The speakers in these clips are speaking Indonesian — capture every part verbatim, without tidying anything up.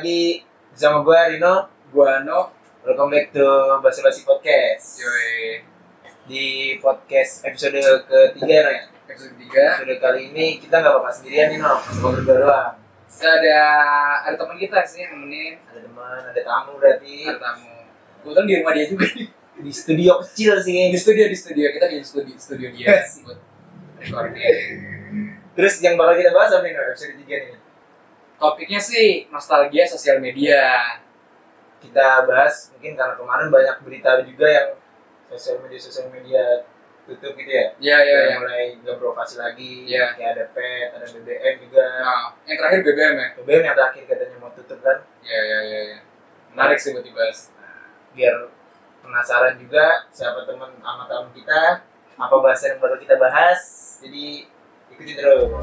lagi bersama gue Rino, gue Ano. Welcome back to Basa Basi Podcast. Yoi. Di podcast episode ketiga ya. Episode ketiga. Episode kali ini kita nggak bakal sendirian nih, no. Cuma berdua doang. Ada ada teman kita sih yang nemenin. Ada teman, ada tamu berarti. Ada tamu. Kebetulan di rumah dia juga. Di studio kecil sih kayaknya. Di studio di studio kita di studio studio dia buat recording. Terus yang bakal kita bahas apa nih, no? Episode tiga nih. Topiknya sih nostalgia sosial media. Kita bahas mungkin karena kemarin banyak berita juga yang sosial media sosial media tutup gitu ya. Iya iya iya. Mulai nggak beroperasi lagi. Iya. Kayak ada pet, ada B B M juga. Nah, yang terakhir B B M ya. B B M yang terakhir katanya mau tutup kan. Iya iya iya iya. Menarik sih buat dibahas. Biar penasaran juga siapa teman sama teman kita, apa bahasa yang baru kita bahas. Jadi ikuti terus.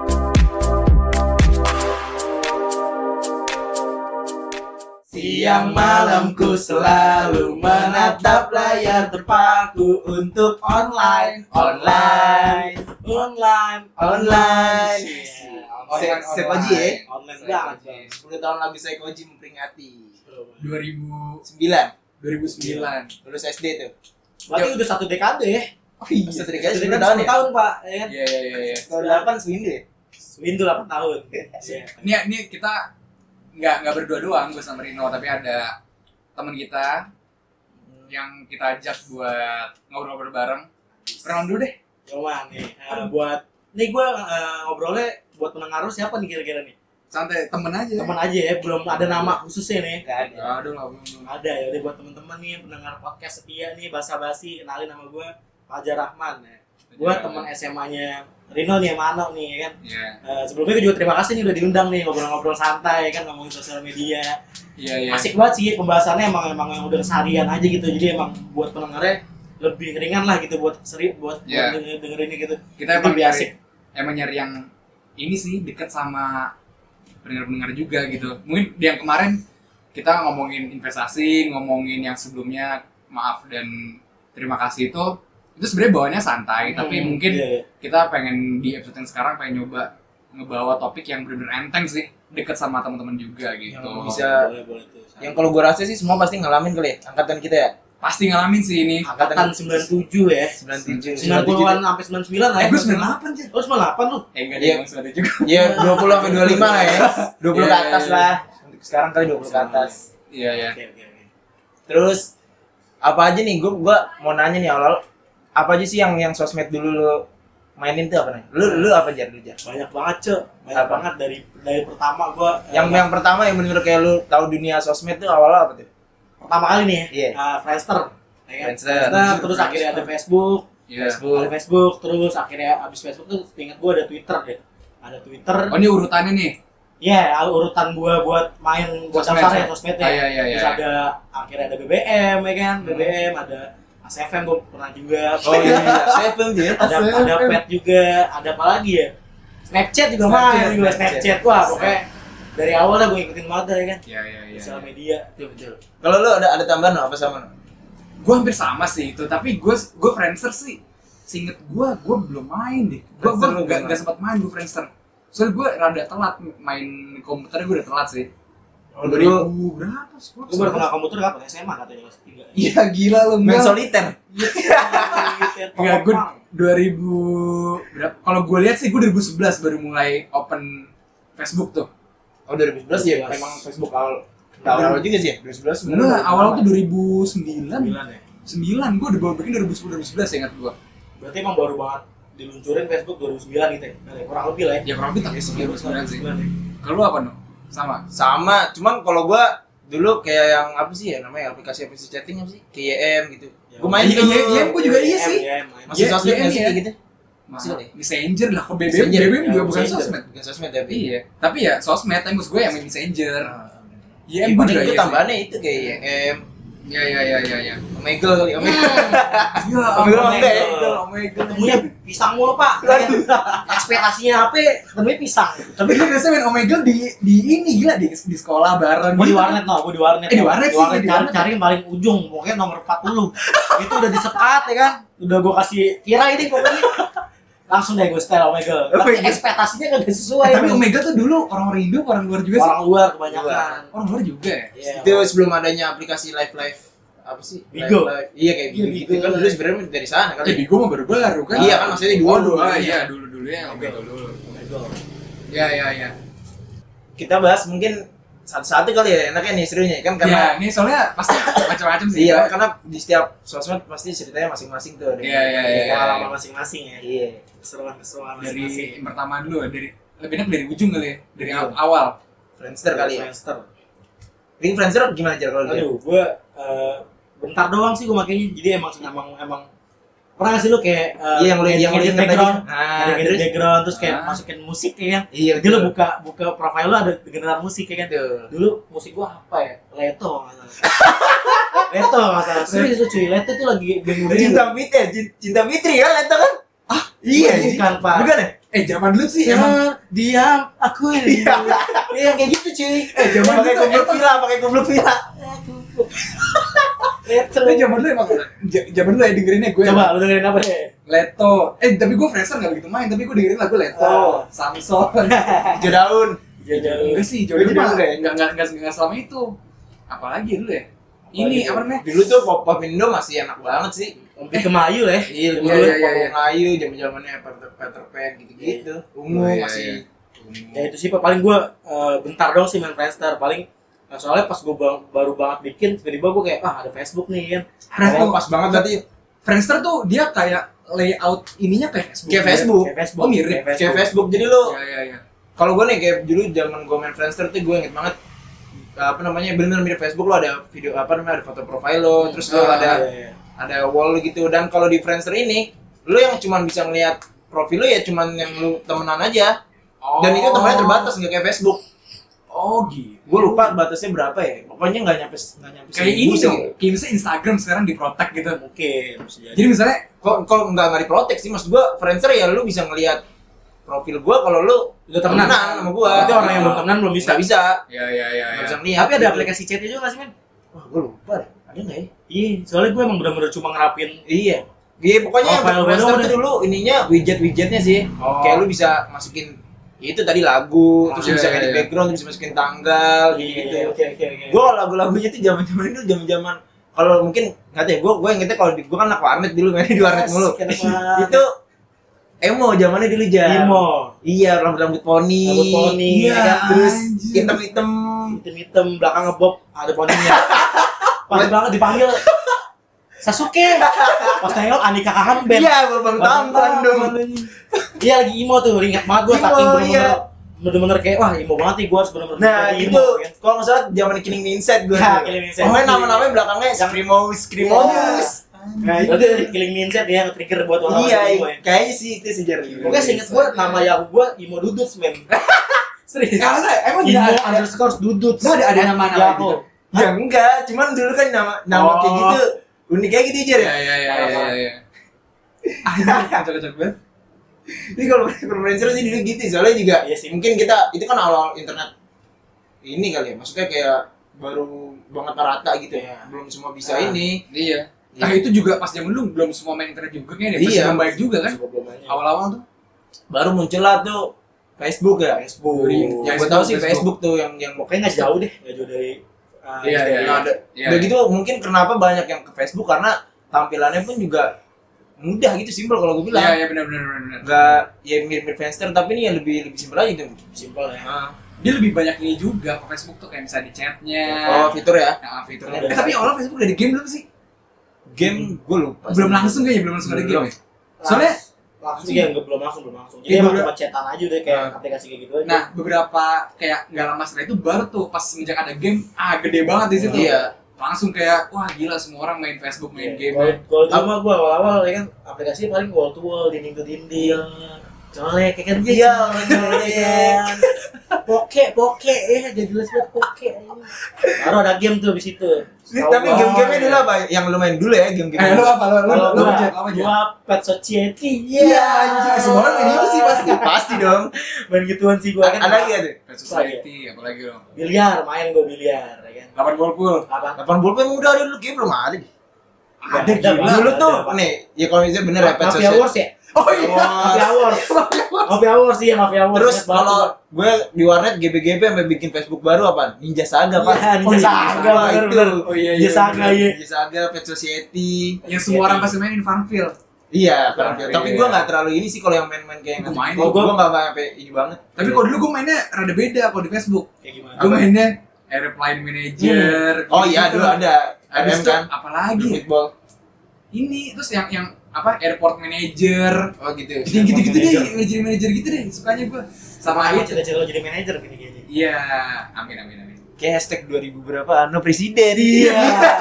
Siang malamku selalu menatap layar terpaku untuk online, online, online, online. Online, Sekoji ya? Online banget bang. sepuluh tahun lagu Sekoji memperingati. dua ribu sembilan dua ribu sembilan. lulus S D tuh. Berarti udah satu dekade ya? Oh iya, satu dekade Satu sepuluh dekade tahun ya? sepuluh tahun pak, ya kan? Iya iya iya iya. Kalau delapan Swindu ya? Windu delapan tahun. Iya. Ini ini kita nggak nggak berdua doang, gue sama Rino, tapi ada teman kita yang kita ajak buat ngobrol-ngobrol bareng. Perkenalan dulu deh. Yoman nih, uh, buat nih gue uh, ngobrolnya buat pendengar lu siapa nih kira-kira nih? Santai, temen aja. Temen aja ya, belum ada nama khususnya nih. Gak ada. Aduh lah, belum belum. Ada ya, udah buat temen-temen nih pendengar podcast setia nih basa-basi, kenalin nama gue Fajar Rahman ya. Gue temen S M A-nya Rino nih, Mano nih ya kan. Iya. Uh, sebelumnya gue juga terima kasih nih udah diundang nih ngobrol-ngobrol santai kan, ngomongin sosial media. Iya iya. Asik banget sih pembahasannya, emang emang yang udah keseharian aja gitu, jadi emang buat pendengarnya lebih ringan lah gitu buat seri buat, Yeah. buat denger, dengerinnya gitu. Kita emang Lebih nyari, asik. emang nyari yang ini sih deket sama pendengar-pendengar juga gitu. Mungkin di yang kemarin kita ngomongin investasi, ngomongin yang sebelumnya maaf dan terima kasih itu itu sebenarnya bawaannya santai, tapi Hmm, mungkin iya, iya. kita pengen di episode yang sekarang pengen nyoba ngebawa topik yang benar-benar enteng sih, deket sama teman-teman juga gitu. Yang bisa- boleh, boleh tuh. Yang kalau gue rasa sih semua pasti ngalamin kali ya, angkatan kita ya. Pasti ngalamin sih ini. Angkatan sembilan puluh tujuh ya. sembilan puluh tujuh, sembilan puluhan sampai sembilan puluh sembilan lah ya. Eh, gue sembilan puluh delapan sih. Oh, sembilan puluh delapan lu. Eh enggak Iya. dia emang sembilan puluh tujuh juga. Ya dua puluh sampai dua puluh lima lah ya. dua puluh Iya, ke atas iya, lah. Untuk sekarang kali dua puluh ke atas. Iya ya. Oke, oke, oke. Terus apa aja nih, gue gua mau nanya nih awal, apa aja sih yang yang sosmed dulu lu mainin tuh apa nih? Lu lu apa aja lu aja? Banyak banget, Cok. Banyak Apa? banget dari dari pertama gua Yang eh, yang pertama yang bener kayak lu tahu dunia sosmed tuh awalnya apa tuh? pertama kali nih ya. Iya. Uh, Friendster. Ya kan? Friendster. Friendster, terus akhirnya ada Facebook. Iya. Facebook. Ada Facebook, terus akhirnya abis Facebook tuh ingat gua ada Twitter deh. Ada Twitter. Oh ini urutannya nih. Iya, urutan gua buat main buat Sosmed, daftar ya ya? sosmednya. Ah, iya, iya, Terus iya. ada akhirnya ada B B M ya kan, B B M ada A S F M gua pernah juga. Oh iya, Seven dia. ada ada pet juga, ada apa lagi ya? Snapchat juga Snapchat, main juga Snapchat. Snapchat. Wah, pokoknya dari awal dah gua ngikutin banget dah, ya kan. Iya iya iya. Sosial media. Betul betul. Kalau lu ada ada tambahan no? Apa sama no? Gue hampir sama sih itu, tapi gue gue Friendster sih, seinget gue gue belum main deh. Gue gue Friendster lu nggak belum nggak sempat main gue Friendster. Soalnya gue rada telat main komputer, gue udah telat sih. Oh, dua dulu ribu berapa? sepuluh, Gua baru sebelas. kenal komputer kapan? S M A katanya kelas tiga. Iya gila lu main enggak. soliter. Enggak, gue dua ribu berapa? Kalau gue lihat sih gue dua ribu sebelas baru mulai open Facebook tuh. Oh dua ribu sebelas ya, memang Facebook awal awal juga sih ya. dua ribu sebelas Enggak, awal tuh dua ribu sembilan. sembilan ya. sembilan gue udah baru bikin dua ribu sepuluh dua ribu sebelas ya ingat gue. Berarti emang baru banget diluncurin Facebook dua ribu sembilan gitu ya. Nah, kurang lebih lah ya. Ya kurang lebih tapi dua ribu sembilan sih. ya. Kalau lu apa no? Sama. Sama, cuman kalau gua dulu kayak yang apa sih ya namanya aplikasi-aplikasi chatting apa sih? K Y M gitu. Ya, Gua main iya, tuh. iya, iya, gua juga iya sih. Masih Iya, sosmed iya, nggak sih iya. kayak gitu? Masih Masih. Messenger lah, kok B B M, Messenger. B B M Ya, juga bukan Messenger. sosmed. Bukan sosmed tapi. Iya, tapi ya sosmed, tapi maksud gue yang main Messenger. Ah, Iya, ya, gue paling juga itu iya. tambahannya itu kayak Y M, Iya, iya, iya, iya, iya. Omegle kali, Omegle. Iya, Omegle Omegle. enggak ya? itu, Omegle. Ketemunya pisang mulu pak. Ekspektasinya apa? Ketemunya pisang. Tapi kan biasanya main Omegle di di ini gila di di sekolah bareng. Gue di gitu. warnet no, gue di warnet. Eh, di no. warnet sih, warnet di cari, warnet. cari yang paling ujung, pokoknya nomor empat puluh. Itu udah disekat ya kan. Udah gue kasih kira ini pokoknya. langsung deh gue style Omega. Tapi Omega. ekspektasinya kagak sesuai. Tapi men. Omega tuh dulu orang-orang Indo, apa orang luar juga sih? orang luar kebanyakan. Orang luar juga ya. Iya. Itu sebelum adanya aplikasi live live apa sih? Bigo. Live, live. Iya kayak Iya, gitu Bigo. kan dulu sebenarnya dari sana Eh, kali. Bigo mah baru-baru kan? Iya kan, maksudnya dulu Oh, dulu. dulu. Ah, iya, dulu-dulunya Omega dulu. Omega. Iya, iya, iya. Kita bahas mungkin satu-satu kali ya, enaknya nih serunya kan Iya, karena ini soalnya pasti macam-macam sih. iya karena di setiap sosmed pasti ceritanya masing-masing tuh. Iya, iya, iya. Pengalaman masing-masing ya. Iya. Keseruan-keseruan Dari masing-masing. yang pertama dulu, dari lebih enak dari ujung kali ya, dari Iya. awal. Friendster kali ya. Friendster. Ring Friendster gimana aja kalau dia? Aduh, gue uh, bentar doang sih gue makanya. Jadi emang emang emang pernah nggak sih lu kayak uh, Iya, yang lu- yang lu edit inget background, tadi. Ah, edit terus? background terus kayak Ah. masukin musik ya kan. Iya, Jadi lu betul. buka buka profile lu ada dengeran musik ya kan. Betul. Dulu musik gua apa ya? Leto nggak salah. Leto nggak salah. Serius itu cuy, Leto tuh lagi dengerin. Cinta Fitri ya, Cin- Cinta Fitri kan itu kan? Ah, iya, bukan, Pak. Bukan ya? Eh, zaman dulu sih Ya, emang diam, aku ini. Iya. Iya kayak gitu cuy. eh zaman Pakai dulu tuh goblok emang villa, pakai goblok villa. Leto. eh, zaman dulu emang j- zaman dulu ya dengerinnya gue. Coba lu dengerin apa deh? Leto. Eh, tapi gue Friendster enggak begitu main, tapi gue dengerin lagu Leto, Ah. Samson. Hijau daun. Ya jauh. Enggak sih, Gue jodoh juga mah enggak ya? enggak enggak enggak enggak selama itu. Apalagi dulu ya? Ini Apalagi apa namanya? Dulu tuh pop pop Indo masih enak banget sih. Lebih ke Melayu lah ya. Iya, dulu Iya, iya, iya, pop iya. Melayu, zaman-zamannya Peter, Peter Pan gitu-gitu. Ungu Oh, iya, masih. iya. Ya itu sih Pak, paling gua uh, bentar dong sih main Friendster. Paling uh, soalnya pas gua bang- baru banget bikin tiba-tiba gua kayak ah ada Facebook nih kan. Oh, pas banget berarti. Friendster tuh dia kayak layout ininya kayak Facebook. Kayak Facebook. Kayak Facebook. Oh, mirip. Kayak Kayak Facebook. Jadi lu Iya, iya, iya. kalau gue nih kayak dulu zaman gue main Friendster tuh gue inget banget apa namanya bener-bener mirip Facebook lo ada video apa namanya ada foto profile lo terus lo Ah, ada Iya, iya. ada wall gitu dan kalau di Friendster ini lo yang cuman bisa ngeliat profil lo ya cuman yang lu temenan aja dan itu temennya terbatas nggak kayak Facebook. Oh, gitu. Gue lupa batasnya berapa ya pokoknya nggak nyampe nggak nyampe Kayak seribu ini sih. dong. Kayak misalnya Instagram sekarang diprotek gitu. Mungkin bisa jadi. Jadi misalnya Kok kalau nggak nggak diprotek sih maksud gue Friendster ya lu bisa ngeliat profil gue kalau lu Udah temenan. sama gue. Berarti orang yang belum temenan belum bisa. Nggak bisa. ya ya ya Nggak ya. bisa ngeliat. Tapi ada gitu. aplikasi chatnya juga nggak sih men? Wah gue lupa deh. Ada nggak ya? Iya, soalnya gue emang bener-bener cuma ngerapin. Iya. Iya pokoknya Oh, file Friendster doang tuh deh. dulu ininya widget-widgetnya sih. Oh. Kayak lu bisa masukin ya itu tadi lagu, Oh, terus iya, bisa iya, edit iya. background, terus bisa masukin tanggal Iya, gitu. oke oke oke. Gua lagu-lagunya tuh zaman-zaman itu zaman-zaman kalau mungkin nggak tahu ya, gua gua ingetnya kalau di gua kan anak warnet dulu mainnya di warnet mulu. Itu emo zamannya dulu Jam. Emo. Iya, rambut-rambut poni. Rambut poni, Iya, ya kan? terus Anjir. hitam-hitam. Hitam-hitam belakang ngebob ada poninya. Pas banget dipanggil Sasuke. Pas nengok Anika Kahan band. Iya, Babang Tampan dong. Iya lagi emo tuh, ingat banget gua Emo, saking bener-bener iya. bener-bener kayak wah emo banget nih gua harus bener-bener Nah, jadi itu emo kan. kalau nggak salah zaman Killing Me Inside gue. Ya, Killing Me Inside. Pokoknya nama-namanya belakangnya Screamo, Screamo. Nah, itu dari Killing Me Inside ya nge-trigger buat orang Iya, emo ya. kayaknya sih itu sejarah. Pokoknya seinget gua nama Yahoo gua Imo Duduts men. Serius. Kalau saya emang Imo tidak ada underscore Duduts. Nggak ada- ada nama-nama Yahoo. gitu? Ya enggak, cuman dulu kan nama nama Oh. kayak gitu unik kayak gitu aja ya ya. ya ya ya ya. Anjir, kocak-kocak banget. Jadi kalau influencer sih dulu gitu, soalnya juga Iya sih. mungkin kita itu kan awal internet ini kali ya, maksudnya kayak baru banget merata gitu ya, Iya. belum semua bisa Ah. ini. Iya. Iya. Nah, itu juga pas zaman dulu belum semua main internet juga kayaknya. Masih Iya. belum baik juga kan. Cukup belum banyak. Awal-awal tuh. Baru muncul lah tuh Facebook ya. Facebook. Yang gue Facebook, tahu sih Facebook. Facebook tuh yang yang Pokoknya nggak jauh deh, nggak jauh dari. ah, Iya, dari- iya, yang ada. Iya. Udah gitu mungkin kenapa banyak yang ke Facebook karena tampilannya pun juga mudah gitu, simpel kalau gue Iya, bilang. iya benar benar benar. benar. Enggak ya mirip-mirip Friendster tapi ini ya lebih lebih simpel aja tuh. Simpel ya. Nah. Dia lebih banyak ini juga ke Facebook tuh kayak misalnya di chatnya. Oh, fitur ya. Nah, fiturnya. Ada. Eh, tapi awal Facebook udah di game belum sih? Game gue lupa. Belum langsung kayaknya, belum langsung ada Belum. game ya. Soalnya langsung ya nggak belum langsung belum langsung. Jadi Iya, emang belum. cuma chatan aja udah kayak Nah. aplikasi kayak gitu aja. nah, beberapa kayak nggak lama setelah itu baru tuh pas semenjak ada game, ah gede banget di situ. Iya. Langsung kayak wah gila semua orang main Facebook, main Iya. game. Kalau kalau dulu mah gua awal-awal ya kan aplikasi paling wall to wall, dinding to dinding. Colek kayak kan Iya, colek kan. Poke, poke ya jadi jelas banget poke. Baru ada game tuh di situ. Tapi Tahu game-gamenya gua. dulu apa? Yang lu main dulu ya, game-game. Eh, lu apa lu lu Kalau lu gua, aja apa aja? gua Pet Society. Iya, anjir, semua orang main itu sih pasti. Pasti dong. Main gituan sih gua kan. Ada lagi ada. Pet Society apalagi dong. Biliar, main gua biliar ya kan. Delapan ball pool. Apa? delapan puluh emang udah ada dulu, game belum ada deh. Ada Ada, gila. Dulu ada, tuh Pak. nih, ya kalau misalnya bener ya pet Mafia social. Wars ya? Oh iya. Mafia Wars. Mafia Wars sih ya, Mafia Wars. Terus Ingat banget kalau gua. gue di warnet G B G B sampai bikin Facebook baru apa? Ninja Saga, Pak. Iya, Ninja Oh, Saga, bener, itu. bener. Oh iya, Ninja iya, Saga, bener. iya. Ninja Saga, Pet Society. Yang semua orang pasti mainin Farmville. Iya, Nah, kan. iya. Tapi gue nggak terlalu ini sih kalau yang main-main kayak Gua gitu. main. Gue gue nggak nggak sampai ini banget. Tapi kalau dulu gue mainnya rada beda kalau di Facebook. Kayak gimana? Gue mainnya Airplane Manager. Oh iya, gitu. dulu ada. Habis R M itu kan. apalagi? Football. Ini terus yang yang apa Airport Manager. Oh gitu. Yang gitu-gitu deh, Manager. manager manager gitu deh, sukanya gue. Sama Sama itu. cita-cita lo jadi manajer gini gini. Iya, amin amin amin. Kayak hashtag dua ribu berapa? No presiden. Iya.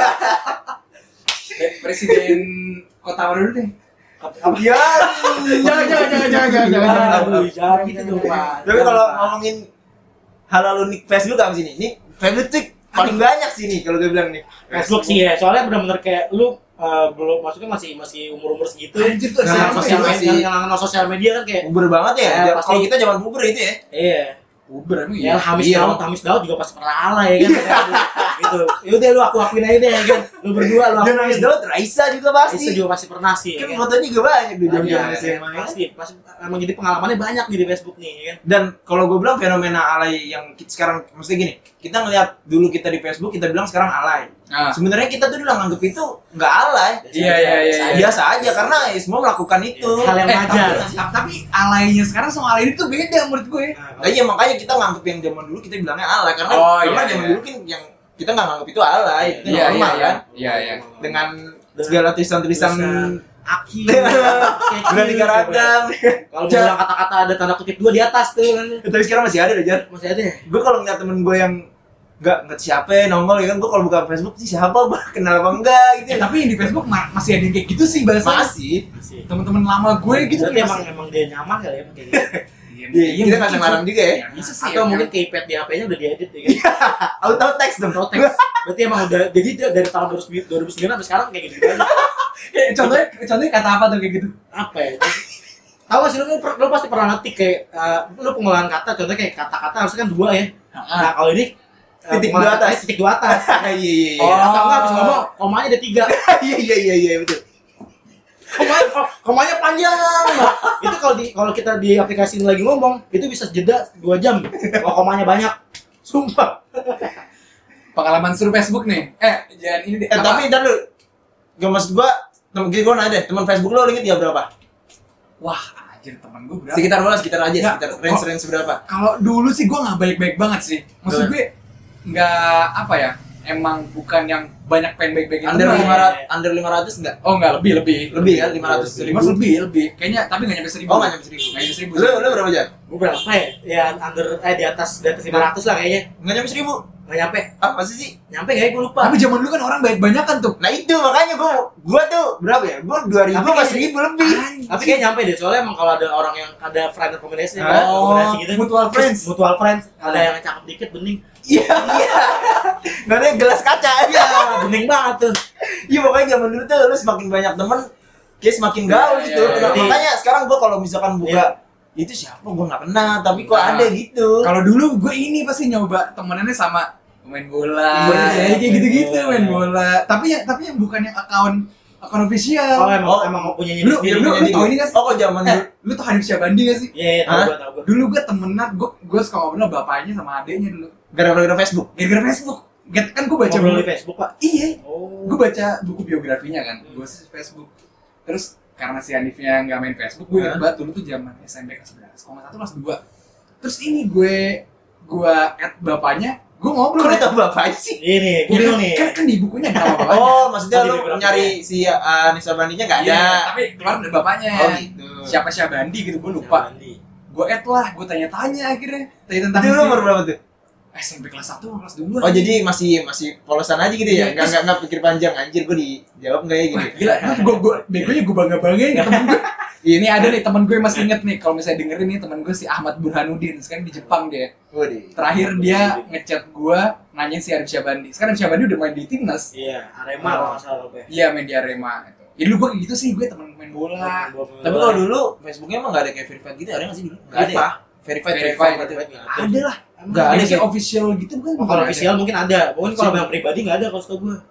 Pre- Presiden Kota mana dulu deh? Apa? Iya. Jangan jangan jangan jangan jangan jangan. Aduh, jangan gitu dong, Pak. Tapi kalau ngomongin hal-hal unik Facebook apa sih nih? Ini Facebook tuh paling banyak sih nih kalau gue bilang nih. Facebook sih ya, soalnya benar-benar kayak lu uh, belum maksudnya masih masih umur-umur segitu. Anjir tuh Nah, S M P sosial masih- media masih- yang kenal sosial media kan kayak Puber banget ya. Ya, pasti. Kalau kita zaman puber itu ya. iya. Uber emang Ya iya. Hamis Iya. Daud, Hamis Daud juga pasti pernah alay kan. Gitu. Yaudah lu aku akuin aja deh kan. Lu berdua lu Dan akuin. nangis Daud, Raisa juga pasti. Itu juga pasti pernah sih. Kan ya fotonya juga banyak di Banyak, zaman ya, S M A. ya. pasti, pasti emang jadi pengalamannya banyak nih di Facebook nih ya kan. Dan kalau gue bilang fenomena alay yang kita sekarang, maksudnya gini, kita ngeliat dulu kita di Facebook, kita bilang sekarang alay. Ah. Sebenarnya kita tuh dulu nganggep itu nggak alay, Iya, iya, iya, iya. biasa aja karena ya semua melakukan itu. Hal yang Eh, wajar. tapi, tapi alaynya sekarang sama alay itu beda menurut gue. Nah, iya makanya kita nganggep yang zaman dulu kita bilangnya alay karena Oh, karena iya, zaman iya. dulu kan yang kita nggak nganggep itu alay, itu Iya, normal iya, kan. Iya, iya. Dengan segala tulisan-tulisan Aki, beraneka ragam. Kalau mau bilang kata-kata ada tanda kutip dua di atas tuh kan. Tapi sekarang masih ada deh, Jar. Masih ada ya? Gue kalau ngeliat temen gue yang nggak nggak siapa ya nongol ya kan, gue kalau buka Facebook sih siapa gue kenal apa enggak gitu. Eh, tapi yang di Facebook ma- masih ada yang kayak gitu sih bahasa. Masih. Masih. Teman-teman lama gue gitu. Berarti emang emang dia nyaman kali ya pakai gitu. Iya, kita nggak ngelarang juga ya. Ya, bisa sih. Atau ya, mungkin ya. keypad di H P-nya udah diedit ya kan. Auto text dong. Auto text. Berarti emang udah jadi dia dari tahun dua ribu sembilan sampai sekarang kayak gitu aja. Eh, contohnya contohnya kata apa tuh kayak gitu? Apa ya? Tahu gak sih lu, lu, lu pasti pernah ngetik kayak uh, lu pengolahan kata, contohnya kayak kata-kata harusnya kan dua ya. Nah, kalau ini uh, Titik pengolahan dua atas. katanya titik dua atas. Iya iya iya. Oh. Oh. Atau enggak habis ngomong komanya ada tiga. Iya iya iya iya betul. Komanya ko- komanya panjang banget. Itu kalau di kalau kita di aplikasi ini lagi ngomong, itu bisa jeda dua jam. Kalau komanya banyak. Sumpah. Pengalaman seru Facebook nih. Eh, jangan ini deh. Eh apa? tapi ntar lu, gak maksud gue, temen gue gue nanya deh, teman Facebook lo inget ya berapa? Wah, anjir teman gue berapa? Sekitar berapa? Sekitar aja, Nggak, sekitar kok- range range berapa? Kalau dulu sih gue nggak baik-baik banget sih. Maksud Bener. gue nggak apa ya? Emang bukan yang banyak pengen baik-baikin Under teman. lima ratus, under lima ratus enggak? Oh nggak lebih lebih. Lebih kan, lima ratus Lima ratus lebih lebih. Kayaknya tapi nggak nyampe seribu. Oh nggak nyampe seribu. Nggak nyampe seribu. Lu lu berapa aja? Gue berapa ya? Ya under eh di atas di atas lima ratus lah kayaknya. Nggak nyampe seribu? Nggak nyampe. Ah pasti sih. Nyampe kayaknya gue lupa. Tapi zaman dulu kan orang baik-banyakan tuh. Nah itu makanya gue, gue tuh berapa ya? Gue dua ribu Tapi pas kayak- seribu lebih. Tapi kayak nyampe deh, soalnya emang kalau ada orang yang ada friend rekomendasi, Oh, rekomendasi gitu, mutual terus friends. mutual friends, ada yang cakep dikit bening, Iya iya. Nggak ada gelas kaca. ya bening banget tuh. Iya pokoknya zaman dulu tuh lu semakin banyak temen, kayak semakin gaul Iya, gitu. iya, Nah, iya. makanya sekarang gue kalau misalkan buka itu siapa gue nggak kenal, tapi kok Nah, ada gitu. Kalau dulu gue ini pasti nyoba temenannya sama main bola, Bola, ya, kayak gitu-gitu bola. main bola. Tapi ya tapi yang bukan yang akun akun official. Oh emang Oh. emang mau punya Lu- sendiri. lu- Jadi- tau ini nggak sih? Oh kok zaman Eh, dulu. lu tuh Hanif Syabandi gak sih? Iya, iya, tahu Hah? gua, tahu gua. Dulu gue temenan, gue gue suka ngobrol bapaknya sama adeknya dulu. Gara-gara Facebook. Gara-gara Facebook. Get, kan gue baca Ngobrol di buku. Facebook, Pak. Iya. Oh. Gue baca buku biografinya kan. Gue sih Facebook. Terus karena si Hanifnya nggak main Facebook, gue ingat Hah? banget dulu tuh zaman S M P kelas sebelas, kelas satu kelas dua. Terus ini gue gue add bapaknya, gue ngobrol. Kok lu ya. tau bapak sih? Ini, gue Ya, bingung kan, nih. kan, kan di bukunya ada nama bapaknya. Oh, maksudnya Oh, lu di biografi. nyari si uh, Nisa Bandinya nggak ada. Iya, tapi keluar dari bapaknya. Oh gitu. Siapa Syabandi gitu, gue lupa. Syabandi. Gue add lah, gue tanya-tanya akhirnya. Tanya tentang Itu lu si- umur berapa tuh? S M P kelas satu kelas dua. Oh jadi masih masih polosan aja gitu ya? Iya, Nggak nggak nggak pikir panjang anjir gue dijawab nggak ya gitu? Wah, gila, gue gue begonya gue bangga banggain temen gue. Ini ada nih temen gue masih inget nih, kalau misalnya dengerin nih temen gue si Ahmad Burhanuddin, sekarang di Jepang dia. Waduh. Terakhir dia ngechat gue nanyain si Arif Syabandi. Sekarang Arif Syabandi udah main di timnas. Iya, Arema kalau nggak salah apa ya. Iya main di Arema. Ya dulu gue kayak gitu sih, gue temen main bola. Tapi kalau dulu Facebooknya emang nggak ada kayak verified gitu, ada nggak sih dulu? Nggak ada. Apa? ya? Verified Verified, verified gitu. verified. Ada lah. Nggak ada Ada sih. official gitu kan? Oh, kalau official mungkin ada. Mungkin kalau yang pribadi nggak ada kalau setahu gue.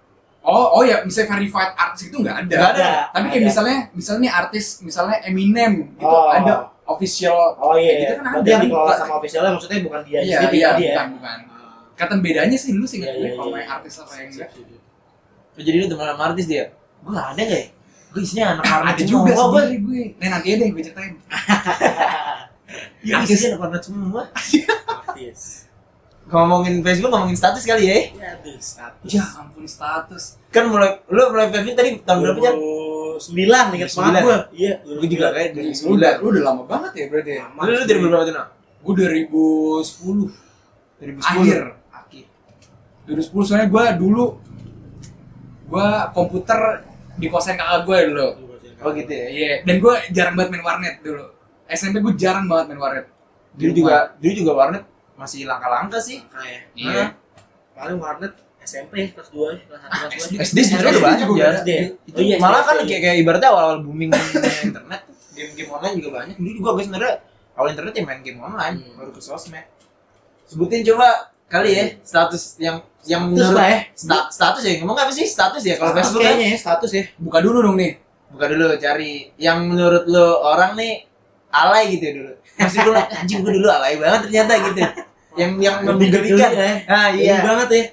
Oh, oh ya, misalnya verified artis itu nggak ada. Nggak ada. Tapi kayak Ada. misalnya, misalnya nih artis, misalnya Eminem, itu Oh. ada official. Oh iya, kayak gitu kan berarti ada. yang dikelola sama officialnya maksudnya bukan dia Iya, sendiri, iya, dia. bukan, bukan. Kata bedanya sih dulu sih Iya, nggak iya, tahu kalau iya, main iya. artis apa yang enggak. Jadi lu teman sama artis dia? Gue nggak ada nggak ya? Gue isinya anak warnet Ada semua, juga gue. sebenarnya gue. Nih nanti aja deh gue ceritain. Iya, isinya anak warnet semua. Artis. Ngomongin Facebook, ngomongin status kali ya? Ya tuh status. Ya ampun status. Kan mulai, lu mulai Facebook tadi tahun berapa Jan? dua ribu sembilan ingat banget sembilan. gua. Iya, Gue juga kayak dari Lu udah, sembilan. lu udah lama banget ya berarti ya? Lu lu dari berapa tuh nak? Gue dua ribu sepuluh. dua ribu Akhir. Akhir. dua ribu sepuluh soalnya gue dulu gue komputer di kosan kakak gue dulu. Oh gitu ya? Iya, dan gue jarang banget main warnet dulu. S M P gue jarang banget main warnet. Dulu juga, dulu juga warnet masih langka-langka sih. Kayak Iya. paling warnet S M P kelas dua, kelas satu, kelas dua. S D sebenarnya udah banyak juga ya. ada. S D. Itu Oh iya, malah S D, kan iya. kayak, kayak ibaratnya awal-awal booming internet, game-game online juga banyak. Dulu juga gue sebenarnya awal internet ya main game online, Hmm. baru ke sosmed. Sebutin coba kali ya status yang yang Status menurut lah ya. sta- status ya ngomong apa sih status ya kalau Status Facebook kan? kayaknya ya, status ya. Buka dulu dong nih. Buka dulu cari yang menurut lo orang nih alay gitu ya dulu. Masih gue anjing gue dulu alay banget ternyata gitu. Yang yang Lebih menggelikan. geli ya. Ah Iya iya. banget ya.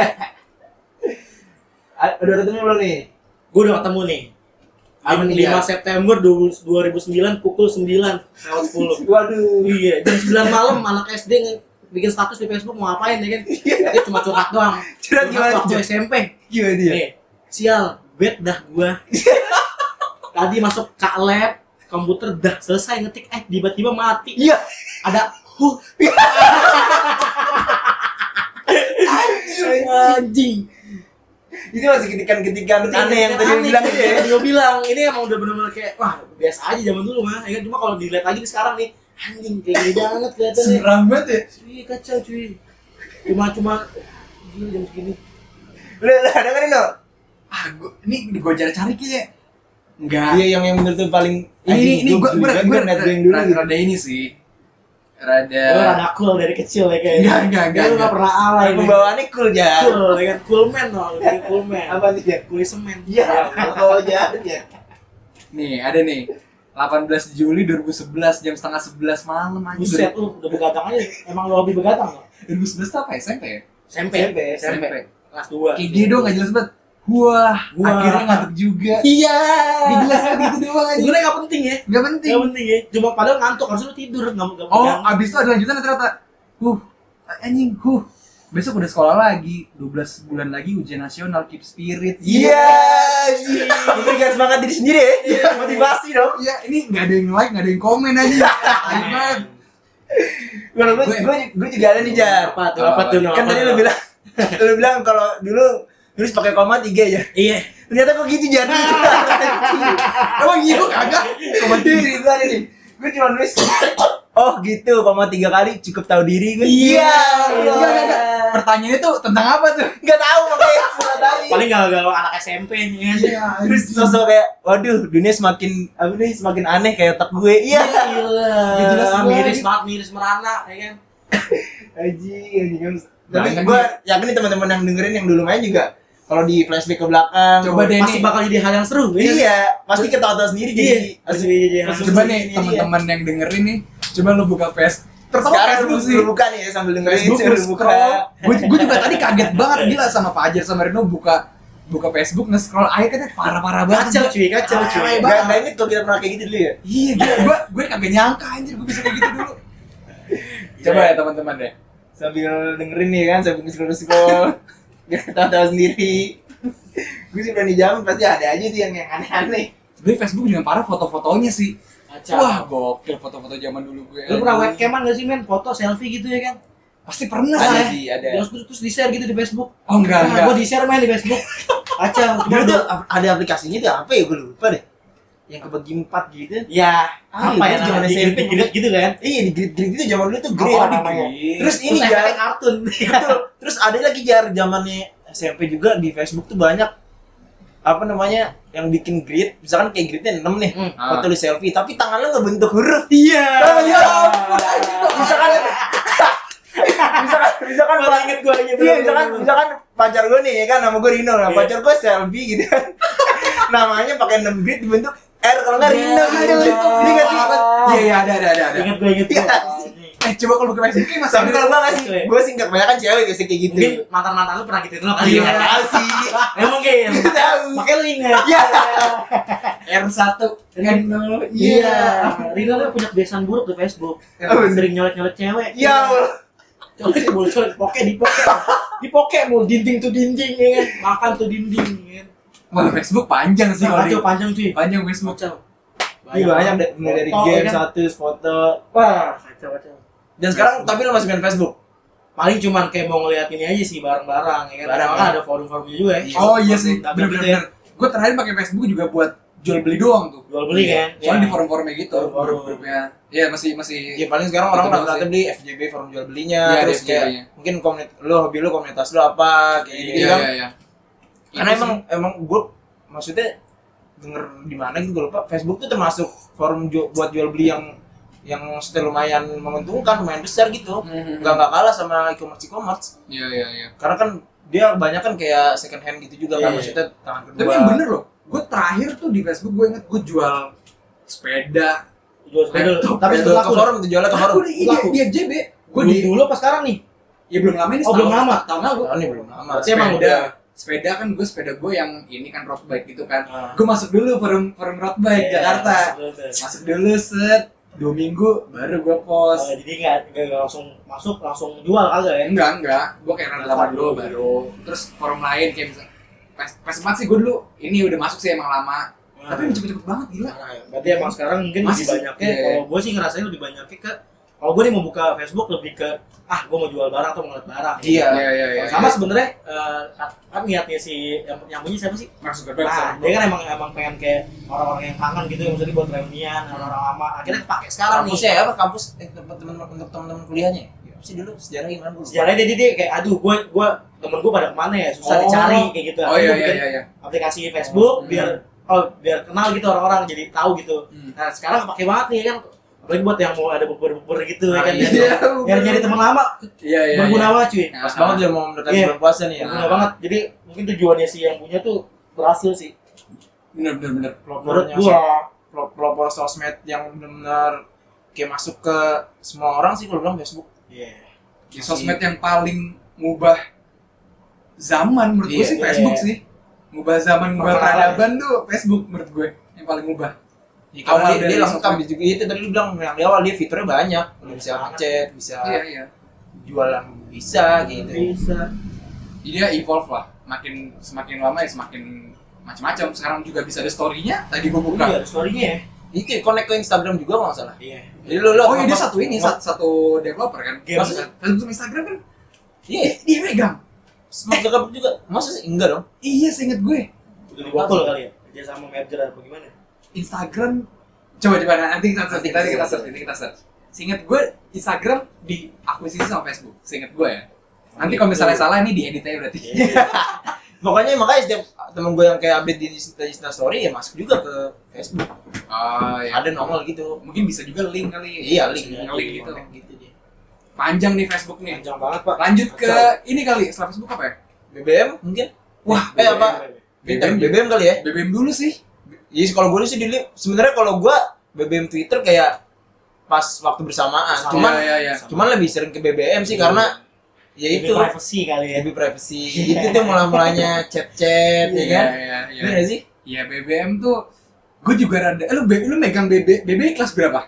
Ah, Udah ketemu belum nih? Gua udah ketemu nih. Apa nih, lima Jan? September dua ribu sembilan pukul sembilan lewat sepuluh. Waduh. Iya, jam sembilan malam anak S D nge- bikin status di Facebook mau ngapain ya kan? Dia cuma curhat doang. Curhat gimana, waktu Jan? S M P. Gimana dia? Nih, sial, bed dah gua. Tadi masuk ke lab, komputer dah selesai ngetik, eh tiba-tiba mati. Iya. Ada huh. Anjing. Ini masih ketikan-ketikan aneh yang tadi lu Aneh, bilang kayak ya. tadi gua bilang, ini emang udah bener-bener kayak wah biasa aja zaman dulu mah. Ya kan? Cuma kalau dilihat lagi nih sekarang nih, anjing kayak gini banget kelihatannya. Seram banget ya. Cuy, kacau cuy. Cuma cuma gila jam segini. Lu lu ada kan no? Ah, gua, ini gue cari-cari kayaknya. Enggak. Iya yang yang menurut lu paling Ini ini gue gue gue ngeliat gue yang dulu. rada, rada ini sih. Rada. Lu rada cool dari kecil ya kayaknya. Enggak, enggak, enggak, Lu enggak. nggak pernah alay. nih. Pembawaannya cool ya. Cool, ya kan cool man loh, lebih cool man. Apa nih ya? Kulit semen. Iya. Oh ya. Ya. Nih, ada nih. delapan belas Juli dua ribu sebelas jam setengah sebelas malam aja. Buset lu udah begadang aja. Emang lu hobi begadang loh? dua ribu sebelas tuh apa ya? S M P ya? S M P. S M P, S M P. Kelas dua. Kayak dia doang gak jelas banget. Wah, Wah. akhirnya ngantuk juga. Iya. Gak jelas banget gitu doang aja. Sebenarnya nggak penting ya. Gak penting. Nggak penting ya. Cuma padahal ngantuk harusnya lu tidur nggak nggak Oh, begadang. abis itu ada lanjutan ternyata. Huh, anjing, huh. Besok udah sekolah lagi. dua belas bulan lagi ujian nasional, keep spirit. Iya. Memberikan semangat diri sendiri ya. Motivasi dong. Iya, ini gak ada yang like, gak ada yang komen aja. Ayo banget. Kalau gue gue gue juga ada nih Jar. Apa tuh? Apa, Apa tuh? apa? No? Kan Apa tadi tuh? lu bilang lu bilang kalau dulu nulis pakai koma tiga ya. Iya. Ternyata kok gitu Jar. Emang gitu kagak? Koma tiga itu ada nih. Gue cuma nulis oh gitu, koma tiga kali cukup tahu diri gue. Iya. Enggak, enggak, enggak. Pertanyaannya tuh tentang apa tuh? Enggak tahu makanya enggak tahu. Paling galau-galau anak S M P nih ya. Terus sosok kayak waduh, dunia semakin apa nih semakin aneh kayak otak gue. Iya. Gila. Gak jelas banget. miris banget, miris merana ya kan. Anjing, anjing. Tapi Banyak gue yakin nih teman-teman yang dengerin yang dulu main juga kalau di flashback ke belakang Coba deh Pasti nih. bakal jadi hal yang seru ya. Iya, pasti ketawa-tawa sendiri Iya, jadi pasti jadi hal yang Coba Sendiri, nih iya. teman-teman yang dengerin nih, coba lu buka face. Terutama sekarang Facebook lu sih. lu buka nih ya sambil dengerin Facebook sambil lu buka. scroll. Gue gue juga tadi kaget banget gila sama Fajar sama Reno buka buka Facebook nge-scroll aja kan parah-parah banget. Kacau cuy, kacau Ah, cuy. iya. Enggak enggak ini tuh kita pernah kayak gitu dulu ya. Iya gila, gue gue kagak nyangka anjir gue bisa kayak gitu dulu. Coba ya teman-teman deh. Sambil dengerin nih kan, sambil scroll-scroll. Biar ketawa-tawa sendiri. Gue sih berani jamin pasti ada aja tuh yang yang aneh-aneh. Sebenernya Facebook juga parah foto-fotonya sih. Kacau. Wah gokil foto-foto zaman dulu gue. Lu pernah webcaman gak sih men? Foto selfie gitu ya kan? Pasti pernah Ada ya. sih, ada. Terus terus, terus di-share gitu di Facebook. Oh enggak Nah, enggak. gua di-share main di Facebook. Kacau. Dulu tuh ap- ada aplikasinya tuh apa ya gue lupa deh. Yang kebagi empat gitu. Ya, Ah, apa ya itu zaman namanya? S M P Di grid gitu kan? Iya di grid-grid itu zaman dulu tuh Apa grid. namanya? Terus ini Terus jar, efeknya kartun. betul. Terus ada lagi jar zamannya S M P juga di Facebook tuh banyak apa namanya yang bikin grid, misalkan kayak gridnya enam nih, Hmm. foto lu selfie, tapi tangan lu nggak bentuk huruf. Iya. Oh, ya ampun, anjing, kok misalkan misalkan misalkan Baru inget gua lagi. iya misalkan misalkan pacar gue nih ya kan, nama gue Rino lah. Iya. Pacar gue Selby gitu kan. Namanya pakai enam bit dibentuk R kalau enggak Rino gitu. Ini enggak sih? Iya iya ada ada ada ada. Ingat gue inget Iya. gue. Eh coba kalau buka Facebook ini masih Tapi kalau gue nggak sih, Iya. gue sih nggak kebanyakan cewek biasanya kayak gitu. Mungkin mantan-mantan lu pernah gitu dulu kali Iya, ya. nggak tahu sih. Ya mungkin. Nggak tahu. Makanya lu inget. Iya. R satu Rino. Iya. Rino tuh punya kebiasaan buruk di Facebook. Apa sih? Sering nyolet-nyolet cewek. Ya Allah. Colet mulu, colet poke di poke. Di poke mulu dinding tuh dinding ya kan. Makan tuh dinding ya kan. Wah Facebook panjang sih kalau Kacau di- panjang cuy. panjang Facebook. Kacau. Iya banyak deh, mulai dari Foto, game, ya kan? status, foto. Wah, kacau kacau. Dan sekarang tapi lo masih main Facebook? Paling cuman kayak mau ngeliat ini aja sih barang-barang ya kan. Barang, Barang kan ya. ada forum-forumnya juga ya. Oh iya sih, Tapi bener gitu bener. ya. Gue terakhir pakai Facebook juga buat jual beli doang tuh. Jual beli kan. Soalnya Ya. di forum-forumnya gitu, Forum-forum. grup-grupnya. Iya masih masih. Iya paling sekarang orang Betul rata-rata sih. beli F J B forum jual belinya, Iya, terus ada F J B-nya. kayak mungkin komunitas lo, hobi lo, komunitas lo apa kayak gitu Iya kan. iya iya. Karena Itu emang emang gue maksudnya denger di mana gitu gue lupa, Facebook tuh termasuk forum ju- buat jual beli yang yang maksudnya lumayan menguntungkan, lumayan besar gitu. Mhm. Nggak nggak kalah sama e-commerce e-commerce. Iya iya iya. Karena kan dia banyak kan kayak second hand gitu juga kan, Iya. maksudnya tangan kedua. Tapi yang bener loh, gue terakhir tuh di Facebook gue inget gue jual sepeda. Jual sepeda. Laptop, Tapi Itu itu ke laku. forum tuh jualnya ke forum. Aku di, di, Laku. di F J B. Gue Dulu di, dulu apa sekarang nih? ya belum lama ini. Oh, belum setahun- lama. Tahun lalu. Oh, ini belum lama. Berarti emang Sepeda. udah. Sepeda kan gue sepeda gue yang ini kan road bike gitu kan. Ah. Gue masuk dulu forum forum road bike Iya, Jakarta. betul. Masuk dulu set dua minggu baru gue post. Oh, jadi nggak nggak langsung masuk langsung jual kagak ya? Enggak, enggak. Gue kayak rada lama dulu baru. Terus forum lain kayak misalnya Pesmat sih gue dulu ini udah masuk sih emang lama. Nah. Tapi cepet-cepet banget gila. Nah, berarti emang sekarang mungkin Masih lebih sih, banyaknya. iya. Kalau gue sih ngerasain lebih banyaknya ke kalau gue nih mau buka Facebook lebih ke ah gue mau jual barang atau mau ngeliat barang. Iya. Iya, iya, iya. Sama sebenarnya eh, kan niatnya si yang, yang punya siapa sih? Mark Zuckerberg. Nah, dia kan emang emang pengen kayak orang-orang yang kangen gitu, yang maksudnya buat reunian orang-orang lama. Akhirnya kepake sekarang nih. Kampusnya apa? Kampus eh, tempat teman untuk teman-teman kuliahnya. Ya, apa sih dulu sejarah gimana dulu? Sejarahnya dia, dia kayak aduh gue gue temen gue pada kemana ya susah Oh. dicari kayak gitu. Oh Akhirnya iya dia iya bikin iya iya. aplikasi Facebook Hmm. biar oh biar kenal gitu orang-orang jadi tahu gitu. Hmm. Nah sekarang kepake banget nih kan. Apalagi buat yang mau ada bubur-bubur gitu ya Ah, kan. iya. Nyari- Nyari nyari teman lama Iya iya. berguna iya. banget cuy. Nah, Pas banget dia mau mendekati Iya. bulan puasa nih ya. Berguna banget. Jadi mungkin tujuannya si yang punya tuh berhasil sih. Bener bener bener. Menurut Pelopor gua. pelop- pelopor sosmed yang benar-benar kayak masuk ke semua orang sih kalau bilang Facebook. Iya. Ya, sosmed yang paling ngubah zaman menurut gue Iya, sih iya. Facebook sih. Ngubah zaman, ngubah Perkembangan. peradaban tuh Facebook menurut gue yang paling ngubah. Ya, karena Awal dia, dari dia lengkap sosmed. juga itu tadi lu bilang yang di awal dia fiturnya banyak. Lu bisa ngechat, bisa Iya iya. jualan bisa gitu. Bisa. Jadi dia evolve lah. Makin semakin lama ya semakin macam-macam. Sekarang juga bisa ada story-nya. Tadi gue buka. Iya, ada story-nya ya. Itu connect ke Instagram juga kalau nggak salah. Iya. Jadi lu lu Oh iya dia apa- satu ini satu, satu developer kan. Game. Maksudnya Facebook sama Instagram kan Iya, dia megang. Mark Zuckerberg juga. Masa sih enggak dong? Iya seinget gue. Udah dibokol kali ya. Kerja sama merger apa gimana? Instagram coba coba nanti kita search, Nanti nanti kita kita search, nanti kita search. Seinget gue Instagram diakuisisi sama Facebook. Seinget gue ya. Nanti kalau misalnya salah ini diedit aja berarti. Iya. Pokoknya makanya setiap temen gue yang kayak update di Insta, Insta story ya masuk juga ke Facebook. Oh iya. Ada nongol gitu. Mungkin bisa juga link kali. Iya, link. Nge-link gitu. Connect gitu dia. Panjang nih Facebook nih. Panjang banget, Pak. Lanjut ke ini kali, setelah Facebook apa ya? B B M mungkin? Wah, Eh apa? B B Twitter, M. B B M kali ya? B B M dulu sih. Iya kalau gue sih dulu sebenarnya kalau gue B B M Twitter kayak pas waktu bersamaan. Sama. Cuman Iya, iya, iya. cuman lebih sering ke B B M sih karena ya Lebih itu privacy kali ya. lebih privacy. Itu tuh mulai-mulanya chat-chat ya kan? Iya, iya, Bener nggak sih? Iya, B B M tuh gue juga rada. Eh, lu B- lu megang B B B B kelas berapa?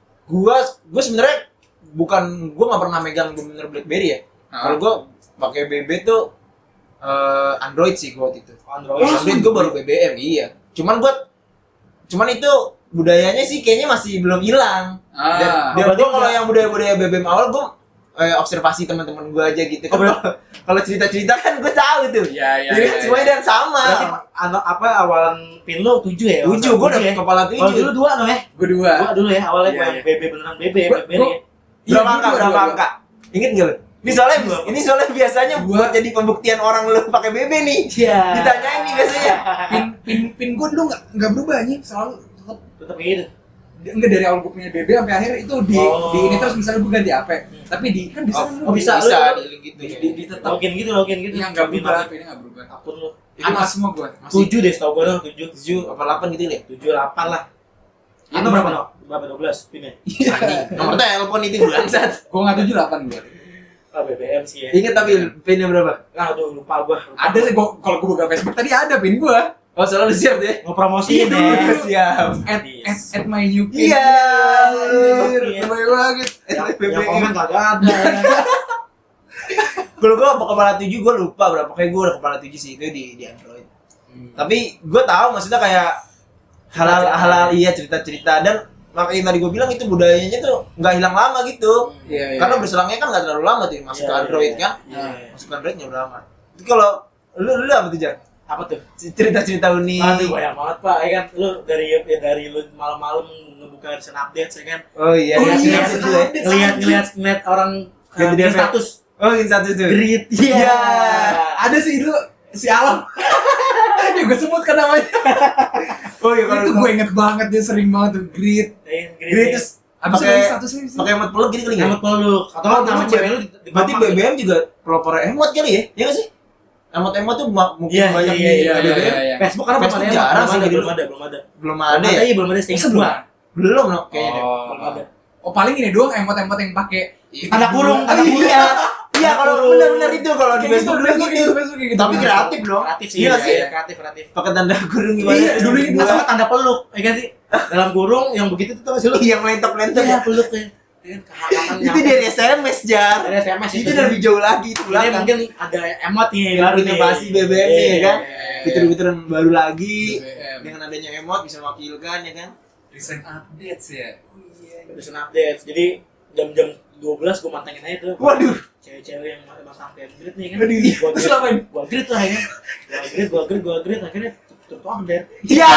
Gua gue sebenarnya bukan gue nggak pernah megang bener BlackBerry ya. Ah. Kalau gue pakai B B tuh eh, Android sih gue waktu itu. Android. Oh, Android gue baru B B M iya. Cuman gue cuman itu budayanya sih kayaknya masih belum hilang. Ah. Dan, dan berarti gue kalau udah- yang budaya-budaya B B M awal gue eh, observasi teman-teman gue aja gitu. Oh, Kan berarti- kalau- kalau cerita-cerita kan gue tahu tuh. Iya, iya. Jadi iya, kan iya. semuanya dan sama. Berarti ano, apa awalan pin lo tujuh ya? Tujuh, gue udah ya? kepala Kalau dulu tujuh. dua no ya? Gue dua. Gua dulu ya awalnya Iya, gua iya. B B beneran B B ya, Gua- BlackBerry. gua- ya. Iya, Berapa gua angka? dua, Berapa dua, angka? Ingat gak lu? Ini soalnya Dua. ini soalnya biasanya Dua. buat jadi pembuktian orang lu pakai B B nih. Iya. Ditanyain nih biasanya. Pin pin pin gue dulu nggak nggak berubah nih, selalu tetap Tetap gitu. enggak dari awal gue punya B B sampai akhir itu di Oh. di ini terus misalnya gue ganti H P. Tapi di kan bisa Oh, kan oh, lu bisa. bisa lu- di link gitu di, ya. di, di tetap Login gitu, login gitu. yang enggak Login berubah, apa? H P-nya enggak berubah. Akun lu. Itu masih semua gue. Masih tujuh deh, setahu gua dong, tujuh. tujuh apa delapan gitu ya. tujuh delapan lah. Itu Atau berapa, berapa? no? Berapa dua belas pinnya? Anjing. Nomor telepon itu bangsat. Gue nggak tujuh delapan gue. Ah, B B M sih ya. Ingat tapi pinnya berapa? Ah, aduh, lupa gua. Lupa Ada sih gua kalau gue buka Facebook tadi ada pin gue. Oh, selalu siap deh. ngepromosiin Iya, ya. dulu. Siap. At, at, at my new pin. Iya. Iya. Lebay banget. Yang, B B M. yang komen kagak ada. Ya. Kalau gua mau kepala tujuh gua lupa berapa kayak gua udah kepala tujuh sih itu di di Android. Tapi gua tahu maksudnya kayak halal Cerita-cerita. halal iya cerita-cerita dan makanya tadi gua bilang itu budayanya tuh nggak hilang lama gitu. Iya, iya. Karena berselangnya kan nggak terlalu lama tuh masuk ke Iya, Android iya. kan. Iya. Masuk ke Androidnya udah lama. Itu kalau lu lu apa tuh Jar? Apa tuh? Cerita-cerita unik. Aduh, banyak banget Pak. Ya kan lu dari ya dari lu malam-malam ngebuka recent update ya kan. Oh iya, Oh iya, iya, iya, recent itu ya. update. Ngelihat ngelihat ngeliat orang Ganti uh, D P. status Oh, ini satu tuh. grid. Iya. Ada sih dulu si Alam. Ya gue sebut kan namanya. Oh iya kalau Itu gue inget banget dia sering banget tuh grid. Grid. Grid terus Abis pakai itu statusnya bisa. pakai emot peluk gini kali nggak? Emot peluk atau Oh, nama dulu cewek lu di- di Berarti papan B B gitu. M juga pelopor emot kali ya? Iya nggak sih? Emot-emot tuh ma- mungkin Iya, banyak iya, di iya, B B M. iya, iya. Facebook karena belum Facebook ada, jarang belum sih ada, gitu. belum ada, belum ada. Belum Belum ada ya? iya, belum ada seingat Masa gua. Belum no, kayaknya. deh. Oh. Belum ada. Oh paling ini doang emot-emot yang pakai Tanda kurung, tanda kurung. Iya. Iya kalau Kurung. benar-benar itu kalau di Kayak gitu, Facebook Facebook dulu gitu, gitu. Facebook gitu. Tapi kreatif dong. Kreatif sih. Iya Iya sih. iya, kreatif, kreatif. Pakai tanda kurung gimana? Iya, dulu itu Dua. Sama tanda peluk, ya kan sih? Dalam kurung yang begitu tuh masih lu. Iya melentok-melentok Iya, ya. peluk ya. Kan kehangatan Itu dari S M S Jar. dari S M S Itu lebih jauh lagi itu Ini belakang. mungkin ada emot nih Baru inovasi B B M nih ya kan. Iya. Fitur-fitur baru lagi B B M. dengan adanya emot bisa mewakilkan ya kan. Recent updates ya. Terus update. Jadi jam-jam dua belas gua mantengin aja tuh. Waduh. Cewek-cewek yang emang sampai grid nih kan. Waduh. Gua Terus grid, ngapain? gua grid lah ya. Gua grid, gua grid, gua grid akhirnya tutup order. Iya.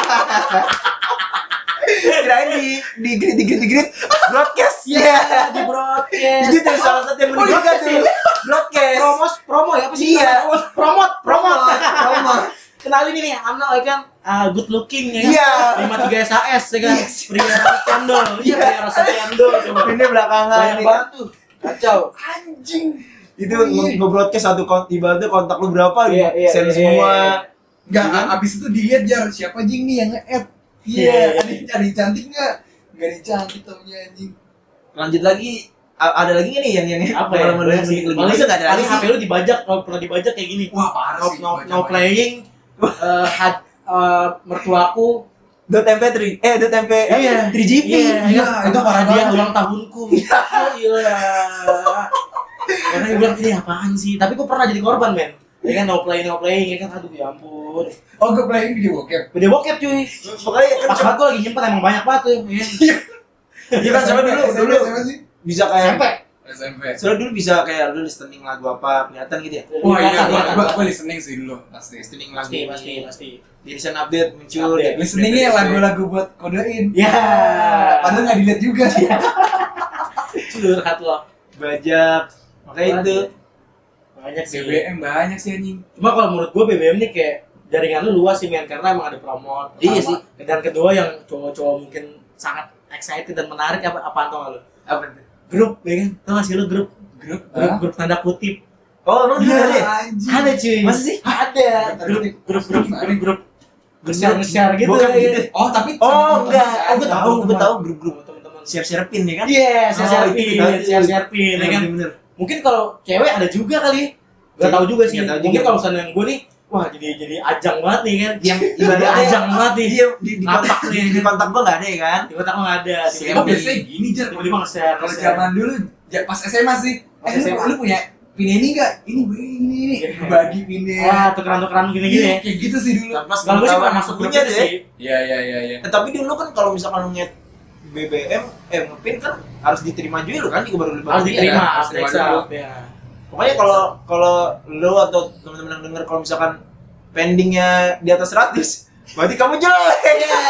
Kirain di di grid di grid di grid broadcast. Iya. Di broadcast. Itu tuh salah satu yang menarik juga tuh. Broadcast. Promos, promo ya apa sih? Iya. Promot, Promo. promot. Promo. Kenalin ini Amna ya kan ah, good looking ya kan. Iya. lima tiga S A S ya kan. Yes. Pria rasa cendol. Iya, pria rasa cendol coba. Ini belakangan. Banyak nih. banget tuh. Kacau. Anjing. Itu Oh, iya. nge-broadcast satu kontak ibaratnya kontak lu berapa Iya, iya, send iya, semua. iya. Enggak, Iya. abis itu dilihat jar siapa jing nih yang nge-add. Iya. Iya, ada ada yang cantik enggak? Enggak ada yang cantik taunya anjing. Lanjut lagi a- ada lagi nggak nih yang yang Apa ya? pengalaman yang sedikit lebih Paling bisa nggak ada lagi paling H P sih? lu dibajak, kalau pernah dibajak kayak gini. Wah, parah No, sih. no, baca no banyak. playing. Eh, had eh, mertuaku Dot M P tiga eh dot M P Iya. tiga G B. Iya, Iya, itu itu parah hadiah banget. ulang tahunku. Iya. Karena gue bilang ini apaan sih? Tapi gue pernah jadi korban, men. Ya kan no playing, no playing, ya kan aduh ya ampun. Oh, gue playing video bokep. Video bokep cuy. Pokoknya kan Pas banget gue lagi nyimpen emang banyak banget tuh. Ya. Iya kan soalnya dulu S M P, dulu S M P sih. bisa kayak S M P. S M P. soalnya dulu bisa kayak lu listening lagu apa kelihatan gitu ya. Wah, iya, Kelihatan, gua, kelihatan. gua, gua listening sih dulu, pasti. Listening lagu Pasti, pasti, pasti. di recent update muncul. Update. di- Listeningnya lagu-lagu buat kodein. Ya. Padahal nggak dilihat juga. Curhat loh. bajak. Makanya itu Banyak B sih. B M banyak sih anjing. Cuma kalau menurut gue B B M nih kayak jaringan lu luas sih, men, karena emang ada promote. Iya Pertama. Dan kedua yang cowok-cowok mungkin sangat excited dan menarik apa apaan tau gak lu? apa itu? Grup, ya kan? Tau gak sih lu grup? Grup, Grup, grup tanda kutip. Oh, emang dulu ada ya? anjing. Ada cuy. Masa sih? Ada. Grup, grup, grup, grup, grup. Nge-share, nge-share gitu. Bokep ya. gitu. Oh, tapi Oh, sama enggak. temen-temen Oh, gue aja. tahu, gue Teman-teman. tahu grup-grup Teman-teman. share-share pin ya kan? Iya, Oh, share-share itu pin, kita- share-share pin, ya kan? Bener-bener. Mungkin kalau cewek ada juga kali. Gak tahu juga sih. Nggak tahu Mungkin juga. kalau misalnya yang gue nih, wah jadi jadi ajang banget nih kan. Yang Jadi ibaratnya ajang banget nih. Iya, di di Ngapak kontak nih. di kontak gua enggak ada ya kan? Tiba-tiba nggak ada. Oh, Tiba-tiba biasanya gini, Jar. tiba-tiba nge-share. Kalau nge-share. zaman dulu, ja- pas S M A sih. Pas Eh, S M A. lu, lu punya pin ini enggak? Ini gue ini ini. Iya. Bagi pinnya. Wah, tukeran-tukeran gini-gini ya. Kayak gitu sih dulu. Pas Kalau gue sih pernah pengetahuan masuk grup punya itu deh. sih. Iya, iya, iya, iya. Eh, tapi dulu kan kalau misalkan nge B B M eh ngepin kan harus diterima juga lo kan juga baru lima Harus menit diterima, ya. harus diterima diterima. dulu. Ya. Pokoknya kalau kalau lo atau teman-teman yang denger kalau misalkan pendingnya di atas seratus berarti kamu jelek.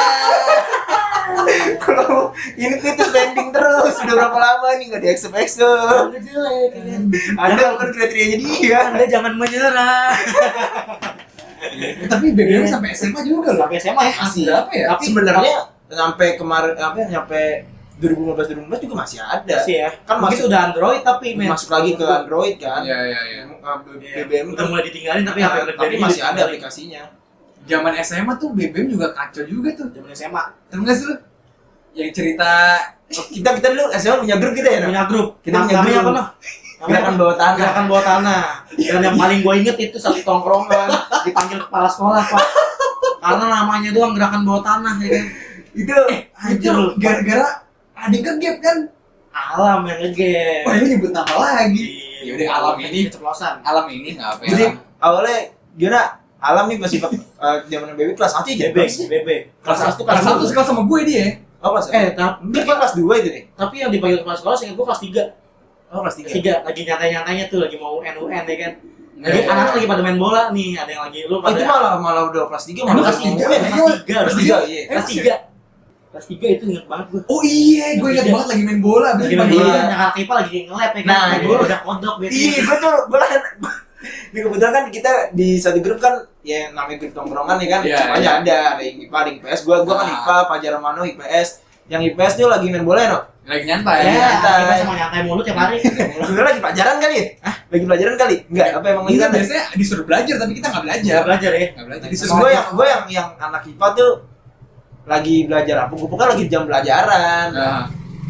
Kalau ini tuh terus pending terus udah berapa lama nih nggak di accept accept. Udah jelek, ya kan? Ada bukan kriterianya dia. Anda jangan menyerah. Eh, Tapi B B M sampai S M A juga loh. Sampai S M A ya. Masih berapa ya? Tapi Sebenarnya sampai kemarin apa ya, sampai dua ribu lima belas dua ribu enam belas juga masih ada. Masih ya. Kan Mungkin masuk udah Android tapi men. masuk lagi ke Android kan. Iya iya iya. Uh, B- Iya, B B M udah mulai ditinggalin tapi Nah, H P tapi BlackBerry masih ada ditinggalin. aplikasinya. Zaman S M A tuh B B M juga kacau juga tuh. Zaman S M A Tahu nggak sih lu? Yang cerita Oh, kita kita dulu S M A punya grup kita ya. Nah? punya grup. Kita punya namanya grup. apa noh? Gerakan bawah tanah. Gerakan bawah tanah. Dan yang paling gue inget itu satu tongkrongan dipanggil kepala sekolah pak. Karena namanya doang gerakan bawah tanah ya kan. Itu itu Anjir lu. gara-gara ada yang kegap kan. Alam yang ngegame. Wah, ini nyebut nama lagi. Iya, Yaudah, alam ini keceplosan. alam ini nggak apa ya. jadi awalnya gimana? Alam nih masih uh, zaman baby kelas satu aja. B B, B B. Kelas satu Kelas satu sekolah sama gue dia. Oh, kelas Eh, satu. tapi Enggak, kelas dua itu deh. tapi yang dipanggil kepala sekolah seingat gue kelas tiga. Oh, kelas tiga. Tiga lagi nyantai-nyantainya tuh lagi mau N U N ya kan. Nggak, Jadi ya, anak ya. lagi pada main bola nih, ada yang lagi lu Oh, itu pada malah malah udah kelas tiga Emang malah kelas tiga? mau- kelas tiga, kelas tiga, iya. kelas tiga. Kelas tiga itu inget banget gue. Oh iya, gue ingat Iya. banget lagi main bola. Lagi Abis main main bola, bola. yang Kipa lagi nge-lab ya kan. Nah, Main iya. bola udah kodok gitu. Iya, gue tuh gue kan di kebetulan kan kita di satu grup kan ya namanya grup tongkrongan ya kan. Iya, Semuanya iya. ada, ada yang I P A, ada yang I P S. Gua gua kan Ah. I P A, Fajar Romano I P S. Yang I P S tuh lagi main bola ya, no? Lagi nyantai. Ya, nyantai. kita sama nyantai mulu tiap hari. Sebenarnya lagi pelajaran kali ya? Hah? Lagi pelajaran kali? Enggak, apa emang lagi Kita kan? biasanya disuruh belajar tapi kita nggak belajar. Ya belajar ya. Nggak belajar. Terus Disuruh gue yang gue yang yang anak I P A tuh lagi belajar apa? Gue pokoknya lagi jam pelajaran. Nah,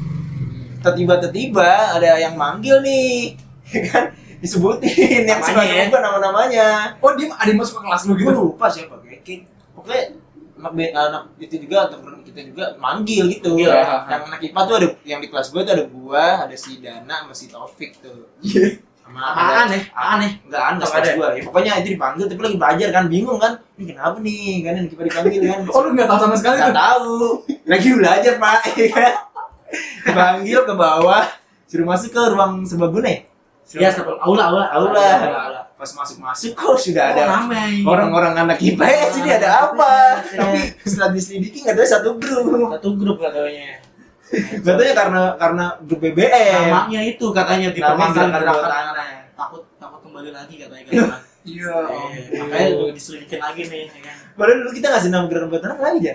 Tiba-tiba ada yang manggil nih, ya kan? Disebutin yang Namanya suka ya? lupa nama-namanya. oh dia ada yang masuk ke kelas lu Gue gitu. lupa siapa kayak kayak- pokoknya anak, be- anak itu juga temen kita juga manggil gitu. Manggil, ya. Yang anak I P A tuh ada yang di kelas gue tuh ada gua, ada si Dana, sama si Taufik tuh. Iya. Sama Apaan ya? Apaan ya? Enggak ada Nggak kelas ada. gua. Ya, pokoknya itu dipanggil tapi lagi belajar kan, bingung kan. Ini kenapa nih? Kan yang kita dipanggil kan. Oh lu nggak tahu sama sekali Nggak tuh? tahu. Lagi belajar, Pak. ya kan? Dipanggil ke bawah, suruh masuk ke ruang serbaguna ya? Ya, sebelum aula aula Aula. aula. Pas masuk-masuk kok sudah ada Oh, ramai. orang-orang anak I P S ini ada apa? Iya. Tapi setelah diselidiki nggak tahu satu grup. Satu grup katanya. Nggak tahunya karena karena grup B B M. Namanya itu katanya Namanya diperpanjang gerakan gerakan bawah tanah. tanah. Takut takut kembali lagi katanya kan. Iya. Eh, Makanya lu diselidikin lagi nih ya kan. Padahal dulu kita ngasih nama gerakan bawah tanah lagi ya.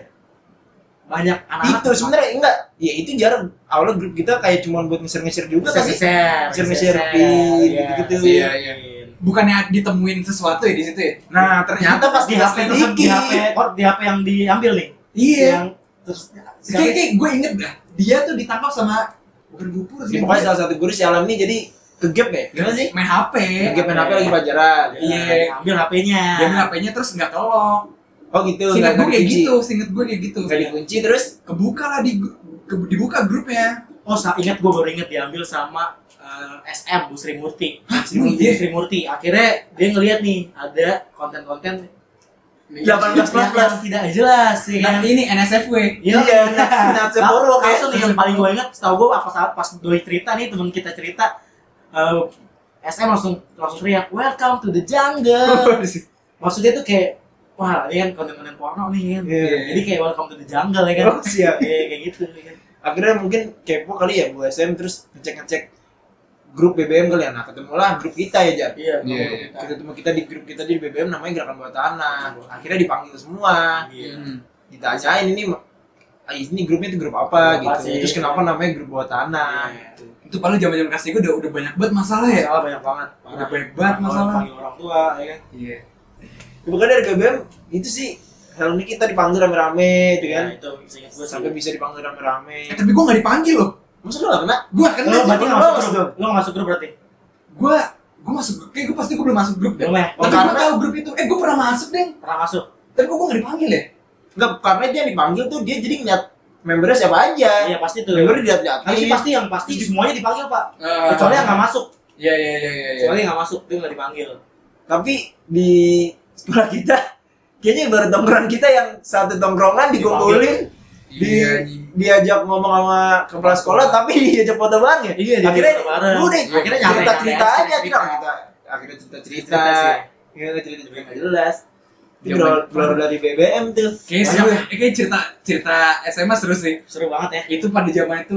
Banyak anak-anak Itu sebenarnya enggak. Ya itu jarang. Awalnya grup kita kayak cuma buat ngeser-ngeser juga kan sih. share Share-share pin, gitu-gitu. Iya, iya. Bukannya ditemuin sesuatu ya di situ ya? Nah, ternyata pas di H P terus di H P kok di H P yang diambil nih. Iya. Yang terus Kayak kayak gue inget dah. Dia tuh ditangkap sama bukan Gupur Ya, sih. pokoknya salah satu guru si Alam ini jadi kegep ya. Gimana sih? Main H P. Kegep main H P lagi pelajaran. Iya. ambil H P-nya. Dia main H P-nya terus nggak kelok. Oh gitu. Singkat gue nggak kayak dikunci. gitu, singkat gue kayak gitu. Nggak dikunci terus Kebuka lah di ke- dibuka grupnya. Oh, sa- ingat gue baru inget diambil sama eh, S M Bu Sri Murti. Hah, Bu iya? Sri Murti. Akhirnya dia ngelihat nih ada konten-konten delapan belas plus yang, plus. yang tidak jelas sih Nah, kan. ini N S F W. Iya, Iya, Natse Poro kayak. langsung nih yang paling gue inget, setahu gue apa saat pas doi cerita nih temen kita cerita, eh, S M langsung langsung teriak welcome to the jungle. Maksudnya tuh kayak wah ini kan konten-konten porno nih kan. Iya. Jadi kayak welcome to the jungle ya kan. Oh, siap. Iya kayak gitu ya kan. Akhirnya mungkin kepo kali ya Bu S M terus ngecek-ngecek grup B B M kali ya. Nah, ketemulah grup kita ya, Jar. Iya. Iya, grup iya. kita. Kita ketemu kita di grup kita di B B M namanya Gerakan Bawah Tanah. Akhirnya dipanggil semua. Iya. Hmm. Ditanyain ini ah, ini grupnya itu grup apa Grup apa gitu. sih? Terus kenapa namanya grup bawah tanah Iya. gitu. Itu paling zaman-zaman kelas tiga udah udah banyak banget masalah ya. Masalah banyak banget. Udah banyak banget masalah. Panggil orang tua ya kan. Iya. Bukan dari B B M itu sih kalau ini kita dipanggil rame-rame gitu kan. Ya, itu ingat gue Sampai bisa dipanggil Eh rame-rame. tapi gue nggak dipanggil loh. Masa lu gak kena? Gue kan Lo berarti nggak masuk Lolos grup. dong. Lo nggak masuk grup berarti. gue gue masuk grup. Kayak gue pasti gue belum masuk grup deh. Belum ya? Tapi gue karena- tahu grup itu. Eh gue pernah masuk deh. Pernah masuk. Tapi kok gue nggak dipanggil ya? Enggak, karena dia yang dipanggil tuh dia jadi ngeliat membernya siapa aja. Iya pasti tuh. Membernya dilihat-lihatin. Tapi pasti yang pasti semuanya dipanggil pak. Eh, Kecuali yang nggak masuk. Iya iya iya iya. Kecuali yang nggak masuk dia nggak dipanggil. Tapi di sekolah kita kayaknya ibarat tongkrongan kita yang satu tongkrongan dikumpulin di Iya. diajak ngomong sama kepala sekolah tapi diajak foto bareng ya. Iya, diajak akhirnya foto bareng. udah Iya, akhirnya nyampe cerita cerita nyampe aja cerita. kita kita akhirnya cerita cerita Cerita sih. ya cerita cerita nggak jelas itu Zaman- berawal berawal dari B B M tuh. Kayak seru ya. Eh, kayak cerita cerita S M A seru sih. Seru banget ya. Itu pada zaman itu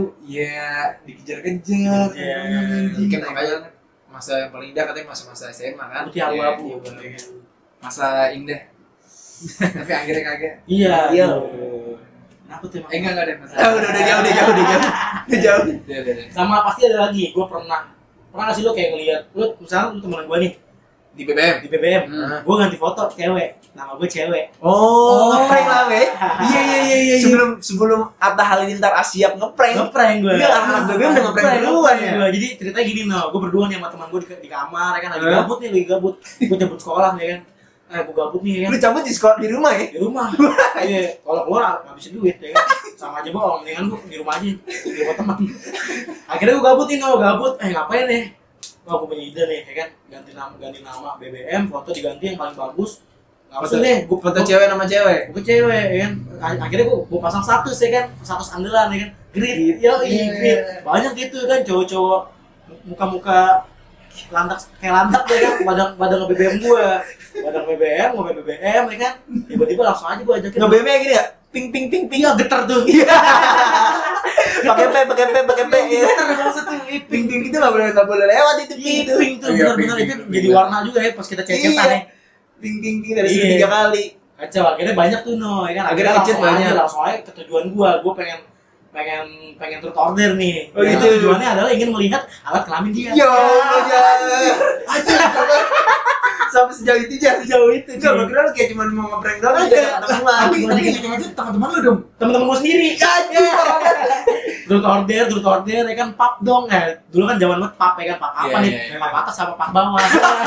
ya dikejar-kejar. Iya. Iya, kan makanya masa yang paling indah katanya masa-masa S M A kan. Putih abu-abu. Iya, iya. Masa indah. Tapi akhirnya kagak. Iya. Iya. Tuh. Kenapa tuh emang? Eh enggak enggak ada Ah, masalah. udah udah jauh udah jauh udah jauh. Udah jauh. Udah, udah, udah. Sama pasti ada lagi, gue pernah pernah nggak sih lo kayak ngeliat, lo misalnya lo temen gue nih Di B B M. di B B M, Hmm. gue ganti foto cewek, nama gue cewek. Oh, ngeprank lah, we. Iya iya iya iya. Sebelum sebelum Atta Halilintar Asyap ngeprank. Ngeprank gue. Iya, anak B B M udah ngeprank duluan ya. Gue. Jadi ceritanya gini no, gue berdua nih sama teman gue di, di kamar, ya kan lagi Hah? gabut nih, lagi gabut. Gue cabut sekolah ya kan. Eh, gue gabut nih ya kan. Lu cabut di sekolah di rumah ya? Di rumah. Iya, kalau keluar ngabisin duit ya kan. Sama aja bohong, mendingan gue di rumah aja, di rumah teman. Akhirnya gue gabut nih no, gabut. Eh ngapain nih? Wah, gue punya ide nih, ya kan. Ganti nama, ganti nama B B M, foto diganti yang paling bagus. Nggak usah deh, gue Foto cewek nama cewek. gue cewek ya kan. Akhirnya gue gue pasang status ya kan, status andalan ya kan. Grit, yo Iya. grit. Banyak gitu kan cowok-cowok muka-muka lantak kayak lantak ya kan, badan badan nge B B M gue, badan B B M, nge B B M ya kan. Tiba-tiba langsung aja gue ajakin. Nge B B M gini ya? Ping ping ping ping. Iya getar tuh. Pakai P, pakai P, pakai P. Iya, Ya. getar maksud tuh. Ping ping itu nggak boleh nggak boleh lewat itu ping Iya, itu. pink tuh Iya, benar-benar pink, itu pink, jadi pink. warna juga ya pas kita cecetan Iya. ya. Ping ping ping dari Iya. tiga kali. Kacau, akhirnya banyak tuh no, ya kan. Akhirnya langsung ngechat banyak. aja, langsung aja ke tujuan gua, gua pengen pengen pengen turut order nih. Oh, Yang gitu. tujuannya adalah ingin melihat alat kelamin dia. Yo, ya. Aja. Sampai sejauh itu aja. Sejauh itu. Enggak, gua kira lu kayak cuma mau ngeprank doang Ada. aja teman-teman. Tapi tapi jangan itu teman-teman lu dong. Temen-temen gua sendiri. Aja. Turut order, turut order ya kan pap dong. Eh, dulu kan zaman banget pap ya kan, pap apa Iya, nih? iya, iya. Pap atas sama pap bawah.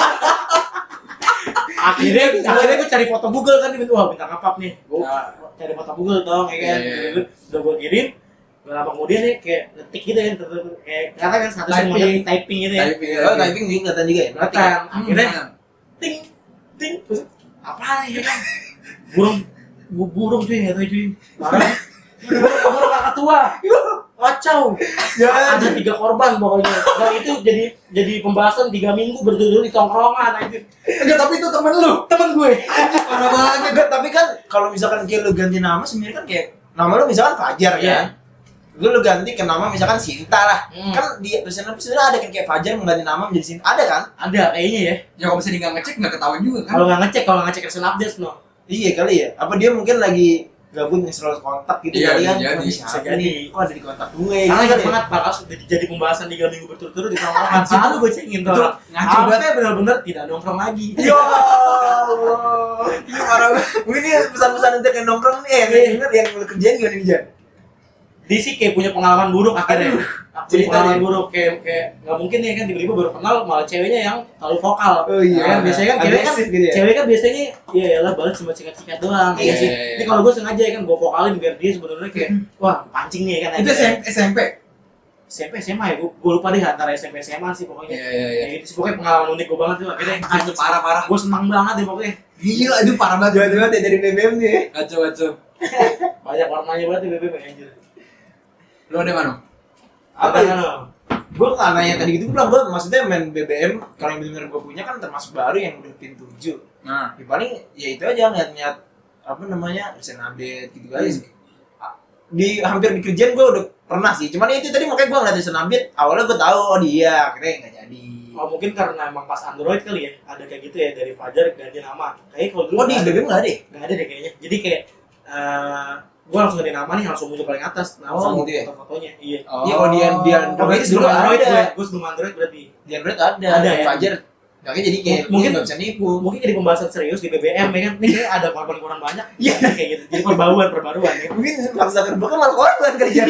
akhirnya akhirnya gue cari foto Google kan, wah bintang apa nih, gue Nah. cari foto Google dong ya kan. Iya, iya, iya. Udah gue kirim, gak lama kemudian nih kayak ngetik gitu kan, kayak karena kan statusnya Typing. mau typing gitu ya. Typing. Oh, typing juga kelihatan juga ya. Berarti Kelihatan. Akhirnya Hmm. ting ting terus apa nih ya kan, burung bu- burung cuy nggak tahu cuy, marah burung burung kakak tua kacau. Jangan. Ada tiga korban pokoknya, dan itu jadi jadi pembahasan tiga minggu berturut-turut di tongkrongan anjir. Enggak, tapi itu temen lu. Temen gue Parah banget. Enggak, tapi kan kalau misalkan kayak lu ganti nama sebenarnya kan kayak nama lu misalkan Fajar Iya. kan. Lu lu ganti ke nama misalkan Sinta lah. Hmm. Kan di tulisan tulisan ada kan kayak Fajar mengganti nama menjadi Sinta. Ada kan? ada kayaknya ya. Ya kalau misalnya nggak ngecek nggak ketahuan juga kan. Kalau nggak ngecek, kalau nggak ngecek recent update no. Iya kali ya. Apa dia mungkin lagi gabut nge-scroll kontak gitu Iya, kali bisa kan. jadi. Kok Bisa siapa jadi. nih? Kok ada di kontak gue Karena gitu ingat ya. banget bakal jadi pembahasan tiga minggu berturut-turut di tongkrongan. Selalu gue cengin tuh Itu orang. ngaco banget. Sampai benar-benar tidak nongkrong lagi. Ya Allah. Ini parah banget. Mungkin ini pesan-pesan untuk yang nongkrong nih yang Iya. ingat yang lu kerjain gimana nih, Jan? Dia sih kayak punya pengalaman buruk akhirnya. Aduh, Punya cerita pengalaman dia. buruk kayak kayak nggak mungkin ya kan tiba-tiba baru kenal malah ceweknya yang terlalu vokal. Oh iya. Ya kan biasanya kan cewek kan Agresif gitu ya? cewek kan biasanya ya lah balas cuma sikat-sikat doang. Iya, Iya sih. iya, iya. Ini kalau gue sengaja ya kan gue vokalin biar dia sebenarnya kayak wah pancing nih ya kan. Itu S M P. S M P S M A ya, gue, gue lupa deh antara S M P S M A sih pokoknya. Iya iya iya. Ya gitu sih pokoknya pengalaman unik gue banget tuh akhirnya. Itu parah parah. Gue senang banget deh pokoknya. Gila itu parah banget. Jual jual dari B B M nih. Kacau kacau. Banyak warnanya banget di B B M anjir. Lu ada mana? Apa ya? ya? Gue nggak nanya tadi gitu, gue bilang gue maksudnya main B B M kalau yang benar-benar gue punya kan termasuk baru yang udah pin tujuh. Nah. Ya paling ya itu aja ngeliat-ngeliat apa namanya recent update gitu guys. Di hampir di kerjaan gue udah pernah sih, cuman ya itu tadi makanya gue ngeliat recent update awalnya gue tahu oh dia akhirnya nggak jadi. Oh mungkin karena emang pas Android kali ya ada kayak gitu ya dari Fajar ganti nama. Kayaknya kalau dulu Oh di nggak B B M nggak ada? ya? nggak ada deh kayaknya. Jadi kayak uh, gue langsung ganti nama nih langsung muncul paling atas nama Oh, sama gitu ya? foto-fotonya. Iya. Iya kalau dia dia Oh, Android berarti dulu sebelum Android ada. gue, gue sebelum Android berarti. Di Android ada. Ada ya? Fajar. Makanya jadi kayak Mungkin- mungkin nggak bisa nipu. Mungkin jadi pembahasan serius di B B M ya kan. Nih kayak ada korban-korban banyak. Iya. Kayak gitu. Jadi perbaruan perbaruan ya. Mungkin Mark Zuckerberg kan malah korban kerja.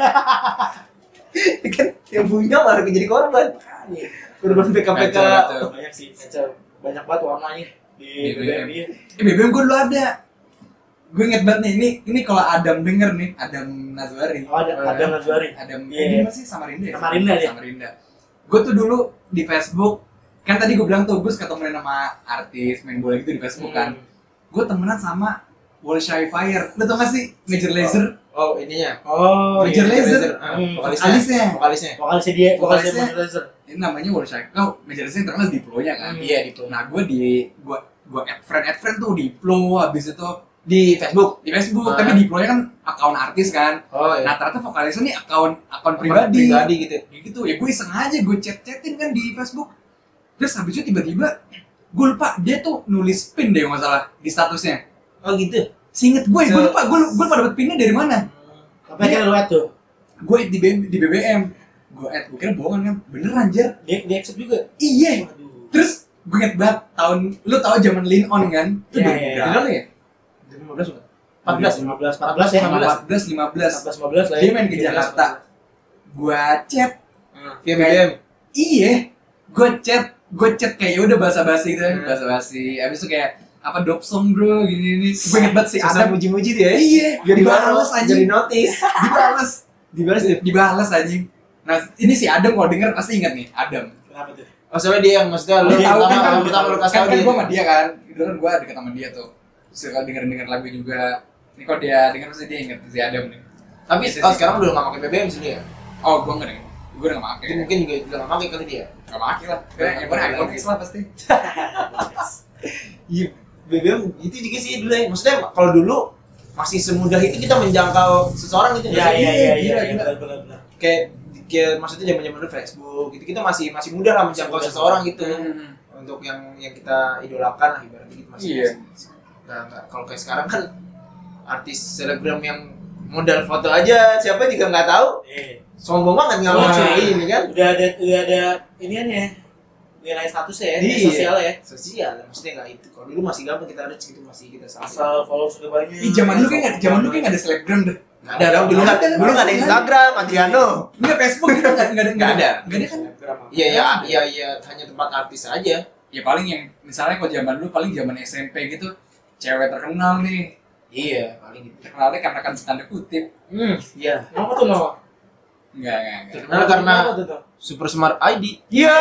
Kan yang punya malah jadi korban. Korban P K P K. Kacau, kacau. Banyak sih, kacau. Banyak banget warnanya di Di B B M. B B M. Iya. Eh B B M gue dulu ada. Gue inget banget nih, ini ini kalau Adam denger nih, Adam Nazwari. Oh, ada ada Nazwari. Adam, Iya. eh, dia masih Samarinda ya? Samarinda dia. Samarinda. Gue tuh dulu di Facebook, kan tadi gue bilang tuh gue suka temenan sama artis main bola gitu di Facebook kan. Hmm. Gue temenan sama Wolshy Fire. Lu tau gak sih Major Lazer? Oh ininya. Oh, Major iya. Lazer. Ah, Hmm. vokalisnya. Vokalisnya. Vokalisnya. Vokalisnya dia, vokalisnya Vokalisnya. Major Lazer. Ini namanya Wolshy. Kau Major Lazer yang terkenal Diplo-nya kan? Hmm. Iya di Nah gue di, gue gue add friend add friend tuh Diplo, habis itu di Facebook. di Facebook, Ah. tapi Diplo-nya kan akun artis kan. Oh Nah ternyata vokalisnya nih akun akun pribadi. Pribadi gitu. Kayak gitu ya gue iseng aja gue chat chatin kan di Facebook. Terus habis itu tiba-tiba gue lupa dia tuh nulis pin deh nggak salah di statusnya. Oh gitu. Seinget gue, gue Se- lupa, gue gue lupa dapet pinnya dari mana. Tapi akhirnya lu add tuh. Gue add di B M, di B B M. Gue add, gue kira bohongan kan. Bener anjir. Dia di accept juga. Iya. Waduh. Terus gue inget banget tahun, lu tau zaman lean on kan? Itu Iya, dua iya, ribu iya. berapa ya? lima belas bukan? empat belas lima belas empat belas ya. empat belas lima belas. empat belas lima belas lah ya. Dia main ke Jakarta. Gua chat. Via B B M. Iya. Gue chat, gue chat kayak ya udah basa-basi gitu, Hmm. basa-basi. Abis itu kayak apa dopsong bro gini ini. Gue inget banget si Susah Adam. muji-muji dia ya. Iya. Biar Dibales dibales anjing. jadi notice. Dibales. Dibales deh. Dibales anjing. Nah ini si Adam kalau denger pasti ingat nih Adam. Kenapa tuh? Oh soalnya dia yang maksudnya Lu lu tahu kan kan pertama pertama lu kasih kan, tahu kan dia. gue sama dia kan. Dulu kan gue deket sama dia tuh. Suka denger-denger lagu juga. Ini kalau dia denger pasti dia inget si Adam nih. Tapi Iya, oh sih. sekarang udah nggak pakai B B M sih dia. Oh gue nggak denger. Gue udah nggak pakai. Mungkin juga udah nggak pakai kali dia. Nggak pakai lah. Kayak yang mana iPhone X lah pasti. Iya, B B M itu juga sih dulu ya. Maksudnya kalau dulu masih semudah itu kita menjangkau seseorang gitu. Iya nggak sih? iya iya iya Gila, iya, gila. benar benar benar. Kayak kayak maksudnya zaman-zaman dulu Facebook gitu kita masih masih mudah lah menjangkau Mudah. seseorang gitu. Hmm. Untuk yang yang kita idolakan lah ibaratnya gitu masih. Iya. masih- Nah, nggak kalau kayak sekarang kan artis selebgram yang modal foto aja siapa juga nggak tahu. Iya. Sombong banget nggak mau Wah. cuy ini kan. Udah ada udah ada iniannya. Nilai statusnya ya, nilai Iya. sosial ya. Sosial maksudnya nggak itu. Kalau dulu masih gampang kita reach gitu masih kita sampai. Asal follow sudah banyak. Ih zaman dulu kayak nggak, zaman dulu kayak nggak ada selebgram deh. Nggak ada dong dulu nggak dulu nggak ada Instagram Adriano. Nggak Facebook gitu nggak nggak ada Nggak ada. nggak ada kan? Iya ya iya iya hanya tempat artis aja. Ya paling yang misalnya kalau zaman dulu paling zaman S M P gitu cewek terkenal nih. Iya paling gitu. Terkenalnya karena kan tanda kutip. Hmm iya. Kenapa tuh nama? Enggak enggak enggak. Terkenal karena Kenapa tuh, tuh? Super Smart I D. Iya.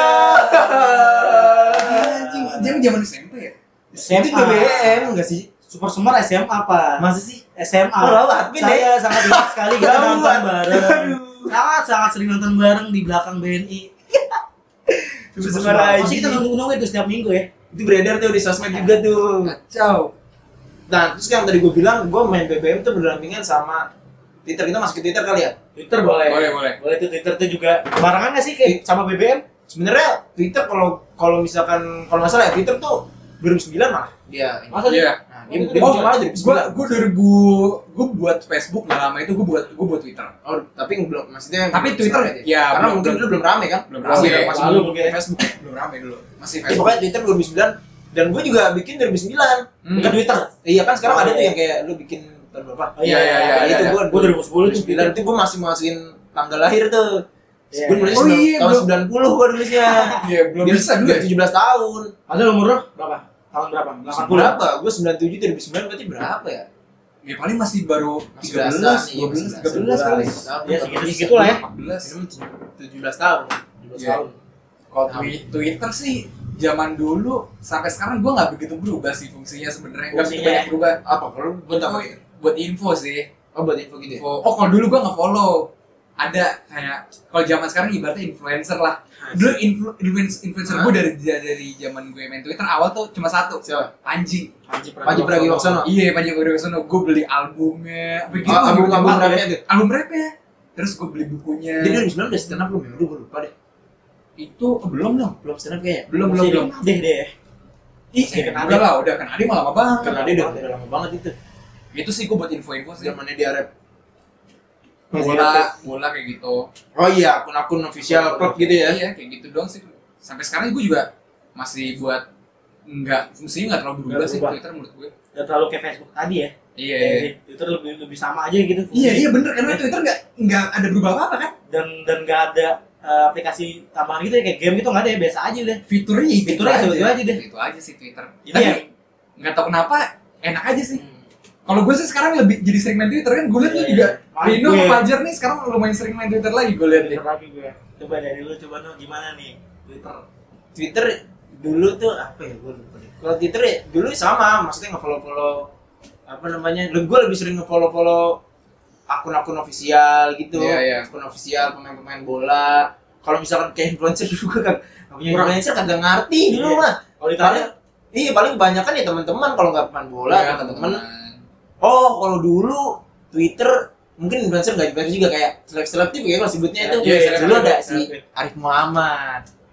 Anjing, jadi zaman S M P ya? Itu B B M enggak sih? Super Smart S M A apa? Masa sih? S M A. Oh, lawat, Bin, Saya sangat ingat sekali kita Lawat. nonton bareng. Aduh. Sangat sangat sering nonton bareng di belakang B N I. Super Smart I D. Pasti kita nunggu-nunggu itu setiap minggu ya. Itu beredar tuh di sosmed juga tuh. Kacau. Nah, terus yang tadi gue bilang, gue main B B M tuh berdampingan sama Twitter. Kita masuk ke Twitter kali ya? Twitter boleh. Boleh, boleh. Boleh tuh Twitter tuh juga barengan nggak sih kayak sama B B M? Sebenarnya Twitter kalau kalau misalkan kalau nggak salah ya Twitter tuh dua ribu sembilan malah dia. ini. Masa sih? Iya. Nah, dia, Oh, dia Oh, muncul aja dari gua sembilan. gua dua ribu gua buat Facebook nggak lama itu gua buat gua buat Twitter. Oh, tapi belum maksudnya Tapi belum Twitter, semangat ya, karena belum- mungkin belum- dulu belum rame kan? belum Masih rame. masih Lalu belum mungkin. kayak Facebook. Belum rame dulu. Masih Ya, Facebook. pokoknya Twitter dua ribu sembilan dan gue juga bikin dua ribu sembilan. Hmm. Bukan Twitter. Iya kan sekarang Oh, ada tuh iya. yang kayak lu bikin tahun berapa? Oh, Iya, iya, iya, Nah, itu iya. gue Gua dua ribu sepuluh tuh sembilan itu gue masih masukin tanggal lahir tuh. Iya. Gue nulis Oh, iya, tahun belum. sembilan puluh gue nulisnya. Iya, belum Biar- bisa dulu biar ya. tujuh belas tahun. Padahal umur lo berapa? Tahun berapa? delapan puluh. Berapa? Gue sembilan puluh tujuh dua ribu sembilan berarti berapa ya? Ya paling masih baru Masih tiga belas, belasan, iya, dua belas, masih tiga belas kali. Ya, segitu-segitu lah ya. empat belas. tujuh belas tahun. tujuh belas Iya. tahun. Kalau twi- Twitter sih zaman dulu sampai sekarang gua nggak begitu berubah sih fungsinya sebenarnya. Nggak begitu Fungsinya banyak ya? berubah. Apa kalau buat apa? Buat, buat info sih. Oh buat info gitu ya? Info. Oh kalau dulu gua nggak follow. Ada kayak kalau zaman sekarang ibaratnya influencer lah. Dulu influ, influencer, influencer Hah? gue dari dari zaman gue main Twitter awal tuh cuma satu. Siapa? Panji. Panji Panji Pragiwaksono. Iya Panji Pragiwaksono. Gue beli albumnya. Begitu. Oh, album- gitu, album gitu. rapnya tuh? Album rapnya. Terus gue beli bukunya. Dia dua ribu sembilan udah stand up belum ya? Aduh gue lupa deh. Itu oh, belum dong. Belum stand up kayaknya. Belum belum belum. Deh deh. Ih, Masih eh, kenal udah dia. lah, udah kan Adi malah lama banget. Karena dia udah udah lama banget itu. Itu sih gue buat info-info sih. Zamannya dia rap. Bola, bola kayak gitu. Oh iya, akun-akun official klub gitu ya. Iya, kayak gitu doang sih. Sampai sekarang gue juga masih buat nggak, mestinya nggak terlalu berubah Nggak sih berubah. Twitter menurut gue. Udah terlalu kayak Facebook tadi ya. Iya. Kayak iya. Twitter lebih lebih sama aja gitu. Iya iya bener karena Twitter nggak nggak ada berubah apa apa kan? Dan dan nggak ada eh, aplikasi tambahan gitu ya kayak game gitu nggak ada ya biasa aja udah. Fiturnya itu Fiturnya itu aja deh. Itu aja sih Twitter. Ini Tapi ya. nggak tahu kenapa enak aja sih. Kalau gue sih sekarang lebih jadi sering main Twitter kan. Gue liat lu Iya, juga. iya. Rino Gue- sama Fajar nih sekarang lumayan sering main Twitter lagi gue liat nih. Twitter lagi gue. Coba dari lu coba no gimana nih Twitter. Twitter dulu tuh apa ya gue lupa deh. Kalau Twitter ya dulu sama, maksudnya nge-follow-follow apa namanya? Gue lebih sering nge-follow-follow akun-akun official gitu. Iya, iya. Akun official pemain-pemain bola. Kalau misalkan kayak influencer juga kan nggak punya Kurang. influencer kagak ngerti dulu Iya. mah. Kalau ditanya Paling iya paling kebanyakan ya teman-teman kalau nggak pemain bola Iya, teman-teman. Oh kalau dulu Twitter mungkin influencer nggak influencer juga kayak seleb selebtif ya kalau sebutnya itu. Iya, iya, dulu ada seleb- si seleb. Arif Muhammad.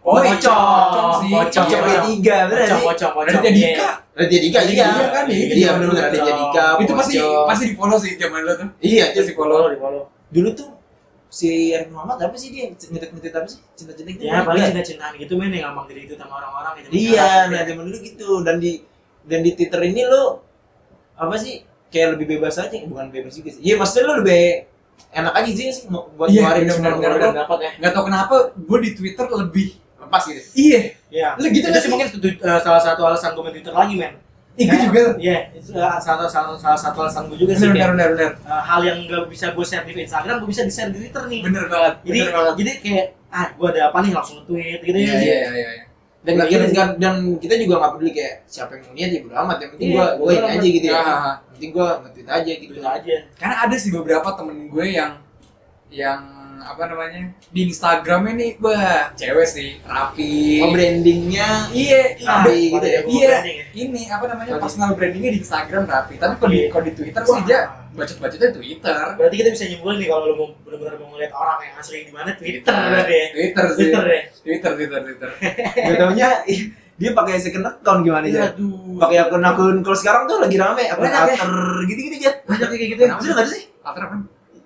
Oh, Pocong. Pocong sih. Pocong. Pocong Iya. tiga, bener Pocong, sih? pocong, pocong. Raditya Iya. Dika. Raditya Dika, iya. Iya kan, iya. Iya, bener-bener Raditya Dika, Itu pasti Pocong. pasti di follow sih zaman dulu tuh. Iya, Pasti itu di follow. di follow. dulu tuh si Arif Muhammad apa sih dia ngetit-ngetit apa sih? Cinta-cinta gitu. Ya paling Iya. cinta-cintaan gitu men yang gampang jadi itu sama orang-orang gitu. Iya, nah zaman dulu gitu dan di dan di Twitter ini lo apa sih kayak lebih bebas aja, bukan bebas juga sih. Iya, maksudnya lo lebih enak aja sih sih mau buat Iya, ngeluarin bener-bener. semua Benar-benar orang dapat ya. Nggak tahu kenapa gue di Twitter lebih lepas gitu. iya. Iya. Lah gitu Itu nggak sih sih? mungkin tu- eh, salah satu alasan gue main Twitter lagi men. Ih, gue Kayak- juga. Iya, itu eh, salah, salah, salah satu alasan gue juga sih. Bener, kayak, bener, bener. eh, hal yang gak bisa gue share di Instagram, gue bisa di share di Twitter nih. Bener banget. Jadi, Bener banget. jadi kayak ah gue ada apa nih langsung nge-tweet gitu Iya, ya. Iya, iya, iya. Dan Nah, dan, iya. dan, dan kita juga nggak peduli kayak siapa yang mau niat ya bodo amat, yang penting Iya, gua bodo gua ini amat. aja gitu ya. Ah. Yang penting gua nge-tweet aja gitu. Gitu aja. Karena ada sih beberapa temen gue yang yang apa namanya di Instagram ini wah cewek sih rapi. Oh, brandingnya Iya, rapi gitu ya. Iya, branding ya. ini apa namanya Tadi. personal brandingnya di Instagram rapi. Tapi kalau di Iya. kalau di Twitter sih Wah. aja bacot-bacotnya Twitter. Berarti kita bisa nyimpulin nih kalau lu mau benar-benar mau ngeliat orang yang asli di mana Twitter berarti ya. Twitter sih. Twitter ya. Twitter, Twitter, Twitter. Gak taunya ih, dia pakai second account gimana Iya, aja? aduh. Pakai akun-akun kalau sekarang tuh lagi rame akun Banyak ya. alter gitu-gitu aja. banyak kayak gitu. Maksudnya nggak ada sih? Alter apa?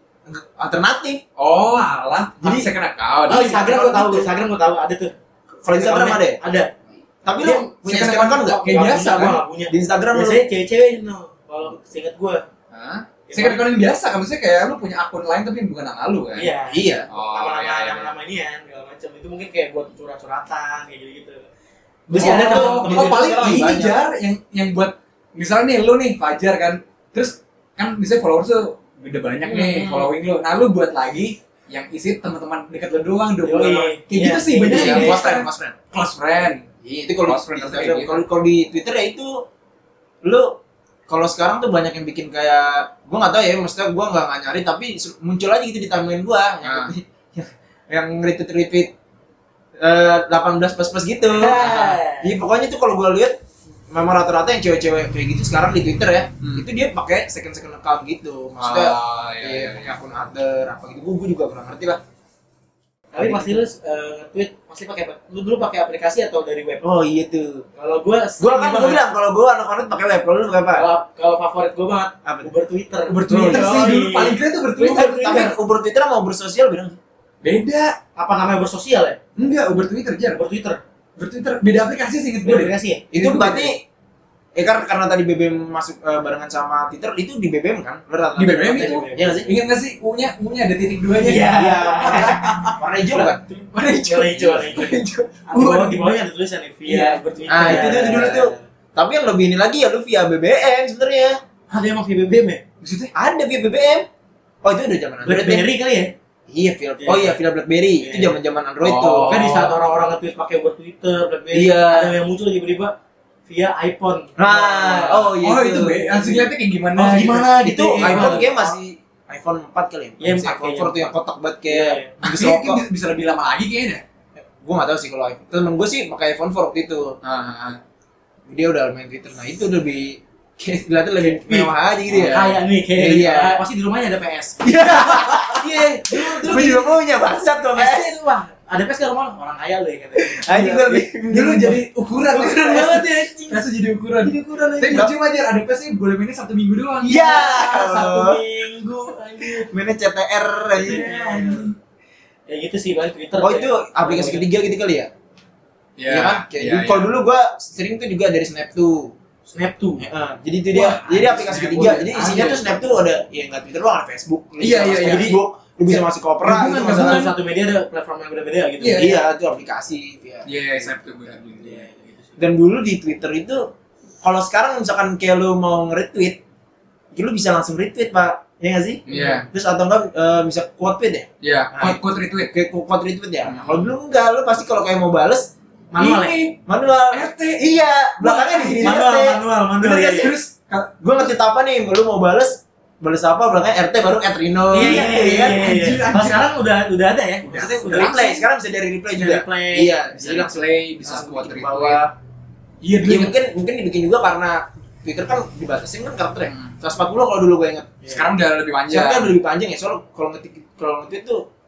Alternatif. Oh, alah. Jadi- Jadi second account. Oh, Instagram gue tahu, gitu. Instagram gue tahu ada tuh. Kalau Instagram ada ya? Ada. Tapi Dia lu punya second second account nggak? Kayak Nggak biasa, punya, kan? gua nggak punya. Di Instagram lu. Biasanya cewek-cewek no. Kalau seingat gue. Hah? Second account yang biasa kan maksudnya kayak lu punya akun lain tapi bukan nama lu kan? Iya. Iya. Oh, Nama-nama iya, iya. nama-nama ini ya, segala macam. Itu mungkin kayak buat curhat-curhatan kayak gitu-gitu. Terus Oh, ada oh, temen-temen Oh, Jadi paling sekarang ini banyak. jar yang yang buat misalnya nih lu nih Fajar kan. Terus kan misalnya followers tuh udah banyak nih Hmm. following lu. Nah, lu buat lagi yang isi teman-teman dekat lu doang, dua puluh Yoi. orang. Kayak Iya. gitu sih banyak Iya, yang Close close friend, friend. close friend. Close friend. Iya, itu kalau Close di friend atau Instagram, kayak gitu. kalau kalau di Twitter ya itu lu kalau sekarang tuh banyak yang bikin kayak gua nggak tahu ya, maksudnya gua nggak nggak nyari tapi su- muncul aja gitu di timeline gua yang Ah. yang, yang retweet retweet eh, delapan belas plus plus gitu. Ah. Iya pokoknya tuh kalau gua lihat memang rata-rata yang cewek-cewek kayak gitu sekarang di Twitter ya, Hmm. itu dia pakai second second account gitu. Maksudnya Ah, iya, iya, kayak akun other apa gitu. Gua, gua juga kurang ngerti lah. Tapi pasti lu eh, nge-tweet pasti pakai apa? Lu dulu pakai aplikasi atau dari web? Oh iya tuh. Kalau gua Gua kan gua bilang kalau gua anak-anak pakai web, kalau lu pakai apa? kalau kalau favorit gua banget Apa tuh? Uber Twitter. Uber Twitter Oh, sih yoi. dulu paling keren tuh Uber Twitter. Uber Tapi Uber Twitter sama Uber sosial beda nggak sih? Beda. Apa namanya Uber sosial ya? Enggak, Uber Twitter jar. Uber Twitter. Uber Twitter beda aplikasi sih inget gue. Beda deh. aplikasi ya? Itu Itu berarti eh karena, karena tadi B B M masuk eh, barengan sama Twitter itu di B B M kan? Benar Di B B M itu. Iya nggak sih? Ingat nggak sih U-nya U-nya ada titik duanya? Iya. Iya. Warna hijau kan? Warna hijau. Warna hijau, warna hijau. Warna hijau. Di bawah di bawahnya ada tulisan nih via Iya. Uber Twitter. Ah, itu tuh itu dulu tuh. Tapi yang lebih ini lagi ya lu via B B M sebenarnya. Ada emang via B B M ya? Maksudnya? Ada via B B M. Oh itu udah zaman Android ya? BlackBerry kali ya? Iya, via. Iya. Oh iya, via BlackBerry. Iya. Itu zaman-zaman Android Oh. tuh. Kan di saat orang-orang nge-tweet pakai Uber Twitter, BlackBerry, Iya. ada yang muncul tiba-tiba via iPhone. Nah, oh iya. Oh itu be, langsung lihatnya kayak gimana? Oh, gitu. gimana Itu gitu ya? iPhone kayak masih iPhone empat kali ya? Iya, Masih empat iPhone kayaknya. empat tuh yang kotak banget Iya, kayak iya. Tapi bisa kayak kok. bisa lebih lama lagi kayaknya. Gue gak tahu sih kalau iPhone. Temen gue sih pakai iPhone empat waktu itu. Ah, Dia udah main Twitter. Nah itu lebih kayak kelihatan lebih mewah aja gitu ya. Kayak nih, kayak Iya. ah, pasti di rumahnya ada P S. Iya. Dulu gue juga punya bangsat tuh P S P S. itu wah, ada P S kan rumah orang kaya loh ya katanya. Anjing gue lebih. dulu jadi ukuran. Ukuran banget ya anjing. Langsung jadi ukuran. Jadi ukuran Tapi aja. percuma aja ada P S nya boleh mainnya Sabtu Minggu doang. Iya. Satu minggu anjing. Mainnya C T R aja. Iya, anjing. Ya gitu sih balik Twitter. Oh itu aplikasi ketiga gitu kali ya? Iya Iya kan? Kayak dulu- kalau dulu gue sering tuh juga dari Snap tuh. Snap tuh. Heeh, jadi itu dia, Wah, jadi anjing, aplikasi Snap ketiga. boleh. Jadi isinya Anjing. tuh Snap tuh ada, ya nggak Twitter doang, ada Facebook. Lu Iya, bisa iya, masuk iya. Facebook, lu bisa masuk ke Opera Gabungan, gitu gabungan. masalah. Dalam satu media ada platform yang beda-beda gitu. Iya. Iya, itu aplikasi. Ya. Iya, Sabtu gue. Iya, gitu sih. Dan dulu di Twitter itu, kalau sekarang misalkan kayak lu mau nge-retweet, ya lu bisa langsung retweet pak, ya nggak sih? Iya. Terus atau enggak eh, bisa quote tweet ya? Iya, Nah, quote quote retweet. Kayak quote retweet ya. Hmm. Nah, kalau dulu enggak, lu pasti kalau kayak mau bales Manual ya? Ini manual. R T. Iya, belakangnya di sini Manual, R T. manual, manual. Bener Iya, kan? iya. Terus ka- Gue nge-tweet apa nih, lu mau bales, bales apa, belakangnya R T baru at Rino. Iya, iya, iya, iya, iya. Anjir, Kalau anjir. sekarang udah udah ada ya. Maksudnya udah replay, sekarang bisa dari replay Bisa juga. replay. Iya, bisa jadi langsung play, bisa langsung quote bikin retweet. bawah. Iya, Iya dulu. mungkin mungkin dibikin juga karena Twitter kan dibatasin kan karakter ya. Hmm. seratus empat puluh kalau dulu gue inget. Sekarang udah lebih panjang. Sekarang kan lebih panjang ya, soalnya kalau ngetik kalau nge-tweet tuh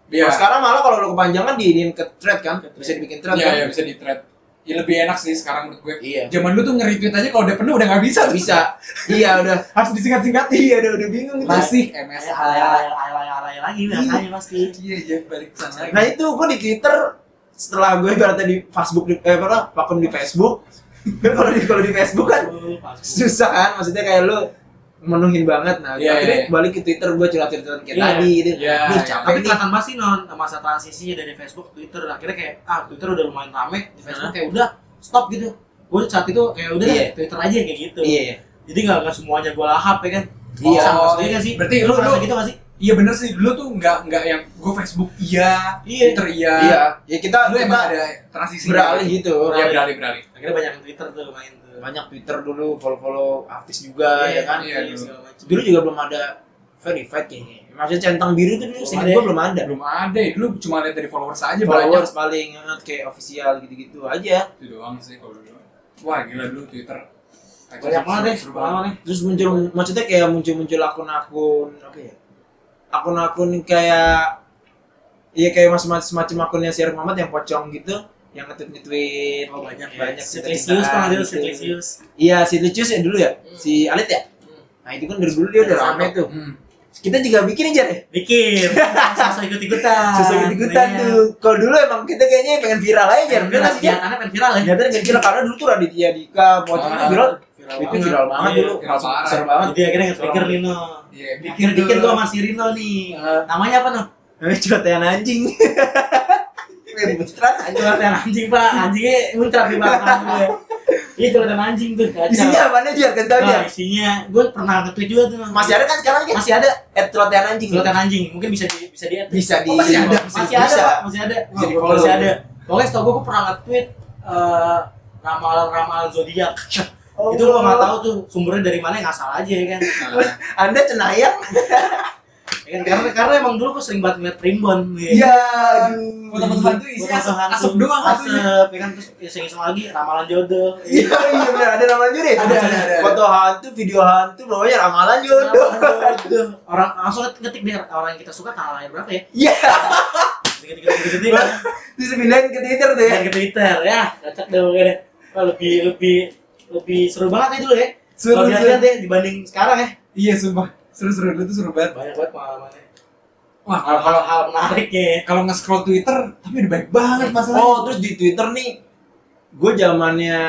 Iya. Kalau sekarang malah kalau lu kepanjangan diinin ke thread kan, bisa dibikin thread Iya, kan. iya bisa di thread. Ya lebih enak sih sekarang menurut gue. Iya. Zaman dulu tuh nge-retweet aja kalau udah penuh udah nggak bisa. Nggak bisa. Iya udah. Harus disingkat-singkat. Iya udah udah bingung gitu. Masih M S Kayak A. alay-alay lagi biasanya pasti. Iya, iya balik ke sana lagi. Nah itu gue di Twitter setelah gue ibaratnya di Facebook di, eh apa akun di Facebook kan kalau di kalau di Facebook kan susah kan maksudnya kayak lu menuhin banget nah Iya, akhirnya iya. balik ke Twitter gue curhat-curhatan kayak Iya. tadi gitu. Iya, Duh, iya. capek Tapi nih. kelihatan banget sih non masa transisinya dari Facebook ke Twitter. Akhirnya kayak ah Twitter udah lumayan rame, di Facebook Hah? kayak udah stop gitu. Gue saat itu kayak udah Iya. deh, Twitter aja kayak gitu. Iya. Jadi nggak nggak semuanya gue lahap ya kan. Iya. Sama maksudnya nggak sih? Berarti lu lu- ngerasa lu- gitu nggak sih? Iya bener sih, dulu tuh nggak nggak yang gue Facebook iya, Iya. Twitter iya. Iya. Ya kita Dulu kita emang ada transisi beralih gitu. Iya beralih beralih. Akhirnya banyak yang Twitter tuh main tuh. Banyak Twitter dulu follow-follow artis juga Iya, ya kan. iya, dulu. segala macam. Dulu juga belum ada verified kayaknya. Maksudnya centang biru itu dulu Belum seingat ada. gue belum ada. Belum ada, ya. Dulu cuma lihat dari followers aja Followers banyak. paling eh, kayak official gitu-gitu aja. Itu doang sih kalau dulu. Wah gila dulu Twitter. Banyak banget deh, Seru pengalaman nih. Terus muncul maksudnya kayak muncul-muncul akun-akun apa ya? Akun-akun kayak iya kayak macam semacam akunnya si Arif Muhammad yang pocong gitu, yang nge-tweet-nge-tweet. Oh banyak banyak Sitlisius kan ada gitu. Sitlisius. Iya, si Lucius ya dulu ya? Hmm. Si Alit ya? Nah, itu kan dari dulu dia udah rame tuh. Hmm. Kita juga bikin aja deh. Bikin, susah ikut-ikutan. Susah ikut-ikutan Iya. tuh. Kalau dulu emang kita kayaknya pengen viral aja, Jar. Pengen Bener nggak viral, sih, Jar? niatannya pengen viral ya. Nyata pengen viral karena dulu tuh Raditya Dika, pocong itu Ah, viral. Viral Itu banget. viral banget Iya. dulu. Viral parah. Besar banget. Jadi akhirnya nge-trigger Rino. Iya, Bikin bikin gua sama si Rino nih. Ah. Namanya apa noh? Eh, cuatean anjing. Beneran anjing. Celotehan anjing pak, anjingnya muncrat di belakang gue. Iya celotehan anjing tuh, kacau. Isinya apaan aja? Kasih tau Nah, aja. isinya, gue pernah nge-tweet juga tuh. Masih ada kan sekarang aja? Masih ada. Eh, cuatean anjing. Celotehan anjing, mungkin bisa di bisa di Bisa di Oh, masih ada? masih ada Bisa. pak, masih ada. Bisa di Oh, follow. masih ada. Pokoknya setahu gue, gue pernah nge-tweet eh, ramalan-ramalan zodiak. Oh. Itu gue nggak tahu tuh sumbernya dari mana, nggak salah aja ya kan. Nah, Anda cenayang? Ya kan karena karena emang dulu gue sering banget ngeliat primbon. Iya, aduh. foto-foto hantu isinya Foto hantu, asap doang hantunya. asap, ya kan terus iseng-iseng lagi ramalan jodoh. Iya, iya benar ada ramalan juga deh. Ada, ada, ada, ada. Foto hantu, video hantu, bawahnya ramalan jodoh. Ramalan jodoh. Orang langsung ngetik deh orang yang kita suka tanggal lahir berapa ya? Iya. Gitu-gitu gitu. Terus pindahin ke Twitter tuh ya. Dan ke Twitter ya, cocok deh pokoknya. Wah, lebih lebih lebih seru banget nih dulu ya. Seru, Kalau seru. dilihat deh dibanding sekarang ya. Iya sumpah, seru-seru dulu tuh seru banget. Banyak banget pengalamannya. Wah Kalau kalau hal menariknya ya. kalau nge-scroll Twitter, tapi udah baik banget masalahnya. Oh, terus di Twitter nih gue zamannya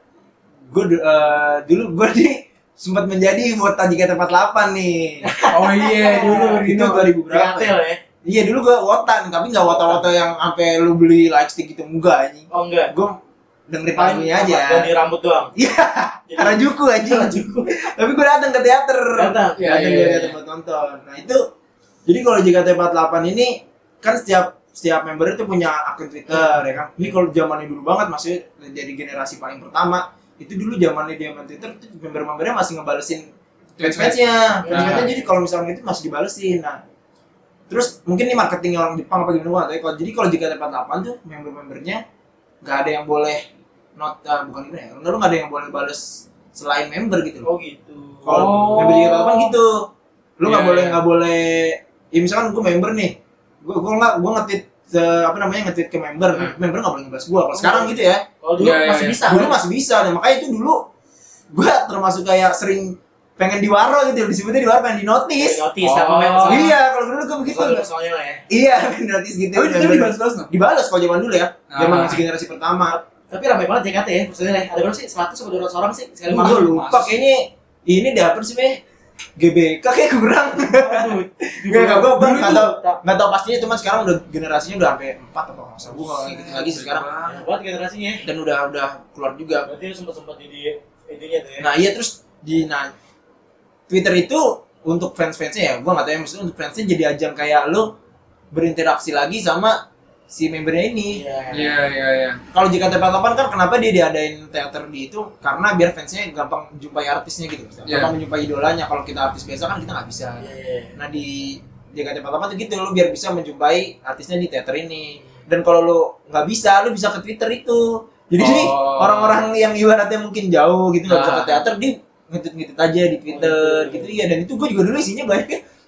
gue uh, dulu gue nih sempat menjadi wota J K T empat puluh delapan nih. Oh iya dulu Itu Rino. dua ribu berapa? Gatel Ya? ya. Iya dulu gue wotan, tapi nggak wota-wota yang sampai lu beli lightstick gitu enggak anjing. Oh enggak. Gue dengerin Paling lagunya aja. ganti rambut doang. Iya, Jadi- Harajuku anjing. Harajuku. Tapi gue datang ke teater. Datang. Iya, Datang iya, ke iya. teater buat nonton. Nah itu, jadi kalau J K T empat puluh delapan ini kan setiap setiap member itu punya akun Twitter ya kan. Ini kalau zamannya dulu banget masih jadi generasi paling pertama. Itu dulu zamannya dia main Twitter, itu member-membernya masih ngebalesin fans-fansnya. Fans-fansnya jadi kalau misalnya itu masih dibalesin. Nah, terus mungkin ini marketing orang Jepang apa gimana gua nggak tahu ya. Kalau jadi kalau J K T empat puluh delapan tuh member-membernya nggak ada yang boleh not uh, bukan gimana ya, lu nggak ada yang boleh bales selain member gitu loh. Oh gitu. Kalau Oh. member J K T empat puluh delapan gitu, lu nggak Iya, boleh iya. nggak boleh, ya misalkan gue member nih, gue gue nggak gue nge-tweet se- apa namanya nge-tweet ke member, nah, Hmm. member nggak boleh ngebahas gue. Kalau sekarang gitu ya, Kalau dulu Iya, iya, masih iya. bisa. dulu kan? masih bisa, nah, makanya itu dulu gue termasuk kayak sering pengen diwaro gitu, disebutnya diwaro pengen dinotis. Notis Oh. sama member. Iya, kalau dulu gue begitu. Kalau personalnya lah ya. Iya, pengen dinotis gitu. Tapi itu member. dibalas-balas no? Dibalas kalau zaman dulu ya, zaman Ah. masih generasi pertama. Tapi ramai banget J K T ya, maksudnya ada berapa sih? seratus atau dua ratus orang sih sekali Gue malam. lupa kayaknya ini deh apa sih Meh? G B K kayak kurang. Aduh. Enggak, enggak, gue Dulu nggak tuh- tahu, nggak tahu pastinya, cuman sekarang udah generasinya udah sampai empat atau nggak usah, gue nggak ngikutin lagi sih sekarang, Banyak banget generasinya ya. dan udah udah keluar juga. Berarti sempat-sempat jadi itunya tuh ya. Nah iya terus di nah Twitter itu untuk fans-fansnya ya, gue nggak tahu ya, maksudnya untuk fansnya jadi ajang kayak lo berinteraksi lagi sama si membernya ini. Iya. Iya iya iya. Kalau J K T empat puluh delapan kan kenapa dia diadain teater di itu, karena biar fansnya gampang jumpai artisnya gitu, Iya. gampang menjumpai idolanya. Kalau kita artis biasa kan kita nggak bisa. Iya, iya. Nah di J K T empat puluh delapan tuh gitu, lu biar bisa menjumpai artisnya di teater ini. Dan kalau lu nggak bisa, lu bisa ke Twitter itu. Jadi nih Oh. orang-orang yang ibaratnya mungkin jauh gitu nggak bisa Ah. ke teater, dia ngetweet-ngetweet aja di Twitter Oh, gitu. gitu. Iya, dan itu gue juga dulu isinya banyak ya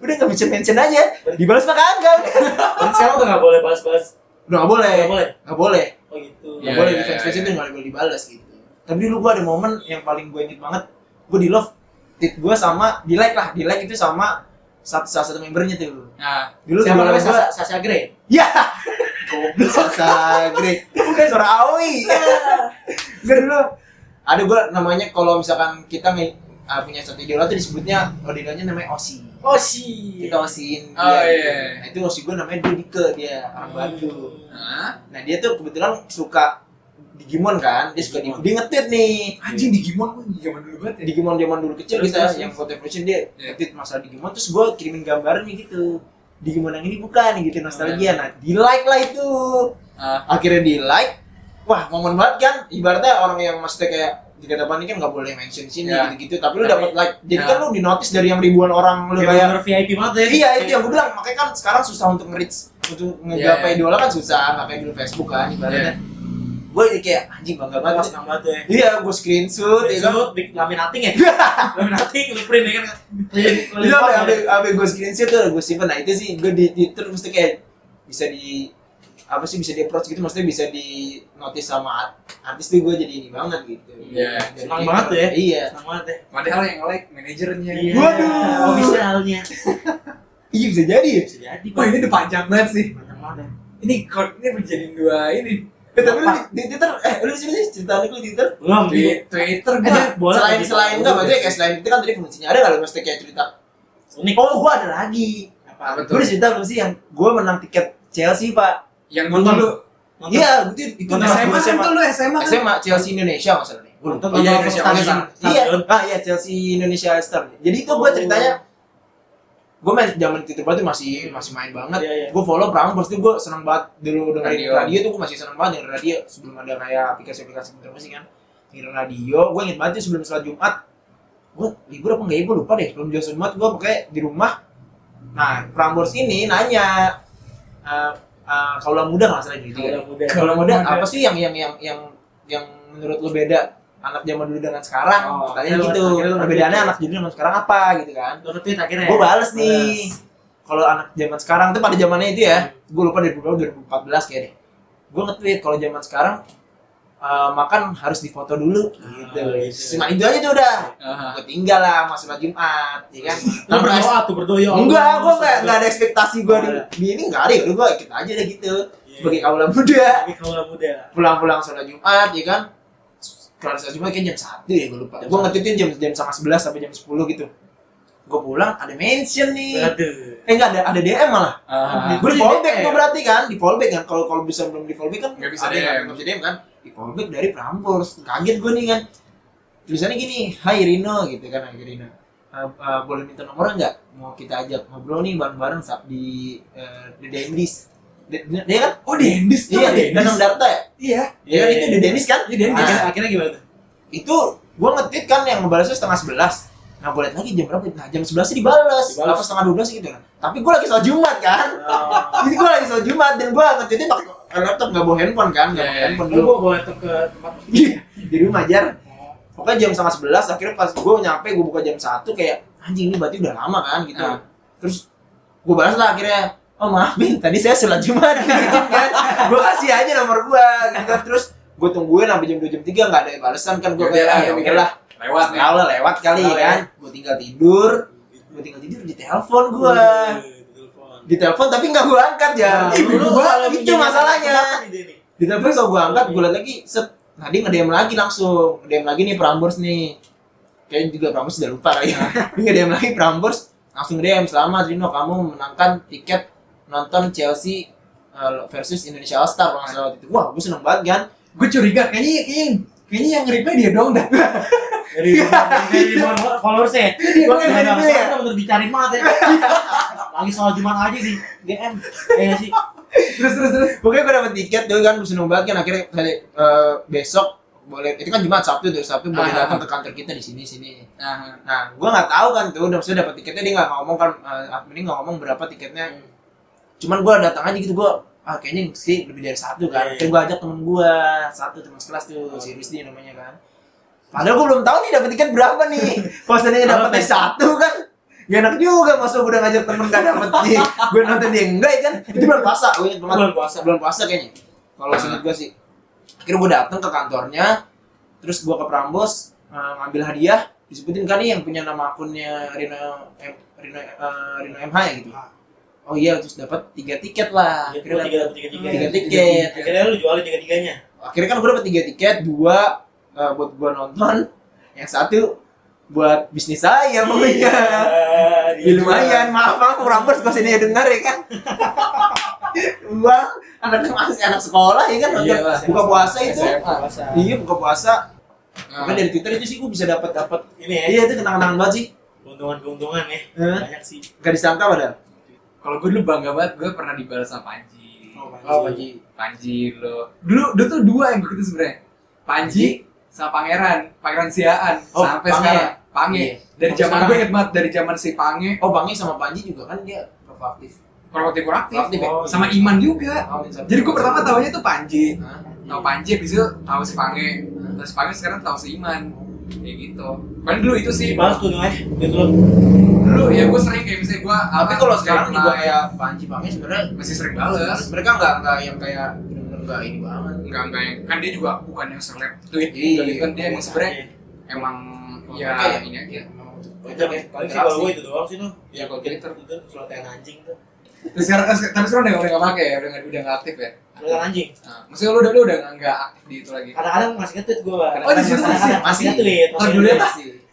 udah nggak bisa mention aja, dibalas mah kagak. Berarti sekarang udah nggak boleh balas-balas. Udah nggak boleh, Nggak boleh. nggak boleh, Oh gitu. nggak Iya, boleh iya, di fans fans iya, itu iya. nggak boleh dibalas gitu. Tapi dulu gue ada momen yang paling gue inget banget, gue di love tweet gue sama di like lah, di like itu sama satu salah satu membernya tuh. Nah, Dulu Siapa dulu namanya? gua- Sasha, Sasha Grey. Ya, goblok Sasa Grey. Bukan suara Aoi. Gue dulu ada gue namanya kalau misalkan kita nge- uh, punya satu idola tuh disebutnya idolanya namanya Osi. Oh sih. Kita Osin dia. Oh, gitu. iya. Nah, itu Osi gue namanya dia Dike, dia orang Bandung. nah, Nah, dia tuh kebetulan suka Digimon kan, dia suka Digimon. dia nge-tweet nih. anjing Digimon gue zaman dulu banget ya. Digimon zaman dulu kecil Terus, kita terus, yang terus. foto evolution dia Iya. nge-tweet masalah Digimon, terus gue kirimin gambarnya gitu. Digimon yang ini bukan gitu nostalgia. Iya. Nah, di like lah itu. Ah, Akhirnya di like, wah momen banget kan, ibaratnya orang yang maksudnya kayak di kata Pani kan nggak boleh mention sini Ya. gitu-gitu, tapi lu Tapi- dapat like, jadi ya. kan lu di notice dari yang ribuan orang lu kayak, Bener V I P banget ya. iya itu yang gue bilang, makanya kan sekarang susah untuk nge-reach, untuk ngegapai ya. idola kan susah, nggak kayak dulu Facebook kan ibaratnya. Gue jadi kayak anjing bangga Pas banget. nambah tuh ya. Iya, gue screenshot, ya kan. Itu di laminating ya. Laminating lu print ya kan. Itu apa apa apa gue screenshot tuh gue simpen. Nah itu sih gue di Twitter mesti kayak bisa di apa sih bisa di approach gitu, maksudnya bisa di notice sama art- artis tuh gue jadi ini banget gitu. Iya. Dari Senang Twitter. banget tuh ya. Iya. Senang banget ya. padahal yang like manajernya. Iya. Waduh. Officialnya. Iya bisa jadi ya. Bisa jadi. Wah, ini udah panjang banget sih. Panjang banget ya. Ini kok ini menjadi dua ini. Eh, tapi lu di, di Twitter, eh lu sini sih cerita lu di Twitter. Belum Di di Twitter Eh, gue Ada. boleh selain tadi, selain Pak. enggak maksudnya kayak selain itu kan tadi fungsinya ada nggak lu mesti kayak cerita? unik. Oh gua ada lagi. Apa Gue tuh? udah cerita belum sih yang gue menang tiket Chelsea pak? Yang Nonton. dulu Nonton. Iya, itu itu Nonton pas S M gua A kan tuh lu S M A kan? S M A Chelsea Indonesia masalahnya. Gua Nonton lupa. Iya, nonton Indonesia stadion. All-Star. Iya, Stadion. ah iya Chelsea Indonesia All-Star. Jadi itu gue Oh. ceritanya, gue main zaman Twitter banget tuh masih masih main banget. Iya, iya. Gue follow Prambors tuh gue seneng banget dulu dengerin Radio. radio, tuh gue masih seneng banget dengerin radio sebelum ada kayak aplikasi-aplikasi putar musik kan. Dengerin radio, gue inget banget tuh sebelum sholat Jumat, gue libur apa enggak ya gue lupa deh. Sebelum sholat Jumat gue pakai di rumah. Nah Prambors ini nanya, uh, uh, kaulah muda nggak salah gitu. Kaulah muda. Kaulah muda Kaulah muda. apa sih yang yang yang yang yang menurut lu beda anak zaman dulu dengan sekarang? Oh, Pertanyaan akhirnya- gitu. akhirnya lu Perbedaannya ngerti. anak dulu zaman sekarang apa gitu kan? Lu nge-tweet akhirnya. Gue bales nih. Bales. Kalau anak zaman sekarang tuh pada zamannya itu ya, gue lupa dari dua ribu empat belas kayak deh. Gue nge-tweet kalau zaman sekarang uh, makan harus difoto dulu gitu. Ah, gitu. Cuma itu aja tuh udah. Aha. Gue tinggal lah mas sholat Jumat, ya kan? Lu berdoa tuh berdoa ya Allah. Enggak, gue nggak nggak ada ekspektasi gue di, Oh, iya. di ini nggak ada. Ya udah gue ikut aja deh gitu. Iya. Sebagai kaula muda, Tapi kaulah muda. pulang-pulang sholat Jumat, ya kan? Kelar sholat Jumat kayak jam satu ya gue lupa. Jam Gue satu. nge-tweetin jam jam setengah sebelas sampai jam sepuluh gitu. Gue pulang ada mention nih. Aduh. Eh enggak ada ada D M malah. Ah. Gue di Di fallback D M. gue berarti kan, di fallback kan. Kalau kalau bisa belum di fallback kan Nggak bisa ada D M. yang nggak bisa D M kan. Di fallback dari Prambors. Kaget gue nih kan. Tulisannya gini, Hai Rino gitu kan, Hai Rino. Uh, uh, boleh minta nomornya nggak? Mau kita ajak ngobrol nih bareng-bareng saat di uh, di Dendis. De- de- Dia kan? Oh, Dendis tuh. Iya, Dendis. Danang Darta ya? Iya. Iya kan itu di Dendis kan? Iya, Dendis. Akhirnya, Nah, akhirnya gimana tuh? itu gue nge-tweet kan yang ngebalasnya setengah sebelas. Nah gue liat lagi jam berapa? Nah jam sebelas sih dibalas. Dibalas. Apa setengah dua belas gitu kan? Tapi gue lagi sholat Jumat kan? Oh. Jadi gue lagi sholat Jumat dan gue nge-tweetnya pakai laptop nggak bawa handphone kan? Nggak Iya, bawa iya. handphone Lu dulu. gua boleh tuh ke tempat Iya, di rumah ajar. Pokoknya jam setengah sebelas. Akhirnya pas gue nyampe gue buka jam satu kayak anjing ini berarti udah lama kan gitu. Ah. Terus gue balas lah akhirnya. Oh maaf Bin, tadi saya sholat Jumat gitu kan. Gue kasih aja nomor gue gitu kan. Terus gue tungguin sampai jam dua jam tiga nggak ada balasan kan. Gue kayak Yaudah, ah, ya yaudah. udahlah. Lewat ya. Tahu lah lewat kali Oh, kan. Gue tinggal tidur. Gue tinggal tidur di telepon gue. Di telepon tapi nggak gue angkat ya. Nah, Ih, lu gua- kalau itu punya masalahnya. kesempatan ide nih. Di telepon kalau gue angkat, gue liat lagi set. Nah dia nge-D M lagi langsung. Nge-D M lagi nih Prambors nih. Kayaknya juga Prambors udah lupa kali ya. Dia nge-D M lagi Prambors. Langsung nge-D M, selamat Rino kamu memenangkan tiket nonton Chelsea uh, versus Indonesia All Star kalau nggak salah waktu itu. Wah gue seneng banget kan. Gue curiga kayaknya kayaknya kayaknya yang reply dia doang dah. Dari dari ribuan followersnya. Gua Iya, nggak iya, ada iya. bener dicariin banget ya. Lagi soal Jumat aja di D M. Kayaknya sih. Terus terus terus. Pokoknya gue dapet tiket tuh kan, gue seneng banget kan. Akhirnya hari, uh, besok boleh, itu kan Jumat Sabtu tuh Sabtu boleh Ah. datang ke kantor kita di sini sini. Nah, Nah, gue nggak tahu kan tuh, udah maksudnya dapat tiketnya dia nggak ngomong kan, uh, admin nggak ngomong berapa tiketnya. Cuman gue datang aja gitu, gue ah kayaknya sih lebih dari satu kan. Iya, iya. Akhirnya gue ajak temen gue, satu teman sekelas tuh, si Rizdi namanya kan. Padahal gue belum tahu nih dapat tiket berapa nih. Kosannya Berapa, dapatnya Teh? satu kan. Gak enak juga masa gue udah ngajak temen gak dapet di gue nonton dia enggak ya kan. Itu bulan puasa, gue inget banget. Bulan puasa. Bulan puasa kayaknya. Kalau singkat gue sih. Akhirnya gue datang ke kantornya, terus gue ke Prambos uh, ngambil hadiah, disebutin kan nih yang punya nama akunnya Rino M, Rino, uh, Rino M H ya gitu. Oh iya, terus dapat tiga tiket lah. Akhirnya tiga dapat tiga tiga. Tiga tiket. Akhirnya lu jualin tiga tiganya. Akhirnya kan gue dapet tiga tiket, dua uh, buat gue nonton, yang satu buat bisnis saya pokoknya. Ya, lumayan, maaf maaf Prambors kalau sini dengar ya kan. Uang anak masih anak sekolah ya kan nonton Iyalah. buka puasa itu. S M A. Puasa. Iya buka puasa. Nah, Makanya dari Twitter itu sih gue bisa dapat dapat. Ini ya. Iya itu kenang-kenangan banget sih. Keuntungan-keuntungan ya. Hah? Banyak sih. Gak disangka padahal. kalau gue dulu bangga banget, gue pernah dibalas sama Panji. Oh Panji. Panji lo. Dulu dulu tuh dua yang begitu sebenarnya. Panji sama Pangeran, Pangeran Siaan Oh, sampai Pange. sekarang. Pange. Iya. Dari Sampai zaman sekarang. gue inget banget dari zaman si Pange, Oh Pangi sama Panji juga kan dia proaktif. proaktif proaktif. Proaktif ya? Oh, Sama iya. Iman juga. Oh, bisa. Jadi gue pertama tahunya tuh Panji. Hah? Tahu Panji, habis itu tahu si Pange. Terus Pange sekarang tahu si Iman. Kayak gitu. Paling dulu itu sih. Dibalas tuh nih, gitu loh. Dulu ya gue sering kayak misalnya gue. Tapi kalau sekarang juga kayak Panji Pangi sebenarnya masih sering bales. mereka nggak nggak yang kayak bener-bener nggak ini banget. Enggak enggak yang kan dia juga bukan yang seleb tweet Iya. gitu kan dia emang sebenarnya emang ya Mereka ya? ini aja. Twitter ya. Paling sih kalau gue itu doang sih tuh. Ya, kalau Twitter. Twitter selatan anjing tuh. Terus sekarang tapi sekarang udah udah nggak pakai ya udah nggak udah nggak aktif ya. Selatan anjing. Nah, maksudnya lu udah lu udah nggak aktif di itu lagi. Kadang-kadang masih nge-tweet gue, Bang. Oh, di situ masih? Kadang-kadang masih nge-tweet. Oh, masih dulu ya, nge-tweet. Sih.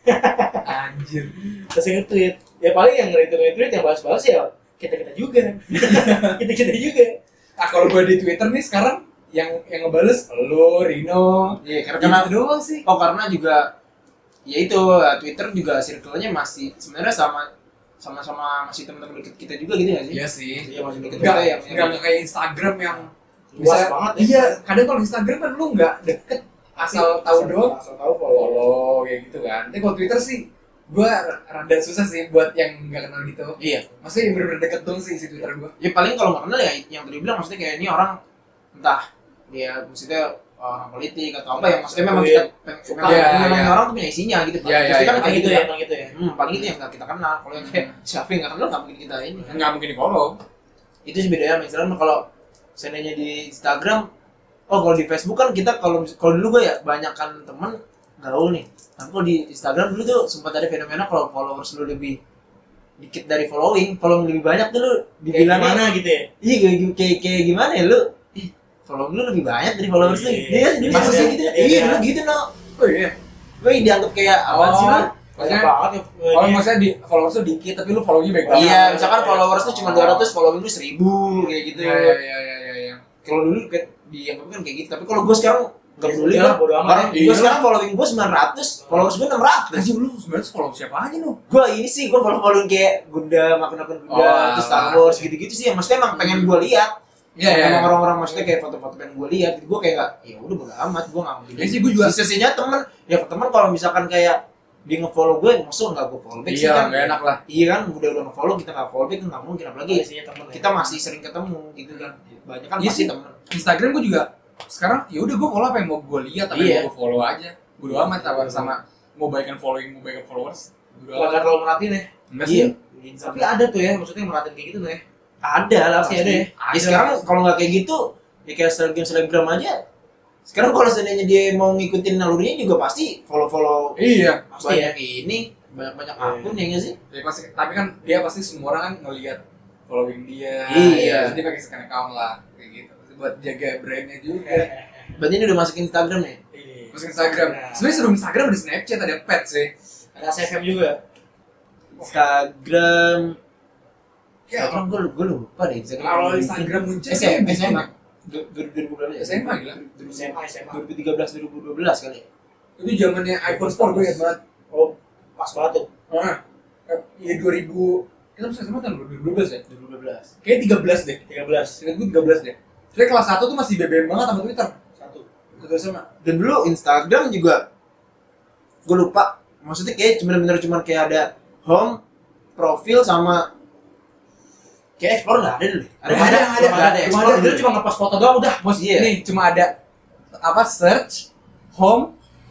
Anjir. Masih nge-tweet. Ya paling yang nge-retweet yang balas-balas ya kita-kita juga. Kita-kita juga. Ah kalau gue di Twitter nih sekarang yang yang ngebales lu Rino. Iya karena Gitu karena doang sih. oh karena juga ya itu Twitter juga circle-nya masih sebenarnya sama sama-sama masih teman-teman deket kita juga gitu nggak sih? Iya sih. Iya masih deket Enggak kita yang enggak enggak kayak Instagram yang Luas banget ya. Iya, kadang kalau Instagram kan lu nggak deket asal tahu doang. Asal tahu follow. Follow kayak gitu kan. Tapi kalau Twitter sih gua rada susah sih buat yang nggak kenal gitu. Iya. Maksudnya yang bener-bener deket dong sih si Twitter gua. Ya paling kalau nggak kenal ya yang tadi bilang maksudnya kayak ini orang entah dia maksudnya orang politik atau apa yang maksudnya memang kita pengen suka Iya, memang iya. orang tuh punya isinya gitu. Iya, iya, Pasti kan iya. kayak gitu ya, ya. emang gitu ya. Hmm, paling itu yang nggak kita kenal. Kalau yang kayak siapa yang nggak kenal nggak mungkin kita ini. Kan. Nggak mungkin di follow. Itu sih bedanya sama Instagram. Kalau seandainya di Instagram, oh kalau di Facebook kan kita kalau kalau dulu gue ya banyakkan temen gaul nih. Tapi kalau di Instagram dulu tuh sempat ada fenomena kalau followers lu lebih dikit dari following, following lebih banyak tuh lu Kayak dibilang gimana gitu ya? iya kayak, kayak, kayak gimana ya lu? Ih, following lu lebih banyak dari followers lu. Iya. Iya, dulu Masa masa sih? gitu. Iya, Iya, iya. dulu gitu no. Oh iya. Gue dianggap kayak apaan sih lu? Banyak Maksudnya banget ya. kalau maksudnya di followers tuh dikit tapi lu follownya baik banget. Iya, misalkan followers tuh cuma dua ratus, following lu seribu kayak gitu. Iya iya iya iya iya. Kalau dulu kan dianggap kan kayak gitu, tapi kalau gue sekarang nggak peduli Ya, kan. bodo amat Orang ya. gue sekarang following gue sembilan ratus, followers gue enam ratus. Anjir lu sebenarnya follow siapa aja lu? Gue ini sih gue follow following kayak Gundam, akun-akun Gundam, Oh, terus Star alah. Wars gitu-gitu sih. Yang maksudnya emang pengen gue lihat. Iya iya. Emang orang-orang maksudnya kayak foto-foto pengen gue lihat. Gue kayak nggak, ya udah bodo amat, gue nggak mungkin. Ya sih, gua juga. Sisinya temen, ya temen kalau misalkan kayak dia nge-follow gue, maksud nggak gue follow back sih Iya, kan? nggak enak lah. Iya kan, udah udah nge-follow kita nggak follow back nggak mungkin apalagi Isinya temen ya. kita masih sering ketemu gitu kan. Banyak kan Iya pasti sih. temen. Instagram gue juga sekarang ya udah gue follow apa yang mau gue lihat apa Iya. yang mau gue follow aja. Bodo amat apa sama mau baikan following mau baikan followers. Bodo Nggak amat. terlalu merhatiin ya. Enggak Iya. sih. Tapi ada tuh ya, maksudnya yang merhatiin kayak gitu tuh ya. Ada lah Pasti pasti ada ya. Ya Ada. sekarang kalau nggak kayak gitu, ya kayak selebgram selebgram aja. Sekarang kalau seandainya dia mau ngikutin nalurinya juga pasti follow-follow Iya. Pasti banyak ini, banyak-banyak Iya. akun ya nggak sih? Ya pasti tapi kan dia pasti semua orang kan ngelihat following dia. Iya. Terus dia pakai second account lah kayak gitu. Buat jaga brandnya juga. Berarti ini udah masukin Instagram nih. Iya. Terus Instagram. Sebenarnya sebelum Instagram ada Snapchat, ada Pet sih. Ada S F M juga. Instagram, Ya, Instagram gue gue lupa deh. Instagram kalau Instagram muncul S M kan S M A. dua ribu berapa ya? S M A gila. S M A, S M A. dua ribu tiga belas dua ribu dua belas kali. Itu zamannya iPhone Store gue ingat banget. Oh, pas banget tuh. Ah. Ya dua ribu kita bisa sama tahun dua ribu dua belas ya? dua ribu dua belas. Kayaknya tiga belas deh. tiga belas. Ingat gue tiga belas deh. Soalnya kelas satu tuh masih B B M banget sama Twitter. Satu. Itu sama. Dan dulu Instagram juga gue lupa. Maksudnya kayak bener-bener cuma kayak ada home, profil sama kayak explore nggak ada dulu. Ada, ada, ada. Cuma ada, Cuma explore ada. Dulu cuma ngepost foto doang udah. Bos, Iya. nih cuma ada apa search, home,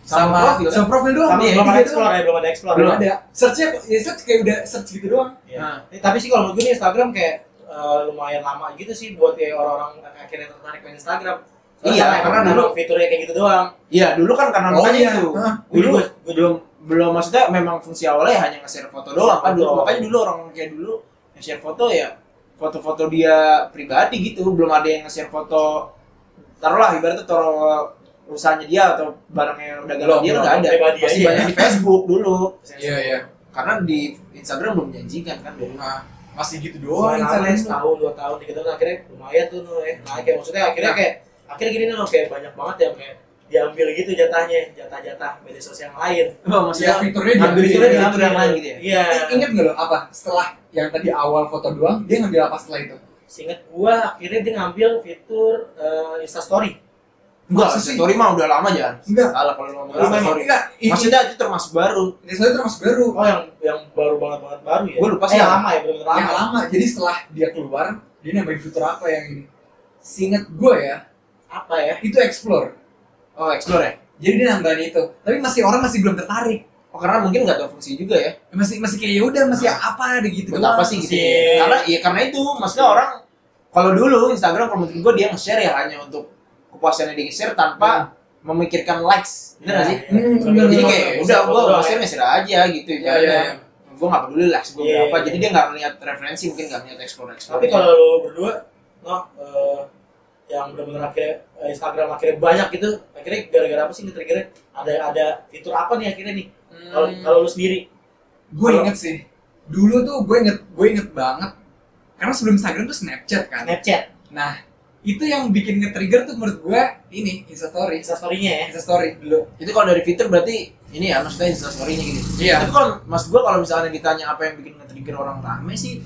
sama profil, kan? sama profil doang. Sama Iya, belum ada tiga explore doang. ya, belum ada explore. Belum ya. ada. Search-nya ya search kayak udah search gitu doang. Iya. Nah. Eh, tapi sih kalau menurut gue nih Instagram kayak eh, lumayan lama gitu sih buat kayak orang-orang akhirnya tertarik main Instagram. Soalnya Iya, karena karena dulu dulu- fiturnya kayak gitu doang. Iya, dulu kan karena Oh, makanya iya. itu. Hah, Dulu gue juga- belum belum maksudnya memang fungsi awalnya hanya nge-share foto doang kan dulu. Foto. Makanya dulu orang kayak dulu nge-share foto ya foto-foto dia pribadi gitu, belum ada yang nge-share foto taruhlah ibaratnya taruh usahanya dia atau barangnya dagangan Belum, dia belum. nggak ada. Pribadi Masih aja banyak ya. di Facebook dulu. Iya, iya. Karena di Instagram belum menjanjikan kan dulu. Nah, masih gitu Doang doang lama Instagram ya, tuh. setahun, dua tahun, tiga tahun akhirnya lumayan tuh loh ya. Nah, kayak maksudnya akhirnya kayak akhirnya gini nih loh kayak banyak banget yang kayak diambil gitu jatahnya, jatah-jatah media sosial yang lain. Oh, Ya, maksudnya fiturnya ngambil diambil, fiturnya iya. fitur yang lain gitu ya. Iya. I- Ingat nggak lo apa setelah yang tadi awal foto doang dia ngambil apa setelah itu? Seingat gua akhirnya dia ngambil fitur eh, Insta Story. Enggak, Masa sih? story mah udah lama jangan. Enggak. Salah kalau lu ngomong Enggak, Insta memang. story. Enggak, ini Maksudnya itu termasuk baru. Instastory termasuk baru. Oh yang yang baru banget banget baru ya? Gua lupa Eh, sih yang apa. lama ya, benar-benar lama. Yang lama. Jadi setelah dia keluar, dia nambahin fitur apa yang ini? Seingat gue ya, Apa ya? itu explore. Oh, explore ya. Jadi dia nambahin itu. Tapi masih orang masih belum tertarik. Oh, karena mungkin nggak tahu fungsi juga ya. Masih masih kayak ya udah masih apa deh gitu Buat doang. apa sih gitu? Masih- Karena iya karena itu maksudnya orang kalau dulu Instagram kalau menurut gua dia nge-share ya hanya untuk kepuasannya dia nge-share tanpa memikirkan likes. Bener nggak sih? Hmm, bener, Jadi bener, kayak bener. udah gua Doang, nge-share ya. nge-share aja gitu Iya, iya, iya. Gua nggak peduli likes gua Iya, berapa. iya, Jadi iya. dia nggak melihat referensi, mungkin nggak melihat explore explore. Tapi kalau lu berdua, noh, eh, yang benar-benar akhirnya eh, Instagram akhirnya banyak gitu, akhirnya gara-gara apa sih nge-triggernya? Ada ada fitur apa nih akhirnya nih? Kalau Hmm. kalau lu sendiri, Gue inget sih. Dulu tuh gue inget gue inget banget. Karena sebelum Instagram tuh Snapchat kan. Snapchat, Nah, itu yang bikin nge-trigger tuh menurut gue ini Instastory. Insta Story-nya ya. Instastory dulu. itu kalau dari fitur berarti ini ya maksudnya Insta story-nya gitu. Iya. Tapi kalau maksud gua kalau misalnya ditanya apa yang bikin nge-trigger orang rame sih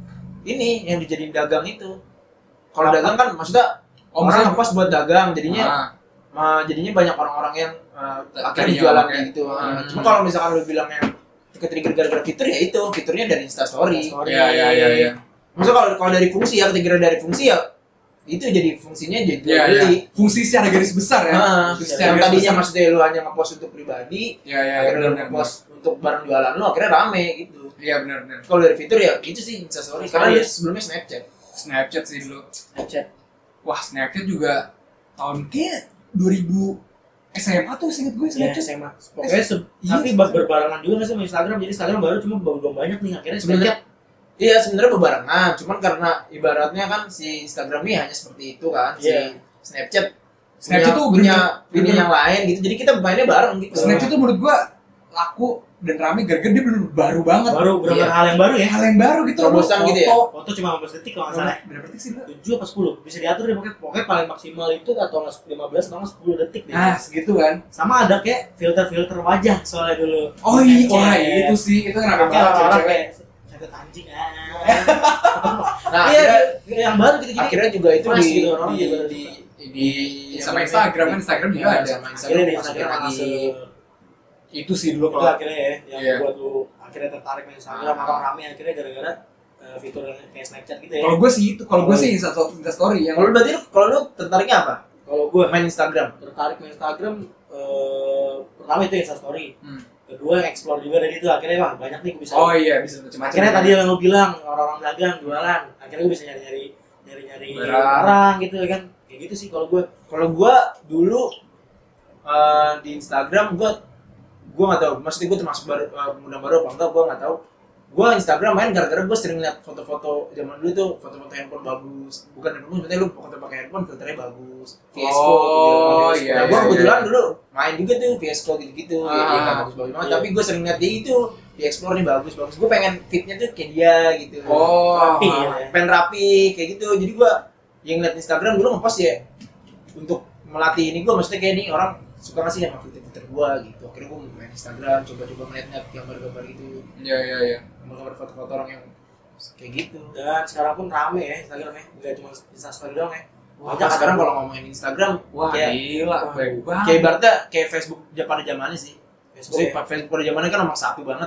ini yang dijadiin dagang itu. Kalau Apa? dagang kan maksudnya Oh, orang maksudnya- ngepost buat dagang jadinya Ah, uh, jadinya banyak orang-orang yang uh, akhirnya Tadinya jualan pakai. kayak gitu. Uh, Hmm. Cuma kalau misalkan lu bilang yang ke-trigger gara-gara fitur ya itu, fiturnya dari Insta story. Insta Story. Iya, iya, iya, iya. Maksudnya kalau kalau dari fungsi ya, ke-trigger dari fungsi ya itu jadi fungsinya jadi jual Iya, iya. beli. Fungsi secara garis besar ya. Nah, Fungsi yang secara garis tadinya besar. maksudnya lu hanya ngepost untuk pribadi, Iya, iya, iya, akhirnya benar lu benar. ngepost untuk barang jualan lu akhirnya rame gitu. Iya, benar benar. Kalau dari fitur ya itu sih Instastory karena dia sebelumnya Snapchat. Snapchat sih dulu. Snapchat. Wah, Snapchat juga tahun kayak dua ribu S M A tuh seinget gue Ya, Snapchat. S M A. Pokoknya se- Iya, tapi sih. ber- berbarengan juga nggak sih sama Instagram. Jadi Instagram baru cuma belum banyak nih akhirnya Sebenarnya Snapchat. iya sebenarnya bebarengan, cuman karena ibaratnya kan si Instagram ini hanya seperti itu kan, Iya. si Snapchat Snapchat punya, tuh punya bener- ini yang lain gitu, jadi kita mainnya bareng gitu. Snapchat tuh menurut gua laku dan rame gara-gara dia bener baru banget. Baru benar Iya. hal yang baru ya. Hal yang baru gitu. Terobosan Lu gitu ya? foto. Foto cuma lima belas detik kalau nggak salah. Berapa detik sih, Bro? tujuh apa sepuluh bisa diatur deh pokoknya pokoknya paling maksimal itu atau nggak lima belas atau nggak sepuluh detik deh. Nah, segitu kan. Sama ada kayak filter-filter wajah soalnya dulu. Oh iya, Snapchat. wah itu sih itu kenapa Kayak orang-orang cewek. kayak sakit anjing ah. Nah, Iya, akhirnya, yang baru gitu jadi akhirnya juga itu Flash di, gitu, orang di, juga di, Di, di sama Instagram kan Instagram juga Iya, ada. sama Instagram akhirnya di masukin Instagram lagi. masuk Itu sih dulu itu kalau akhirnya ya yang Iya. buat lu akhirnya tertarik main Instagram Ah. orang rame akhirnya gara-gara eh, fitur yang kayak Snapchat gitu ya. kalau gue sih itu, kalau gue Oh, sih iya. Insta Insta Story yang Kalau lu berarti lu- kalau lu tertariknya apa? Kalau gue Main Instagram. tertarik main Instagram eh, pertama itu Insta Story, Hmm. kedua explore juga dari itu akhirnya wah banyak nih gue bisa. Oh iya, bisa macam-macam. akhirnya tadi yang lu bilang orang-orang dagang jualan akhirnya gue bisa nyari-nyari nyari-nyari Barang. barang gitu ya kan kayak gitu sih kalau gue. Kalau gua dulu eh, di Instagram gua gua nggak tahu, maksudnya gua termasuk baru uh, muda baru apa enggak, gua nggak tahu. Gua Instagram main gara-gara gua sering lihat foto-foto zaman dulu tuh, foto-foto handphone bagus. Bukan handphone, maksudnya lu foto pakai handphone filternya bagus. V S Code Oh, gitu. iya, Nah, gua iya, kebetulan iya. dulu main juga tuh V S Code gitu-gitu. Ya, Ah, ya kan bagus-bagus banget, iya. tapi gua sering lihat dia itu di explore nih bagus-bagus. Gua pengen fitnya tuh kayak dia gitu. Oh, Rapi, ah. ya. Pengen rapi kayak gitu. Jadi gua yang lihat Instagram dulu ngepost ya untuk melatih ini gua, maksudnya kayak nih orang suka ngasih sama fitur-fitur gua gitu. Akhirnya gua main Instagram, coba-coba ngeliat-ngeliat gambar-gambar gitu, Iya, iya, iya. gambar-gambar foto-foto orang yang kayak gitu. Dan sekarang pun rame ya Instagram ya, nggak cuma Insta Story doang ya. Wah, sekarang kalau ngomongin Instagram, Wah, kayak gila, baik banget. kayak ibaratnya kayak Facebook pada zamannya sih. Facebook Maksudnya ya. Facebook pada zamannya kan nomor satu banget.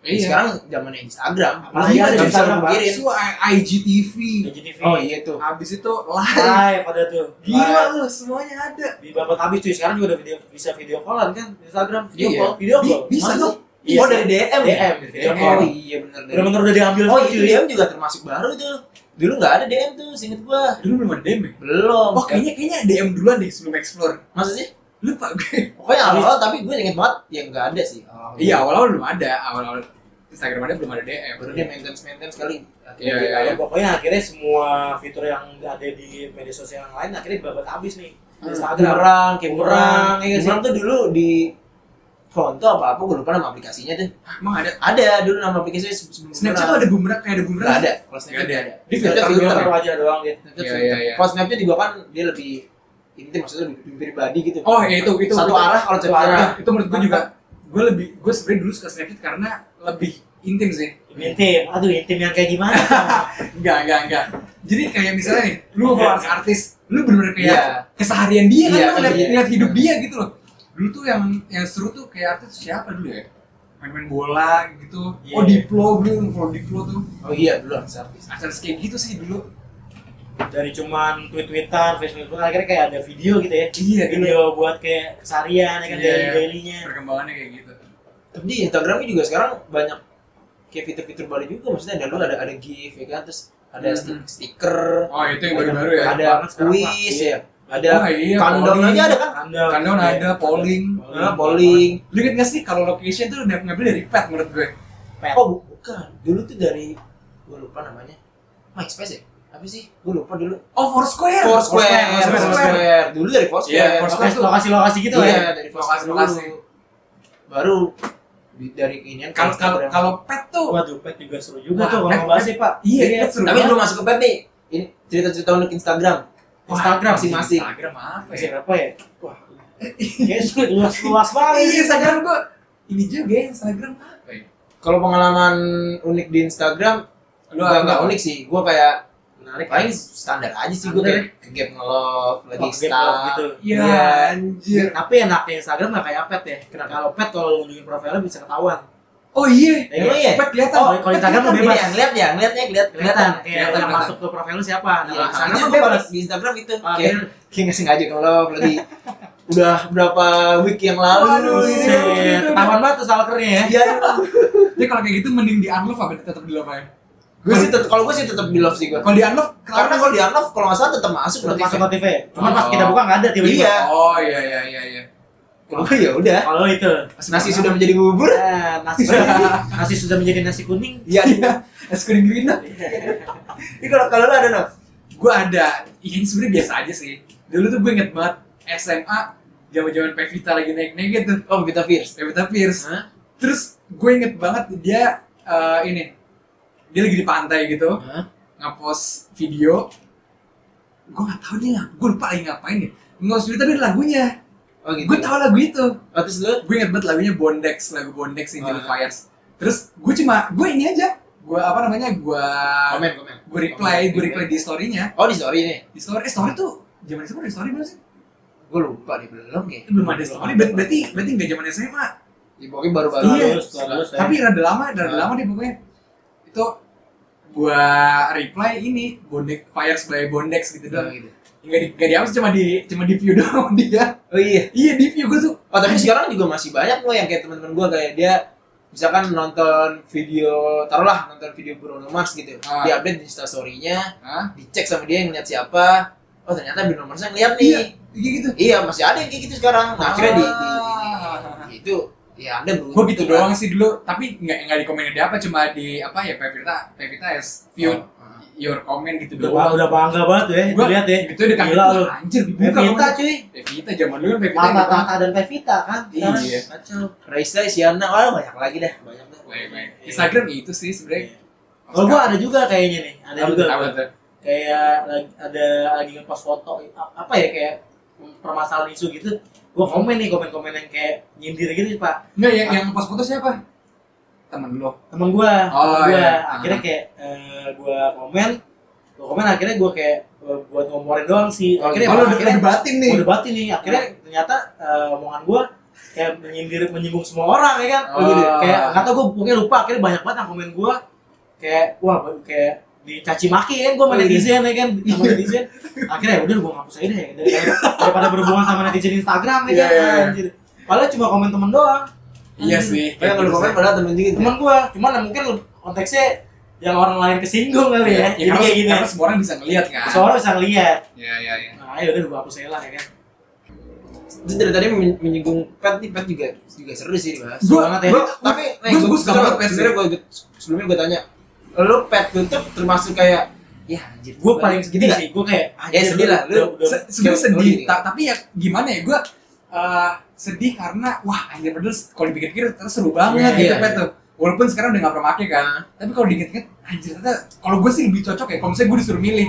Iya. Sekarang zamannya Instagram. Apalagi Lu ada nggak bisa Instagram, lu pikirin. Su I G T V. I G T V. Oh iya tuh. Habis itu live. Live pada tuh. Gila Live. lu, semuanya ada. Di babat habis cuy, sekarang juga udah video bisa video callan kan Instagram, video Iya. call, video Bi- call. bisa Masa tuh. sih? Iya Oh sih. dari D M. D M, video D M. call. Oh iya benar dari. Bener-bener udah diambil Oh semua, itu cuy. D M juga termasuk baru tuh. Dulu nggak ada D M tuh, seinget gua. Dulu belum ada D M ya? Belum. Oh kayaknya kayaknya D M duluan deh sebelum explore. Masa sih? Lupa gue. Pokoknya awal-awal tapi gue inget banget ya nggak ada sih. Oh, Iya awal-awal belum ada, awal-awal Instagram ada belum ada D M. Baru dia maintenance maintenance kali. Iya, Ya, iya. pokoknya akhirnya semua fitur yang ada di media sosial yang lain akhirnya dibabat habis nih. Hmm. Instagram. Bumerang, kayak Bumerang, bumerang. iya sih. Bumerang tuh dulu di Fonto apa apa gue lupa nama aplikasinya tuh. Emang ada? Ada dulu nama aplikasinya sebelum Snapchat tuh ada bumerang, kayak ada bumerang. Nggak ada. Kalau Nggak Snapchat ada. nggak ada. Dia Snapchat filter filter. doang. Filter aja doang dia. Snapchat Iya, filter. iya, iya. Kalau Snapchat juga kan dia lebih ini tuh maksudnya lebih, lebih pribadi gitu. Oh ya itu itu Satu itu. arah kalau Satu Snapchat. arah. Itu menurut gue juga. Gue lebih gue sebenarnya dulu suka Snapchat karena lebih intim sih. Intim, aduh intim yang kayak gimana? Enggak, enggak, enggak. Jadi kayak misalnya nih, lu kalau artis, lu bener-bener kayak Iya. keseharian dia kan, Iya, lu ngeliat, iya. ngeliat hidup dia gitu loh. Dulu tuh yang yang seru tuh kayak artis siapa dulu ya? Main-main bola gitu. Iya. Oh Diplo dulu, kalau Diplo tuh. Oh iya dulu artis. Artis kayak gitu sih dulu. Dari cuman tweet-tweetan, Facebook akhirnya kayak ada video gitu ya. Iya, gitu. Video buat kayak keseharian ya kan, Iya. daily-dailynya. Perkembangannya kayak gitu. Tapi di Instagramnya juga sekarang banyak kayak fitur-fitur baru juga. Maksudnya ada dulu ada ada GIF ya kan, terus ada Mhm. sti- stiker. Oh itu yang baru-baru ya. Ada Banget sekarang, Pak. quiz Iya. ya. Ada Oh, iya, countdown polling. aja ada kan? Countdown. Countdown Iya. ada, polling. Nah, polling. Lu inget gak sih kalau location tuh udah ngambil dari pet menurut gue? Pet. Oh bu- bukan. Dulu tuh dari gue lupa namanya. MySpace ya? Apa sih? Gue lupa dulu. Oh Foursquare. Foursquare, Foursquare. Foursquare. Dulu dari Iya, Foursquare. Foursquare. Lokasi- lokasi-lokasi gitu Iya, ya. dari Foursquare Lokasi-lokasi. dulu. Baru di- dari inian ke Kalau kalau Instagram. kalau pet tuh Waduh, pet juga seru juga Wah, tuh kalau pet- ngebahas sih, Pak. Iya, pet seru Tapi banget. belum masuk ke pet nih. Ini cerita-cerita unik Instagram. Wah, Instagram masing-masing. Instagram apa Masih ya? berapa ya? Wah. Kayaknya luas-luas banget. Iya, Instagram gua ini juga ya, Instagram apa ya? Kalau pengalaman unik di Instagram, Lu lu apa? nggak unik sih. Gue kayak Menarik. paling standar aja sih. Gue Standar. kayak ke gap nge-love, lagi Oh, gap style love gitu. Iya, anjir. Tapi enaknya Instagram nggak kayak pet ya. Karena kalau pet kalau lu nunjukin profilnya bisa ketahuan. Oh iya. Emang iya? Pet kelihatan. Oh, kalau Instagram Pet lu Ini bebas. ya, ngeliat ya, ngeliatnya ngeliat Kelihatan kelihatan. kayak kelihatan, yang kelihatan. masuk ke profil lu siapa. Nah, Iya, kalau Instagram soalnya mah gue bebas. di Instagram itu Ah, kayak bener. kayak nggak sengaja ke love lagi udah berapa week yang lalu. Waduh, ini Buset, gitu. ketahuan banget tuh stalkernya ya. Iya. Jadi kalau kayak gitu mending di unlove apa tetap di love aja? Gue sih tetap kalau gue sih tetap di love sih gue. Kalau di unlove Karena kalau di unlove kalau nggak salah tetap masuk Tetap notif. masuk notifnya. Cuman pas Oh. kita buka nggak ada tiba-tiba. Iya. Oh iya iya iya iya. Kalau gue ya udah. Kalau itu Nasi sudah menjadi bubur. eh, nasi nasi sudah menjadi nasi kuning. Iya. Iya. Es krim green dah. Ini kalau kalau lu ada no? Gue ada. Ini sebenarnya biasa aja sih. Dulu tuh gue inget banget S M A zaman-zaman Pevita lagi naik-naik tuh. Oh kita Fierce. Pevita Pierce. Hah? Terus gue inget banget dia eh, ini dia lagi di pantai gitu Hah? nge-post video. Gue nggak tahu dia gue lupa lagi ngapain ya. Nge-post video tapi ada lagunya. Oh gitu. Gue tahu lagu itu. Oh, terus lu? Gue inget banget lagunya Bondex, lagu Bondex Angel Ah. Fires. Terus gue cuma gue ini aja. Gue apa namanya? Gue Komen komen. gue reply, gue reply di story-nya. Oh di story nih. Di story, eh story tuh zaman S M A ada story belum sih? Gue lupa nih belum kayak. Eh, belum ada story. Berarti berarti berarti nggak zaman S M A. Ya, pokoknya baru-baru. Iya. Lulus, lulus, ya. Tapi rada lama, rada Ah. lama deh pokoknya. Itu gua reply ini Bondex Fires by Bondex gitu Oh, doang. gitu. Enggak di enggak dihapus cuma di cuma di view doang dia. Oh iya. Iya di view gua tuh. Oh tapi sekarang juga masih banyak loh yang kayak teman-teman gue kayak dia misalkan nonton video, taruhlah nonton video Bruno Mars gitu, Ah. dia update di Instastory-nya, Hah? dicek sama dia yang ngeliat siapa, oh ternyata Bruno Mars ngeliat nih, Iya gitu. iya masih ada yang kayak gitu sekarang, nah akhirnya di, di, di, Ah. di- itu ya ada bro. Gua gitu doang sih dulu, tapi nggak nggak di komen di apa, cuma di apa ya Pevita Pevita as view your comment gitu Udah, doang. udah bangga banget tuh ya. Gua Lihat ya. gitu udah kaget Gila lu. wah, anjir dibuka. Pevita komen. cuy. Pevita zaman dulu kan Pevita. Tata gitu. Tata dan Pevita kan. Sekarang Iya. Kacau. Raisa, Siana, wah banyak lagi dah, banyak dah. Baik, baik. Instagram itu sih sebenarnya. Kalau gua ada juga kayaknya nih. Ada Apa juga. tuh, Apa gua. tuh? Kayak lagi ada lagi ngepost foto apa ya kayak permasalahan isu gitu. Gua komen nih komen-komen yang kayak nyindir gitu Pak. Enggak, yang yang pas foto siapa? Temen lo. Temen gua, Oh, temen gua iya. akhirnya Ah. kayak eh, gua komen, gua komen akhirnya gua kayak eh, buat ngomongin doang sih. Oh, Akhirnya Kalau udah akhirnya debatin nih. gua debatin nih. Akhirnya ternyata eh, omongan gua kayak menyindir menyinggung semua orang ya kan. Oh. Kayak nggak tau gue pokoknya lupa, akhirnya banyak banget yang komen gue kayak wah kayak dicaci maki kan gue sama netizen ya kan, sama netizen. Akhirnya udah gue ngapus aja deh daripada, daripada berhubungan sama netizen Instagram ya kan. Iya, iya, iya. Anjir. Padahal cuma komen temen doang. Iya sih. Kayak kalau komen padahal temen juga. Temen gue, cuman mungkin konteksnya yang orang lain kesinggung kali ya. Ya, Jadi karena, kayak gini. karena semua orang bisa ngeliat kan. Soalnya bisa ngeliat. Iya iya iya. Nah, ayo udah gue hapus aja lah ya kan. Terus dari tadi men- menyinggung pet nih, pet juga juga seru sih dibahas. Seru banget ya. Gua, tapi nih, gua- gua, gua suka banget pet sih. sebenarnya gua sebelumnya gua tanya, lu pet tutup termasuk kayak ya anjir. Gue paling sedih sedih lah. sih, gue kayak Ya sedih lah, lu udah- udah- Se- sebenarnya Kayak- sedih, oh, ta- tapi ya gimana ya gue uh, sedih karena wah anjir padahal kalau dipikir-pikir ternyata seru banget Iya, gitu iya, pet iya. tuh. Walaupun sekarang udah gak pernah pakai kan, tapi kalau diinget-inget anjir ternyata kalau gue sih lebih cocok ya kalau misalnya gue disuruh milih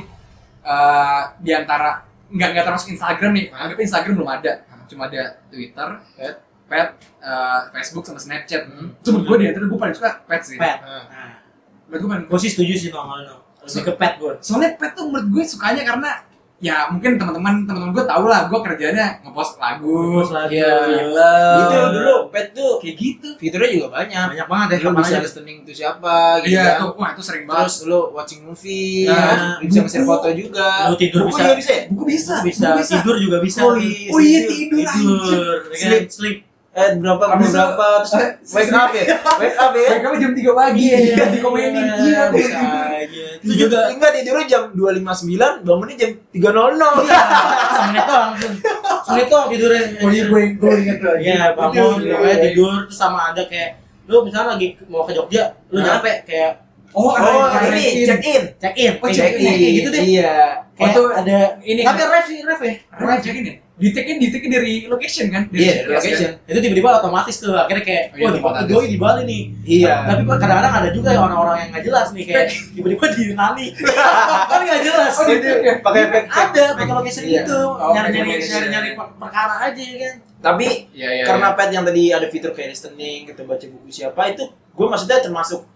uh, di antara nggak nggak termasuk Instagram nih, anggap Instagram belum ada, cuma ada Twitter, Pet. pet, uh, Facebook sama Snapchat. Hmm. Itu menurut gue di antara gue paling suka pet sih. pet. Nah. Nah, Menurut gue paling gue sih setuju sih sama lo. Lebih ke pet gue. soalnya pet tuh menurut gue sukanya karena ya mungkin teman-teman teman-teman gue tau lah gue kerjanya ngepost lagu, Terus lagi Iya. film, Itu dulu pet tuh kayak gitu. fiturnya juga banyak. banyak banget ya. Lu kapan bisa aja. listening to siapa gitu Iya kan. tuh, wah itu sering banget. Terus lu watching movie, Nah, kan? Lu bisa buku. nge-share foto juga. Lu tidur Buku bisa. juga bisa ya? Buku bisa, bisa, buku bisa. tidur juga bisa. Oh, iya. Oh iya tidur, anjir. tidur, ya kan? Sleep. sleep. Eh berapa, Habis pukul berapa, terus eh, wake up ya? Wake up ya? Mereka jam tiga pagi, Iya, di komenin, iya, gila tuh. bisa aja. Itu juga enggak tidurnya jam dua lima puluh sembilan, bangunnya jam tiga nol nol. Iya, semenit doang tuh. Semenit doang tidurnya. Oh iya gue gue ingat tuh. Iya, bangun, Tidur, pokoknya iya. tidur, terus sama ada kayak lu misalnya lagi mau ke Jogja, lu Hah? nyampe kayak Oh, Oh, ada ini check check in. check in, Oh, eh, check in. kayak gitu deh. Iya. Kayak Oh, tuh ada ini tapi kan? ref sih, ref ya. Ref check in ya? Di take in, di take in dari location kan? Iya, dari G P S location. kan? Itu tiba-tiba otomatis tuh akhirnya kayak Oh, iya, wah di Bali otomatis. doi di Bali nih. Iya. Tapi kok kadang-kadang ada juga orang-orang yang nggak jelas nih kayak tiba-tiba di Yunani. Kan nggak jelas. Oh, di take ya? Pakai pack Ada pakai location Iya. itu, Oh, nyari-nyari pakai location. nyari-nyari per- perkara aja ya kan. Tapi Iya, iya. karena iya. pet yang tadi ada fitur kayak listening, kita baca buku siapa itu, gue maksudnya termasuk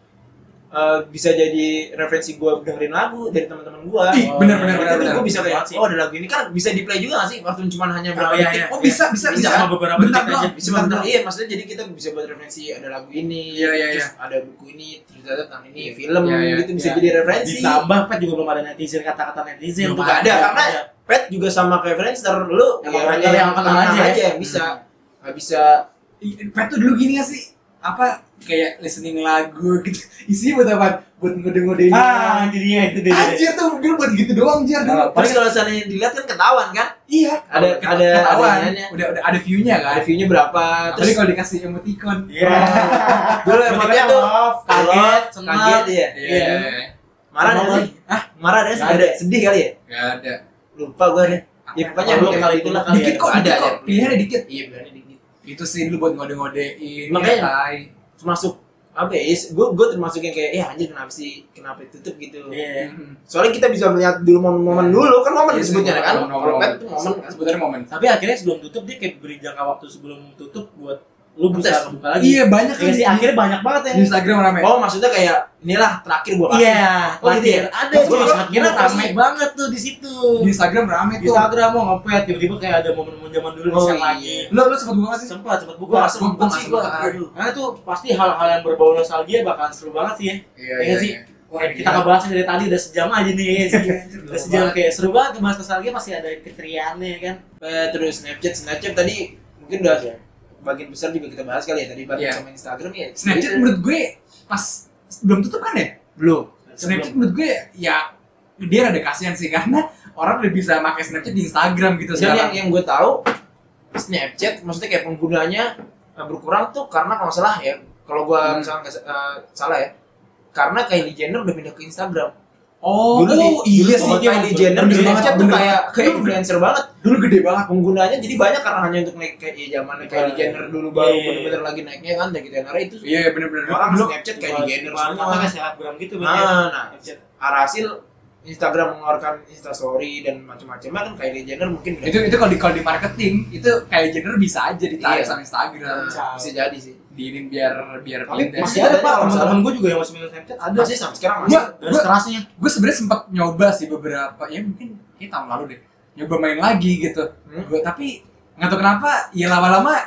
eh, bisa jadi referensi gue dengerin lagu dari teman-teman gue. Ih, bener, bener, Itu bener, tuh bener. gue bisa kayak, Sih. oh ada lagu ini kan bisa di play juga nggak sih? Waktu cuma hanya berapa Oh, iya, detik. iya. Oh bisa, bisa, Bisa, bisa. sama beberapa Bentar detik aja. doang, Bisa bentar bentar, doang. iya maksudnya jadi kita bisa buat referensi ada lagu ini, Iya, iya, terus ada buku ini, cerita tentang ini, film Iya, iya. gitu bisa Iya. jadi referensi. Ditambah pet juga belum ada netizen, kata-kata netizen Belum tuh ada, kan. karena pet juga sama kayak Friendster, lu Emang ya hanya hanya yang kenal aja ya? yang bisa, nggak bisa. Ih, pet tuh dulu gini gak sih? Apa kayak listening lagu gitu. Isinya buat apa? Buat ngode-ngodein. Ah, jadinya itu dia. Anjir tuh dulu buat gitu doang anjir dulu. Nah, paling kalau misalnya dilihat kan ketahuan kan, Iya, ada Ket- ada ketahuan. ada iniannya. Udah udah ada view-nya kan. ada view-nya berapa, Apalagi terus kalau dikasih emoticon. Iya. dulu emotnya tuh love, kaget, senang. kaget ya, Iya, iya, iya. marah Senang ada sih, lagi. ah marah ada sih, Nggak ada ada. sedih kali ya, Gak ada. lupa gue deh. Ya pokoknya Kalau lu kayak kali itulah. itu kali Dikit ya. kok, ada ada aja kok. Pilihannya dikit. Iya pilihannya dikit. Itu sih dulu buat ngode-ngodein. Makanya. ya, tai. Termasuk apa ya? Gue gue termasuk yang kayak, ya anjir kenapa sih kenapa ditutup gitu. Iya. Mhm. Soalnya kita bisa melihat dulu momen-momen dulu kan momen Iya, disebutnya sih, kan. momen-momen. Kalau pet tuh momen kan. Sebenarnya momen. Tapi akhirnya sebelum tutup dia kayak beri jangka waktu sebelum tutup buat lu bisa Ngetes. ngebuka lagi. Iya, banyak Iya kan sih, di- akhirnya banyak banget ya. di Instagram rame. Oh maksudnya kayak inilah terakhir gue kasih. Iya, Oh, gitu ya? terakhir. Ada Gua cuy, kira- kira gua rame pasti- banget tuh di situ. Di Instagram rame Di tuh. Instagram mau ngepet tiba-tiba kayak ada momen-momen zaman dulu Oh, di share iya. lagi. Lo lo sempat buka gak sih? Sempat sempat Gue buka. gak sempet Gua sih nggak gue. sempet. Aduh. Karena tuh pasti hal-hal yang berbau nostalgia bakalan seru banget sih ya. Iya, Iya sih. Wah, Kayak kita ngebahasnya dari tadi udah sejam aja nih ya sih. Anjir, Udah lama sejam banget. kayak seru banget ngebahas nostalgia, pasti ada keceriaannya kan. Pet, terus Snapchat, Snapchat tadi mungkin udah bagian besar juga kita bahas kali ya tadi bareng Iya. sama Instagram ya. Snapchat Itu- menurut gue pas belum tutup kan ya? belum. Snapchat menurut gue ya dia rada kasihan sih karena orang udah bisa pakai Snapchat di Instagram gitu Dan yang sekarang. yang gue tahu Snapchat maksudnya kayak penggunanya eh, berkurang tuh karena kalau nggak salah ya, kalau gue Hmm. misalnya nggak eh, salah ya, karena Kylie Jenner udah pindah ke Instagram. Oh, dulu oh, di, iya dulu sih. Kylie Jenner Bener di banget, Snapchat tuh bener kayak banget. kayak Dulu- influencer banget. Dulu gede banget. Penggunanya jadi banyak karena hanya untuk naik kayak ya zamannya Kylie Jenner dulu baru Iya. bener-bener lagi naiknya kan, dari Jenner itu Iya bener-bener. orang Dulu Snapchat Kylie Jenner semua. Apa kayak selebgram gitu berarti. Nah, nah, Snapchat. alhasil Instagram mengeluarkan Instastory dan macam-macamnya kan Kylie Jenner mungkin udah- itu itu kalau di kalau di marketing itu kayak Jenner bisa aja ditarik Iya. sama Instagram. Nah, bisa jadi sih. Diinin biar biar Tapi pindah. Masih Masih ada ada pak kalau teman-teman gue juga yang masih minum Snapchat ada. Masih sampai sekarang masih. Gua Garis gua kerasnya. gue sebenarnya sempat nyoba sih beberapa ya mungkin kayak tahun lalu deh nyoba main lagi gitu. Hmm. Gua, tapi nggak tahu kenapa ya lama-lama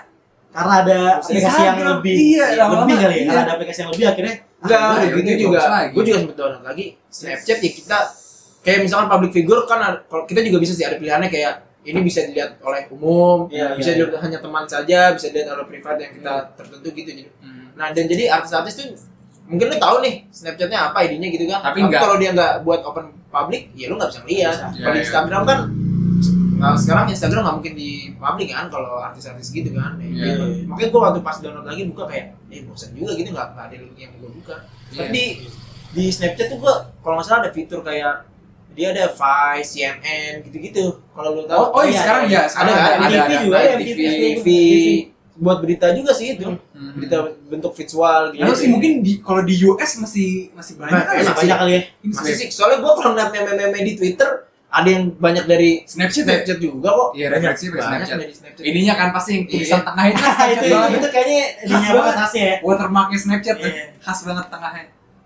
karena ada aplikasi yang Instagram, lebih iya, lebih lama-lama, kali ya, iya. karena ada aplikasi yang lebih akhirnya Enggak, Ah, udah ya gitu udah, juga. bagus lagi. Gue juga sempet download lagi Snapchat ya kita kayak misalkan public figure kan ada- kalau kita juga bisa sih ada pilihannya kayak ini bisa dilihat oleh umum, Iya, bisa iya, dilihat hanya teman saja, bisa dilihat oleh private yang kita tertentu gitu. Jadi, Hmm. nah dan jadi artis-artis tuh mungkin lu tahu nih Snapchatnya apa idenya gitu kan. Tapi enggak. kalau dia nggak buat open public, ya lu nggak bisa lihat. Bisa. Kalau di Iya, iya. Instagram kan nah, sekarang Instagram nggak mungkin di public kan kalau artis-artis gitu kan. Ya, Iya. gitu. Makanya gue waktu pas download lagi buka kayak, eh bosan juga gitu nggak nggak ada yang gue buka. Iya. Tapi di Snapchat tuh gue kalau nggak salah ada fitur kayak dia ada Vice, C N N gitu-gitu. Kalau lu tahu. Oh, oh, iya, iya, sekarang iya. ya, sekarang Ada, ada, ada, ada, T V ada, juga ada, ya, T V. T V. T V buat berita juga sih itu. Hmm. Berita bentuk visual gitu. Lalu sih mungkin di kalau di U S masih masih banyak Nah, kan masih ya? banyak kali ya. Ini Masih sebagai sih, soalnya gue kalau ngeliat meme-meme di Twitter ada yang banyak dari Snapchat ya? Snapchat juga kok. Iya, referensi pakai Banyak Snapchat. dari Snapchat. Ininya kan pasti yang tulisan Iya. tengah itu kan itu Snapchat itu, banget. itu kayaknya Khas dunia banget banget. khasnya ya. Watermarknya Snapchat tuh. Iya. Khas banget tengahnya.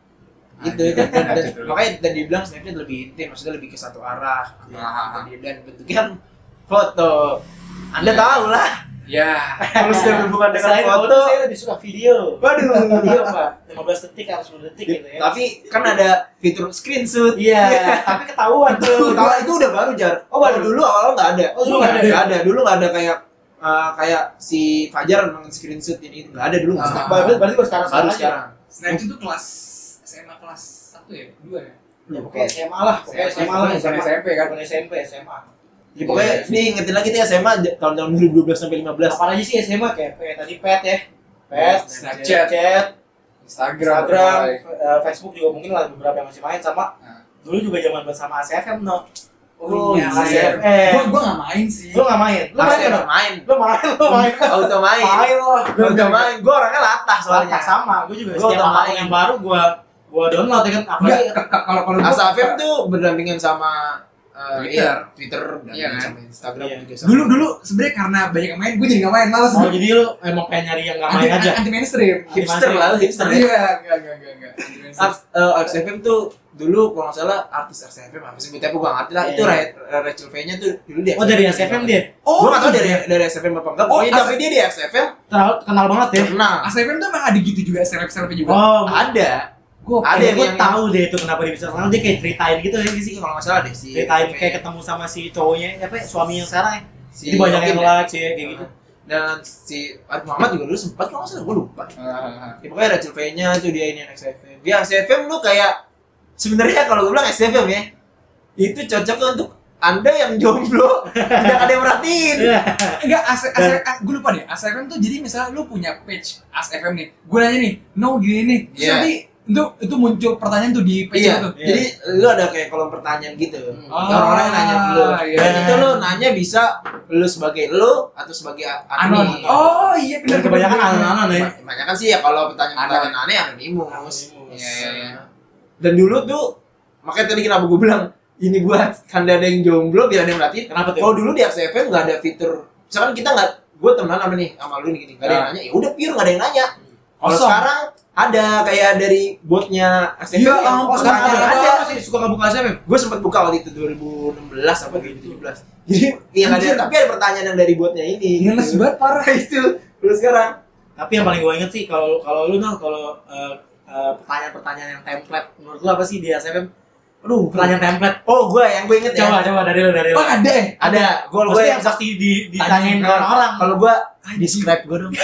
Itu Anjir, dan, dan, dan- Snapchat dulu. makanya tadi bilang Snapchat lebih intim, maksudnya lebih ke satu arah. Ah. Gitu. Dan bentuknya kan foto. Anda Iya. tahu lah. Ya. Kalau sudah berhubungan dengan Selain foto, foto, saya lebih suka video. waduh. Video pak, lima belas detik atau sepuluh detik gitu ya. Tapi kan ada fitur screenshot. Iya, tapi ketahuan tuh. Kalau itu udah baru jar. Oh, baru. dulu awal nggak ada. Oh, dulu nggak ada. Nggak ada. Dulu nggak ada kayak uh, kayak si Fajar meng-screenshot ini nggak ada dulu nggak Ah. ada. Berarti berarti baru sekarang Baru aja. sekarang. Snapchat itu kelas S M A kelas satu ya? dua ya? Ya, pokoknya S M A lah, pokoknya S M A lah, Bukan S M P kan? Bukan S M P, S M A. Ya, pokoknya ini ingetin lagi nih S M A j- tahun-tahun dua ribu dua belas sampai lima belas. Apalagi sih S M A kayak kayak tadi pet ya. Pet, Snapchat. Snapchat, Instagram, Instagram, Boy. eh, Facebook juga mungkin lah beberapa yang masih main sama Nah. dulu juga zaman bersama A C F M no. Oh, iya, iya. A C F Gua M. gua enggak main sih. Lu nggak main? Lu main Main kan? main. Lu main, lu main. Auto main. Main lo. Auto main. Gue orangnya latah Soalnya soalnya. sama, gue juga Gua setiap udah apa main. yang baru gua gua download ya kan Enggak, apalagi ke- ke- kalau kalau gua- Asafem tuh berdampingan sama uh, Twitter. iya, Twitter dan Iya kan? sama Instagram Iya. juga sama. dulu dulu sebenarnya karena banyak yang main, gue jadi nggak main, malas. oh jadi lu emang pengen nyari yang nggak main anti, aja. anti mainstream. hipster lah, lu hipster ya. Iya, enggak enggak enggak enggak. Anti mainstream. Ars- uh, X F M tuh dulu kalau nggak salah artis X F M apa sih sebutnya aku gak ngerti lah. Iya. Itu Ra- Rachel V-nya tuh dulu dia. Oh dari S F M dia. Oh, Gue nggak tahu iya. dari dari X F M apa enggak. Oh, Pokoknya As- tapi dia di X F M Terlalu kenal banget ya. terkenal. A S F M tuh emang ada gitu juga, seleb-seleb juga. Oh, Ada. gue ada ada yang- gue yang- tahu deh itu kenapa dia bisa kenal dia kayak ceritain gitu ya Sih kalau nggak salah deh si ceritain kayak ketemu sama si cowoknya apa suami yang sekarang ya. si Jadi banyak yang Yokin ya. like sih kayak gitu. Dan si Arif Muhammad juga dulu sempat kalau nggak salah gue lupa. Ah, Ya, pokoknya Rachel V-nya tuh dia ini X F M. Dia X F M lu kayak sebenarnya kalau gue bilang X F M ya itu cocok untuk anda yang jomblo tidak ada yang merhatiin. Iya. enggak, A S F M, gue lupa deh. A S F M tuh jadi misalnya lu punya page A S F M nih, gue nanya nih, no gini nih, terus Iya. nanti itu itu muncul pertanyaan tuh di page Iya, itu. Iya. jadi lu ada kayak kolom pertanyaan gitu. Oh, Orang-orang yang nanya ke lu. iya, Dan iya. itu lu nanya bisa lu sebagai lu atau sebagai a- Anon. admin. Oh iya benar. Dan kebanyakan anon-anon ya. Kebanyakan sih ya kalau pertanyaan-pertanyaan Anon. aneh anonimus. Anonimus. Iya iya iya. Dan dulu tuh makanya tadi kenapa gue bilang ini buat kanda ada yang jomblo biar ada yang merhatiin. Kenapa tuh? Kalau dulu di X F M nggak ada fitur, misalkan kita nggak, gue temenan sama nih sama lu nih gini, nggak ada yang Nah. nanya, ya udah pure nggak ada yang nanya. Kalau Kosong. sekarang ada kayak dari botnya X F M. Iya, yang ampun, oh, sekarang ada. ada. Ada. Masih suka nggak buka X F M? Gue sempat buka waktu itu dua ribu enam belas apa dua ribu tujuh belas. Jadi yang ada, Anjir. tapi ada pertanyaan yang dari botnya ini. Males gitu. banget, parah. itu. Terus sekarang Tapi yang paling gue inget sih kalau kalau lu nah kalau eh, eh, pertanyaan-pertanyaan yang template menurut lu apa sih di S F M? Aduh, pertanyaan template. oh gue yang gue inget Coba ya. coba dari lu dari lu. Oh ada ya? Ada. Gue gue Maksudnya yang yang pasti di ditanyain ke Anjing, orang. Kalau gue describe gue dong.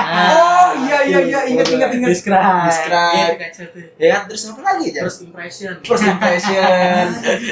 Oh iya iya iya, ingat ingat ingat. Describe. Describe. Iya, kayak gitu. Ya kan terus apa lagi aja? First impression. First impression.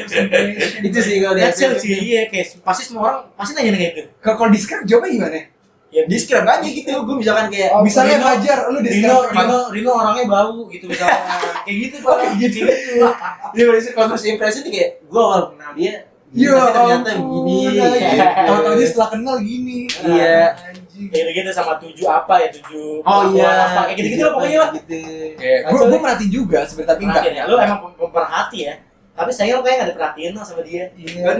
Itu sih kalau di That's X F M. it sih, iya kayak pasti semua orang pasti nanya kayak gitu. Kalau kalau describe jawabnya gimana? Ya Describe aja gitu. Gue misalkan kayak Oh, Misalnya Rino- Fajar, lu Rino, describe Rino, Rino orangnya bau gitu misalnya. Kayak gitu Pak. Oh, gitu. dia berarti kalau first impression tuh kayak gue awal kenal dia. Ya tapi ternyata ampun, begini. iya. gitu. Tahu-tahu dia setelah kenal gini. Iya. Anjing. Kayak gitu sama tujuh apa ya tujuh. Oh perempuan iya. Apa kayak gitu-gitu lah pokoknya lah. Gitu. Kayak gue gue merhatiin juga sebenarnya tapi enggak. Perhatiin ya, lu emang pem- pemerhati ya. Tapi saya lo kayak nggak diperhatiin lah sama dia. Iya.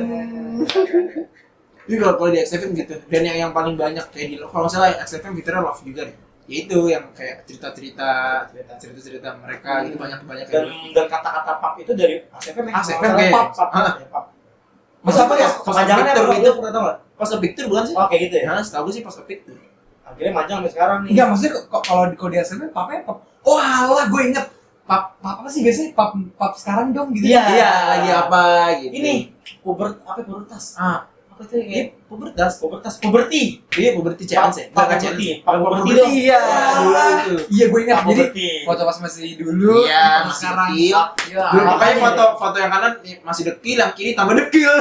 Ini kalau kalau di X F M gitu. Dan yang yang paling banyak kayak di kalau nggak salah X F M fiturnya love juga deh. Yaitu yang kayak cerita-cerita, cerita-cerita mereka gitu banyak banyak Dan dan kata-kata pap itu dari A S F M ya. A S F M Kalau kayak- pap pap. Ah. ya, pap. Masa apa ya? Kepanjangannya Picture apa gitu. itu pernah tahu nggak? Post a picture bukan sih? Oh kayak gitu ya. Nah, setahu gue sih post a picture. akhirnya manjang sampai sekarang nih. Enggak, maksudnya kok kalau di kode S M P papanya pap. Oh alah, gue inget. Pap, pap apa sih biasanya? Pap, pap sekarang dong gitu. Iya. Iya, lagi apa gitu. Ini puber apa pubertas? Ah, Apa itu iya, ya? pubertas. Pubertas, puberti. Iya, puberti chance ya. Pak Enggak puberti. chance. Pak puberti dong. Iya, dulu itu. Iya, gue ingat. Pak Jadi puberti. foto pas masih dulu, Iya, foto masih sekarang. dekil. Iya. Dulu Ah, makanya iya. foto foto yang kanan masih dekil, yang kiri tambah dekil.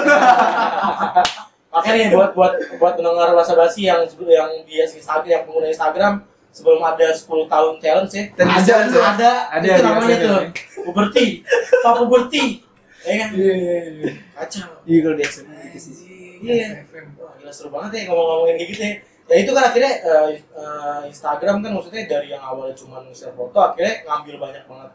Makanya nih buat buat buat pendengar basa-basi yang yang dia Instagram, yang pengguna Instagram sebelum ada sepuluh tahun challenge ya. Dan ada bisa ada, tuh. ada, Ada itu di namanya S M P. tuh. Puberti. Pak puberti. Ya kan? Iya, iya, iya. Kacau. Iya, kalau di S M P gitu sih. Iya. Wah, gila seru banget ya ngomong-ngomongin kayak gitu ya. Ya itu kan akhirnya eh, eh, Instagram kan maksudnya dari yang awalnya cuma share foto akhirnya ngambil banyak banget.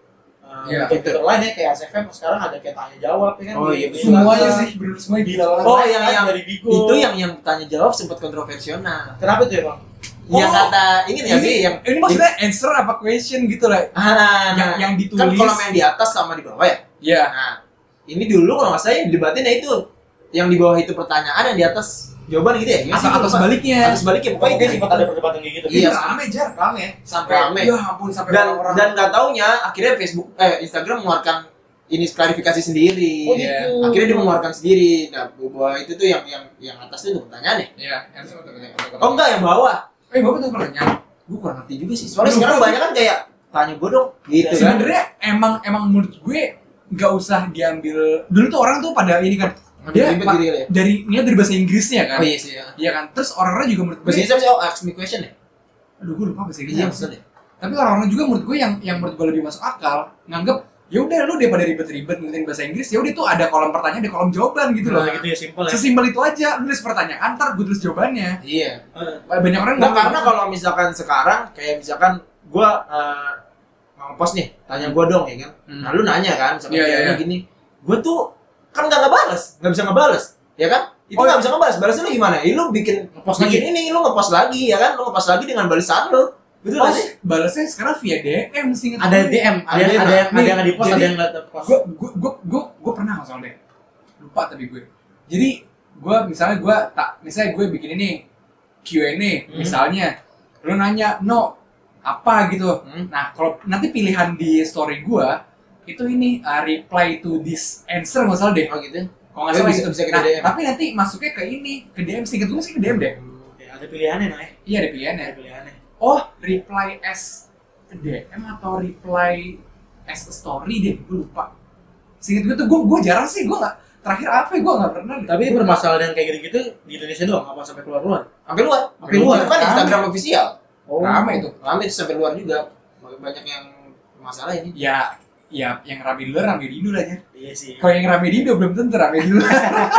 Eh, Iya, fitur lain ya kayak S F M sekarang ada kayak tanya jawab ya kan. Oh, di- iya, di betul. Semuanya Instagram. sih, bener semuanya Di gila banget. Oh, lain yang kan yang dari Bigo. itu yang yang tanya jawab sempat kontroversial. Kenapa tuh ya, Bang? Yang Oh. kata ini nggak sih Ini, yang ini maksudnya answer apa question gitu lah. ah, Yang nah, yang kan ditulis. kalau yang di atas sama di bawah ya. Iya. Nah, ini dulu kalau nggak salah yang didebatin ya itu yang di bawah itu pertanyaan, yang di atas jawaban gitu ya. Gimana sih? Atau atau Lupa. sebaliknya. Atau sebaliknya pokoknya Pokoknya itu sempat ada perdebatan kayak gitu. Iya. Iya, rame jar, rame. sampai rame. Ya ampun, sampai Dan orang-orang. dan nggak taunya akhirnya Facebook eh Instagram mengeluarkan ini klarifikasi sendiri. Oh, Iya. gitu. Akhirnya dia mengeluarkan sendiri. Nah, bawah itu tuh yang yang yang atas itu pertanyaan ya. Iya, answer atau atau- Oh enggak, yang bawah. Eh, bapak tuh pertanyaan. Gue kurang ngerti juga sih. Soalnya Lupa sekarang sih. banyak kan kayak tanya gue dong gitu kan. Sebenarnya emang emang menurut gue nggak usah diambil. Dulu tuh orang tuh pada ini kan. Ngambil Dia ribet pa- gitu kali ya. dari ini dari bahasa Inggrisnya kan. Oh iya sih ya. Iya kan. Terus orang-orang juga menurut gue. Bahasa Inggris apa sih? Oh, ask me question ya? Aduh, gue lupa bahasa Iya, Inggrisnya. maksudnya. Tapi orang-orang juga menurut gue yang yang menurut gue lebih masuk akal nganggep ya udah lu daripada ribet-ribet ngeliatin bahasa Inggris, ya udah tuh ada kolom pertanyaan, ada kolom jawaban gitu loh. Nah, gitu ya simpel ya. Sesimpel itu aja, lu tulis pertanyaan, ntar gue tulis jawabannya. Iya. Banyak orang Nah, nggak- karena kalau misalkan sekarang kayak misalkan gua eh, nge-post nih, tanya gua dong ya kan. Hmm. Nah, lu nanya kan, misalkan Iya, iya, dia iya. gini. Gua tuh kan enggak ngebales, enggak bisa ngebales, ya kan? Itu Oh, nggak iya. bisa ngebales. Balasnya lu gimana? Ya, lu bikin Ngepost bikin ini, lu nge-post lagi ya kan? Lu nge-post lagi dengan balasan lu. Betul Oh, nggak sih? balasnya sekarang via D M sih. Ada D M, ada Ada D M, ada yang ada nih, yang di post, jadi- ada yang nggak post. gue gue gue gue gue pernah nggak soalnya lupa tapi gue jadi gue misalnya gue tak misalnya gue bikin ini Q and A Hmm. misalnya lu nanya no apa gitu. Hmm. Nah kalau nanti pilihan di story gue itu ini uh, reply to this answer nggak salah deh Oh gitu. kalau nggak Oh, salah bisa- gitu. bisa ke Nah, D M. tapi nanti masuknya ke ini ke D M sih gue sih ke D M deh. Ya, ada pilihannya nah ya. Iya ada pilihannya. Ada pilihannya. Oh reply as D M atau reply as a story deh, gue lupa. Seinget gue tuh, gue gue jarang sih, gue nggak terakhir apa ya, gue nggak pernah. deh. Tapi permasalahan yang kayak gitu-gitu di Indonesia doang, apa sampai keluar-keluar? Sampai luar. Sampai luar. Itu kan Instagram official. Oh. Rame itu. Rame itu sampai luar juga. Banyak yang masalah ini. Ya, ya yang rame di luar rame di Indo lah ya. Iya sih. Kalau yang rame di Indo belum tentu rame di luar.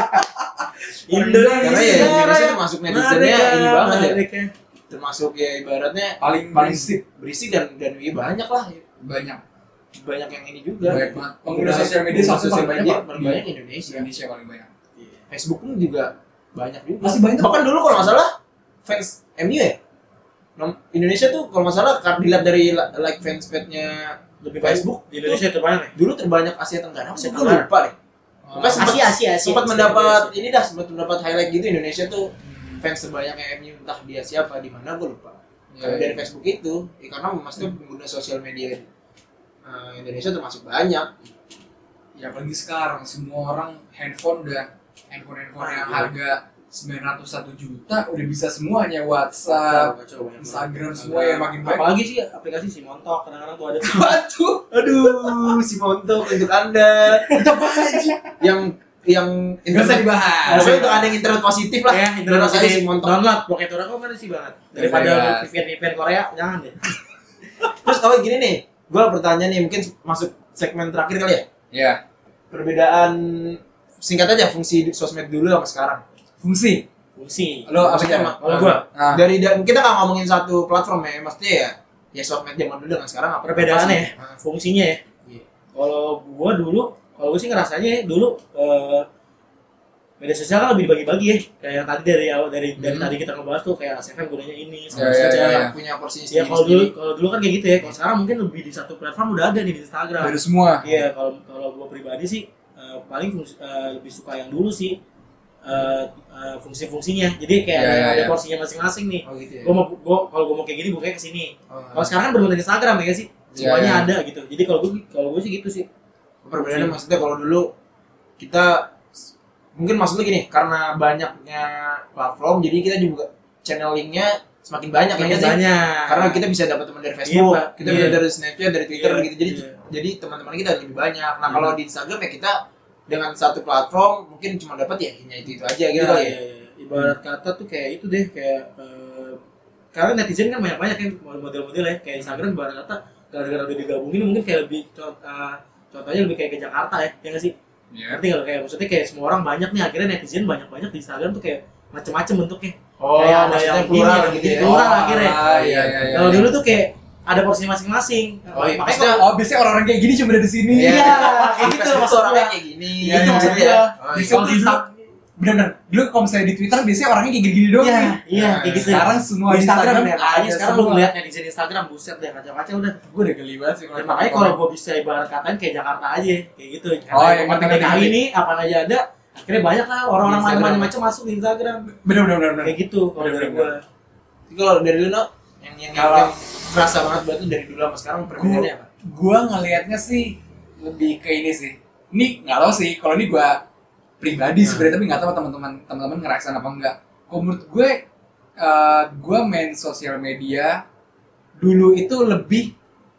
Indonesia. Karena ya Indonesia tuh masuk netizennya ini banget ya. ya. Termasuk ya ibaratnya Paling paling berisik. berisik dan dan ya banyak lah. Banyak. Banyak yang ini juga. Banyak banget. Pengguna sosial media Pengguna satu sosial paling media banyak. paling banyak Indonesia. Indonesia paling banyak. Facebook pun juga banyak juga. Masih banyak. Bahkan dulu kalau nggak salah fans M U ya. Nom- Indonesia tuh kalau nggak salah kar- dilihat dari li- like fans page-nya Lebih Facebook di Indonesia terbanyak ya? dulu terbanyak Asia Tenggara. Asia Asia gue Tenggara. lupa deh. Pokoknya sempat, Asia, Asia, Asia. sempat Asia, mendapat Asia. ini dah sempat mendapat highlight gitu Indonesia tuh Hmm. fans terbanyak M U entah dia siapa di mana gue lupa. Ya, Kalau ya. dari Facebook itu ya karena maksudnya pengguna sosial media eh, Indonesia termasuk banyak. Ya apalagi sekarang semua orang handphone udah handphone-handphone yang Iya. harga sembilan ratus satu juta udah bisa semuanya WhatsApp, Kacau, banyak Instagram banget. semua ya makin banyak. Apalagi sih aplikasi si Montok kadang-kadang tuh ada tuh. Waduh, Aduh, si Montok untuk Anda. yang yang nggak usah dibahas. Maksudnya untuk ada yang internet positif lah. Ya, internet Download aja positif. si Montok. Download Pocket Oracle mana sih banget. Daripada Bebas. V P N-V P N Korea, jangan deh. Terus oh gini nih, gue bertanya nih mungkin masuk segmen terakhir kali ya. Ya, Perbedaan singkat aja fungsi di sosmed dulu sama sekarang. fungsi. Fungsi. Lo apa Maksudnya, aja? Ma- Kalau gua Nah, Dari da- kita nggak ngomongin satu platform ya, maksudnya ya ya sosmed zaman dulu dengan sekarang apa Perbedaannya ya, apa sih? fungsinya ya. Iya. Kalau gua dulu, kalau gua sih ngerasanya ya, dulu eh, media sosial kan lebih dibagi-bagi ya. Kayak yang tadi dari awal dari dari Hmm. tadi kita ngebahas tuh kayak S F M gunanya ini, Ya, segala ya, macam. ya, ya. punya porsinya Ya kalau dulu sendiri. kalau dulu kan kayak gitu ya. Kalau sekarang mungkin lebih di satu platform udah ada nih di Instagram. dari semua. Iya, kalau kalau gua pribadi sih eh, paling fungsi, eh, lebih suka yang dulu sih. uh, uh, fungsi-fungsinya. Jadi kayak Iya, ada, iya, ada iya. porsinya masing-masing nih. Oh gitu ya. Gue mau gua kalau gue mau kayak gini bukanya ke sini. Oh. Kalau sekarang kan bener-bener Instagram ya sih. Iya, Semuanya iya. ada gitu. Jadi kalau gue kalau gue sih gitu sih. Perbedaannya maksudnya kalau dulu kita mungkin maksudnya gini, karena banyaknya platform jadi kita juga channelingnya semakin banyak ya Makin sih. banyak. Karena kita bisa dapat teman dari Facebook, Iya, Pak. kita Iya. bisa dari Snapchat, dari Twitter Iya, gitu. Jadi iya. jadi teman-teman kita lebih banyak. Nah, Iya. kalau di Instagram ya kita dengan satu platform mungkin cuma dapat ya hanya itu itu aja gitu Iya, kali iya, ya. iya. Ibarat kata tuh kayak itu deh kayak eh, karena netizen kan banyak-banyak kan model-model ya kayak Instagram ibarat kata gara-gara udah digabungin mungkin kayak lebih co- eh, contohnya lebih kayak ke Jakarta ya, ya nggak sih? Iya. Ngerti nggak lo? Kayak maksudnya kayak semua orang banyak nih akhirnya netizen banyak-banyak di Instagram tuh kayak macem-macem bentuknya. Oh, kayak ada maksudnya yang plural gini, gitu gini, ya. plural Oh, akhirnya. ah, iya, iya, iya. Kalau dulu tuh kayak ada porsinya masing-masing. Oh, iya, Makanya maksudnya- kalau Oh, biasanya orang-orang kayak gini cuma ada di sini. Iya, kayak Di gitu Facebook maksud orangnya gua. kayak gini. Iya, Itu iya, maksud iya. gua. Oh, Di iya. Kalau di Insta- bener-bener. Dulu kalau misalnya di Twitter biasanya orangnya kayak gini-gini doang. Iya, nih. iya Nah, kayak gitu. sekarang semua di di Instagram Instagram deh, ada makanya sekarang lu semua. ngeliat netizen Instagram buset deh kacau-kacau udah. Gue udah geli banget sih. Dan makanya kalau gue bisa ibarat katain kayak Jakarta aja kayak gitu. Oh, Karena iya, kota ngerti, D K I ngerti. ini apa aja ada, akhirnya banyak lah orang-orang Di Instagram. macam-macam masuk di Instagram. bener-bener bener. Kayak gitu kalau dari Bener-bener. gue. Jadi kalau dari lu no, yang yang Kalau- yang kerasa banget buat lu dari dulu sama sekarang perbedaannya apa? Gue ngelihatnya sih lebih ke ini sih. Ini nggak tahu sih. Kalau ini gue pribadi Hmm. sebenarnya, tapi nggak tahu teman-teman teman-teman ngerasain apa enggak. Kalau menurut gue, eh, gue main sosial media dulu itu lebih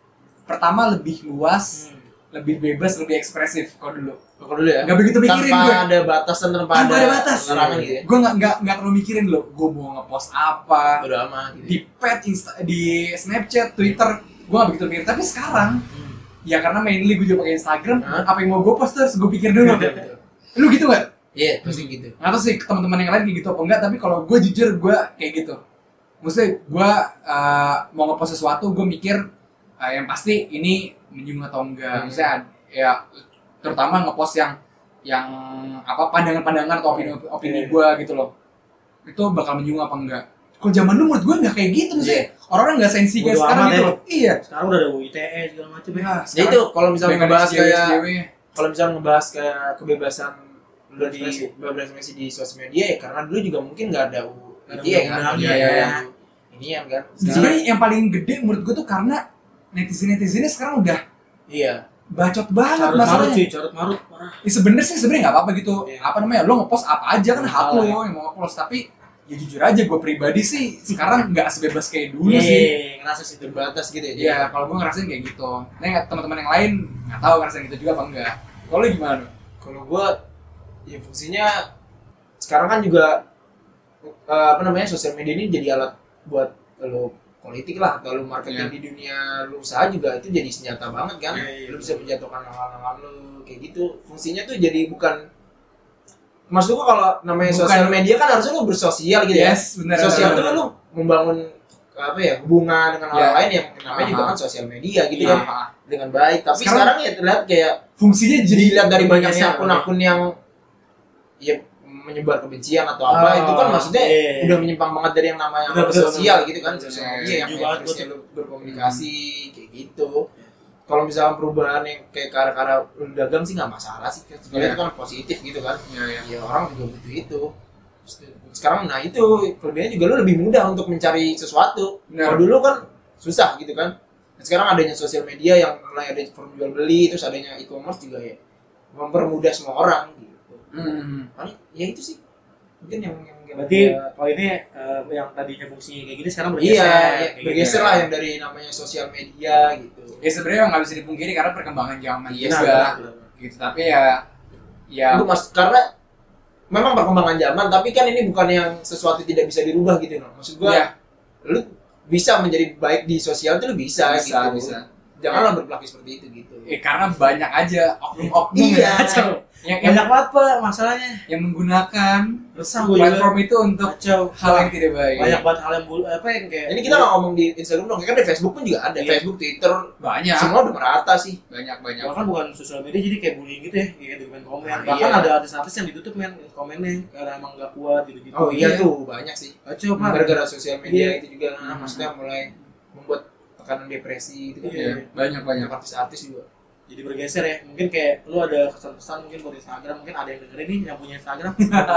pertama lebih luas, lebih bebas, lebih ekspresif kalau dulu. Kalau dulu ya. Nggak begitu mikirin Tanpa gue. ada batasan, tanpa Tanpa ada ada batas. larangan gitu ya. Gue nggak nggak nggak terlalu mikirin loh. Gue mau ngepost apa Udah amat gitu. di pet, Insta, di Snapchat, Twitter. Gue nggak begitu mikirin. Tapi sekarang Hmm. ya karena mainly gue juga pakai Instagram, Hah? apa yang mau gue post terus gue pikir dulu. Betul, betul. Lu gitu nggak? Iya, pasti gitu. Nggak tahu sih teman-teman yang lain kayak gitu apa enggak, tapi kalau gue jujur gue kayak gitu. Maksudnya gue uh, mau ngepost sesuatu, gue mikir uh, yang pasti ini menyinggung atau enggak. Hmm. Misalnya ya terutama ngepost yang yang apa pandangan-pandangan atau opini opini Iya. gue gitu loh. Itu bakal menyinggung apa enggak. Kalau zaman dulu menurut gue nggak kayak gitu maksudnya. Orang-orang nggak sensi kayak Bodo sekarang amat gitu ya, loh. Iya. Sekarang udah ada U I T E segala macam ya. Nah, Ya itu kalau misalnya ngebahas kayak S J W. kalau misalnya ngebahas kayak kebebasan lu di Berekspresi. berekspresi di sosial media ya karena dulu juga mungkin nggak ada U I Nggak T E ada kan. undang-undangnya, Iya, ya. iya. Ini yang kan. Sebenarnya yang paling gede menurut gue tuh karena netizen-netizennya sekarang udah Iya. bacot banget Carut marut masalahnya. sih, carut marut parah. Ya sebenarnya sih sebenarnya nggak apa-apa gitu. Iya. Apa namanya? Lo ngepost apa aja kan Nggak hak salah. lo yang mau ngepost, tapi ya jujur aja gue pribadi sih sekarang nggak sebebas kayak dulu Iya, sih. ngerasa sih terbatas. Terbatas gitu ya. Iya, kalau gue ngerasain kayak gitu. Nah, nggak- teman-teman yang lain nggak tahu ngerasain gitu juga apa enggak. Kalau lo gimana? Kalau gua ya fungsinya sekarang kan juga eh, apa namanya sosial media ini jadi alat buat lo politik lah atau lo marketing Iya. di dunia lo usaha juga itu jadi senjata banget kan. Iya, iya, Lo bisa menjatuhkan lawan-lawan lo kayak gitu. Fungsinya tuh jadi bukan maksud gua kalau namanya Bukan- sosial media kan harusnya lo bersosial gitu ya. Yes, benar. Sosial benar, itu kan benar. lo membangun apa ya hubungan dengan Iya. orang lain yang namanya juga Aha. kan sosial media gitu Iya. kan dengan baik. Tapi Sekarang- sekarang, ya terlihat kayak Fungsinya jadi jadi dilihat dari banyaknya Biasa, akun-akun yang ya menyebar kebencian atau apa Oh, itu kan maksudnya iya. udah menyimpang banget dari yang namanya Bener, bener, sosial bener. gitu kan Bener, sosial bener. media yang Setuju yang banget harusnya gua lu berkomunikasi kayak gitu. Kalau misalnya perubahan yang kayak ke arah-arah lu dagang sih nggak masalah sih, sebenarnya Iya. itu kan positif gitu kan. Iya, iya. Ya orang juga butuh itu. Sekarang nah itu kelebihannya juga lu lebih mudah untuk mencari sesuatu. Bener. Kalau dulu kan susah gitu kan. Dan sekarang adanya sosial media yang mulai ada forum jual beli, terus adanya e-commerce juga ya mempermudah semua orang gitu. Hmm. Paling ya itu sih mungkin yang yang, yang Berarti gua- kalau ini eh, yang tadinya fungsinya kayak gini sekarang bergeser. iya ya, kayak gitu. bergeser lah yang dari namanya sosial media gitu. Ya sebenarnya nggak bisa dipungkiri karena perkembangan zaman Iya, juga. benar, benar. Gitu. Tapi ya ya Untuk mas karena memang perkembangan zaman tapi kan ini bukan yang sesuatu tidak bisa dirubah gitu loh. Maksud gua ya, lu bisa menjadi baik di sosial itu lu bisa, bisa gitu. bisa. Janganlah berpelaki seperti itu gitu. Eh, karena banyak aja oknum-oknum Iya. yang, yang, yang, Banyak banget Pak masalahnya. yang menggunakan Resah gue juga. platform itu untuk Kacau. hal yang tidak baik. Banyak banget hal yang bulu apa yang kayak Ini kita nggak ngomong di Instagram dong, kan di Facebook pun juga ada. Iya. Facebook, Twitter, Banyak, semua udah merata sih. banyak, banyak. bahkan bukan sosial media jadi kayak bullying gitu ya, kayak di komen komen. Ah, Bahkan iya. ada artis-artis yang ditutup men komennya karena emang nggak kuat gitu-gitu. Oh iya Iya. tuh banyak sih. Kacau Pak. Gara-gara sosial media Iya. itu juga, Hmm. maksudnya mulai membuat tekanan depresi itu kan. Iya. Iya, banyak, banyak. Banyak artis-artis juga. jadi bergeser ya. Mungkin kayak lu ada kesan-kesan mungkin buat Instagram, mungkin ada yang dengerin nih yang punya Instagram.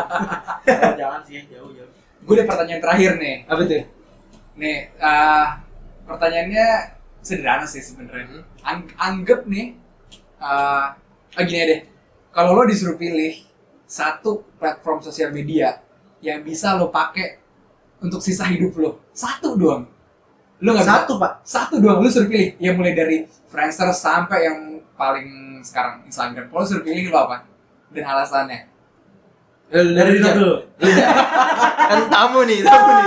Oh, jangan sih, jauh-jauh. Gue ada pertanyaan terakhir nih. Apa tuh? Nih, uh, pertanyaannya sederhana sih sebenarnya. Ang- anggap nih, uh, ah gini deh, kalau lo disuruh pilih satu platform sosial media yang bisa lo pakai untuk sisa hidup lo, satu doang. Lo nggak bisa- Satu, Pak. Satu doang, lo suruh pilih. Ya mulai dari Friendster sampai yang paling sekarang Instagram. Kalau lo suruh pilih lo apa? Dan alasannya? Lu Dari dulu dulu. Lu Jar. Kan tamu nih, tamu nih.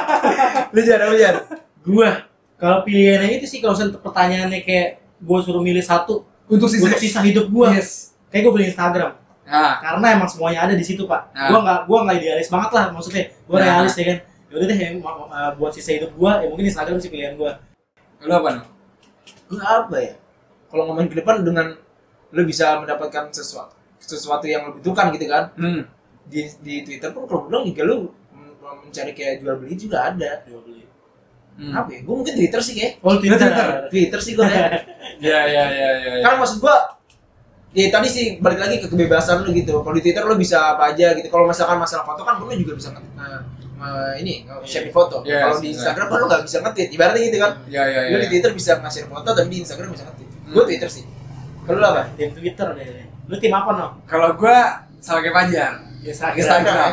Lu Jar, lu Jar. Gua kalau pilihannya itu sih kalau misalnya pertanyaannya kayak gua suruh milih satu Untuk sisa, untuk sisa hidup gua. Yes. Kayak gua pilih Instagram. Nah, Karena emang semuanya ada di situ, Pak. Nah. Gua nggak gua nggak idealis banget lah maksudnya. Gua Nah. realis ya kan. Ya udah deh yang ma- ma- buat sisa hidup gua ya mungkin Instagram sih pilihan gua. lo apa no? Lu apa ya? Kalau ngomongin ke depan dengan lu bisa mendapatkan sesuatu sesuatu yang lu butuhkan gitu kan. Hmm. Di di Twitter pun kalau bilang juga lu men- mencari kayak jual beli juga ada. Hmm. Apa ya? Gua mungkin Twitter sih kayak. Oh, Twitter. Twitter. Twitter sih gua kayak. Ya ya ya ya. ya. Karena maksud gua ya tadi sih balik lagi ke kebebasan lu gitu. Kalau di Twitter lu bisa apa aja gitu. Kalau misalkan masalah foto kan lu juga bisa nge- nge- nge- ini nge-share foto. Yes, Kalau di yes. Instagram kan lu nggak bisa nge-tweet. Ibaratnya gitu kan. Ya ya ya. Lu di Twitter bisa nge-share foto tapi di Instagram bisa nge-tweet. Hmm. Gua Twitter sih. Kalau lu apa? Di Twitter deh. Lu tim apa, No? Kalau gua sama kayak Fajar. Instagram. Instagram.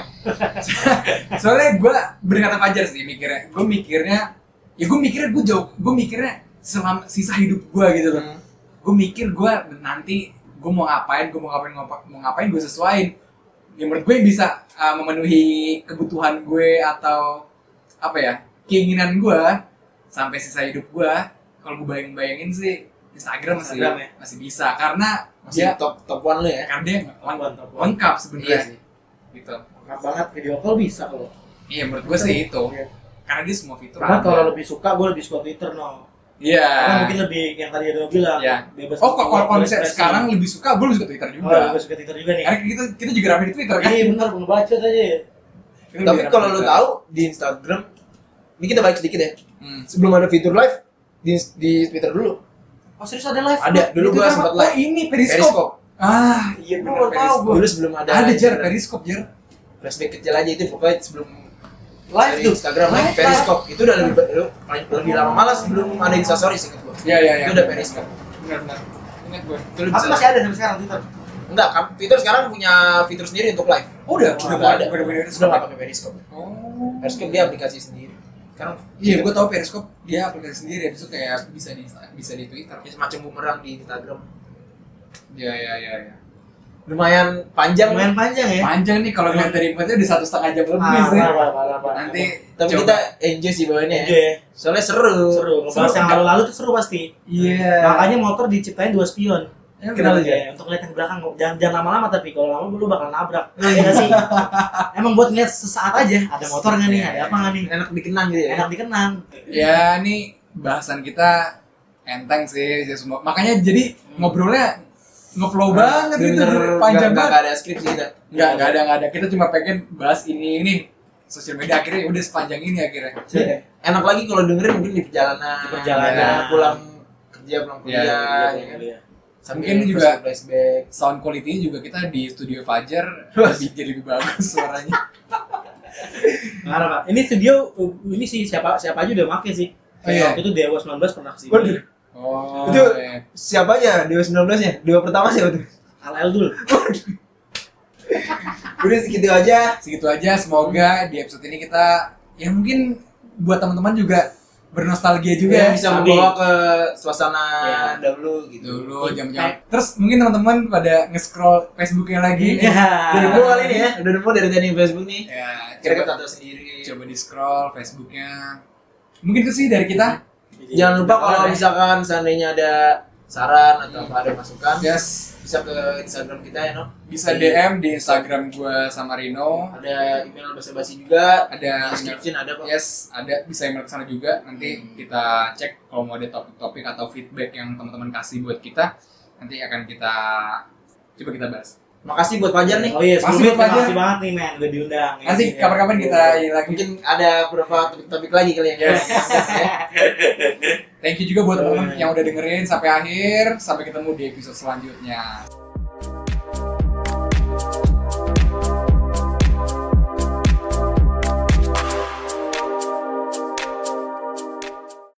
Soalnya gua berkata Fajar sih mikirnya. Gua mikirnya ya gua mikirnya gua jauh. Gua mikirnya selama sisa hidup gua gitu loh. Hmm. Gue mikir gue nanti gue mau ngapain, gue mau ngapain, ngapa- mau ngapain gue sesuaiin. Yang menurut gue bisa uh, memenuhi kebutuhan gue atau apa ya keinginan gue sampai sisa hidup gue. Kalau gue bayang-bayangin sih Instagram masih Instagram ya? masih bisa karena Masih dia top top one lu ya. karena dia Top one, top one. lengkap Iya sebenarnya sih. gitu. Lengkap banget video call bisa kalau. Iya menurut gue sih itu Iya. karena dia semua fitur Cuman ada. kalau lebih suka gue lebih suka Twitter, No. Iya. Karena mungkin lebih yang tadi ada bilang Iya. bebas. Oh kalau kalau bebas misalnya ekspresi. sekarang lebih suka gue lebih suka Twitter Oh, juga. gue suka Twitter juga nih. Karena kita kita juga rame di Twitter kan. Iya benar, belum baca aja. Kita Tapi lebih kalau rame lu di tahu di Instagram ini kita balik sedikit ya. Hmm. Sebelum ada fitur live di di Twitter dulu. Oh serius ada live? Ada, dulu Itu gua kan sempat apa? live. Oh, ini Periscope. Periscope. Ah, iya Gua benar baru tahu, Periscope. gua. Dulu sebelum ada Ada jar Instagram. Periscope jar. Flashback kecil aja itu pokoknya sebelum Live dari tuh. Instagram live Live, Periscope itu udah lebih lu, paling lebih lama malah sebelum ada Instastory sih ingat gua. Iya iya iya. Itu udah Periscope. Benar benar. Ingat gue. Itu lu Tapi bisa. masih ada sampai sekarang Twitter. Enggak, kan Twitter sekarang punya fitur sendiri untuk live. Oh, udah, Udah udah ada. Benar benar. Sudah nggak pakai Periscope. Oh. Periscope dia aplikasi sendiri. Sekarang Iya, gue tahu Periscope dia aplikasi sendiri, habis itu kayak bisa di bisa di Twitter. ya semacam bumerang di Instagram. Iya iya iya iya. Lumayan panjang. Lumayan panjang ya. Panjang nih kalau lihat dari info di satu setengah jam lebih Ah, sih. parah, parah, parah. Nanti Tapi coba. kita enjoy sih bawaannya ya. Enjoy ya. Soalnya seru. Seru. Ngebahas Seru. yang lalu-lalu tuh seru pasti. Iya. Makanya motor diciptain dua spion. Ya, Kenapa benar. aja? Ya, untuk lihat yang belakang jangan jangan lama-lama tapi kalau lama lu bakal nabrak. Ya nggak sih? Emang buat ngeliat sesaat aja. Ada motor nggak nih? Ada apa nggak nih? Enak dikenang gitu ya. Enak dikenang. Ya, ini bahasan kita enteng sih ya semua. Makanya jadi ngobrolnya ngeflow banget gitu, Bener-bener panjang nggak- banget. nggak ada skrip sih kita. Enggak, enggak ada, enggak ada. Kita cuma pengen bahas ini ini sosial media akhirnya udah sepanjang ini akhirnya. Iya. Enak lagi kalau dengerin mungkin di perjalanan. Di perjalanan. ya, pulang kerja pulang Iya, kuliah. Iya, ya kan? iya. Sambil Mungkin juga- flashback. Sound quality juga kita di studio Fajar lebih jadi lebih bagus suaranya. Parah, Pak. Ini studio uh, ini sih siapa siapa aja udah make sih. Oh, iya. Waktu itu Dewa sembilan belas pernah sih. Waduh. Oh. Itu iya. siapanya? Dewa sembilan belas nya? Dewa pertama siapa tuh? Al Eldul. Udah segitu aja. Segitu aja, semoga di episode ini kita ya mungkin buat teman-teman juga bernostalgia juga Juga ya. bisa Sabi. membawa ke suasana Iya. dahulu gitu. Dulu jam-jam. Terus mungkin teman-teman pada nge-scroll Facebooknya lagi. Iya. Udah nemu kali ini ya, udah nemu dari tadi Facebook nih. Ya, Kira coba, kita tahu sendiri. coba di scroll Facebooknya. Mungkin itu sih dari kita. Jangan lupa kalau Boleh. misalkan seandainya ada saran atau apa ada masukan, Yes, bisa ke Instagram kita ya, no? bisa D M di Instagram gua sama Rino. Ada email basa-basi juga, Ada di description ada kok. Yes, ada bisa email ke sana juga. Nanti kita cek kalau mau ada topik-topik atau feedback yang teman-teman kasih buat kita, nanti akan kita coba kita bahas. Makasih buat Fajar nih. Oh iya, Masih sebelumnya buat Fajar. terima kasih banget nih men, udah diundang. Nanti Iya. kapan-kapan kita lagi. Mungkin ada beberapa topik-topik lagi kali yang Yes. ya. Thank you juga buat teman-teman yang udah dengerin sampai akhir. Sampai ketemu di episode selanjutnya.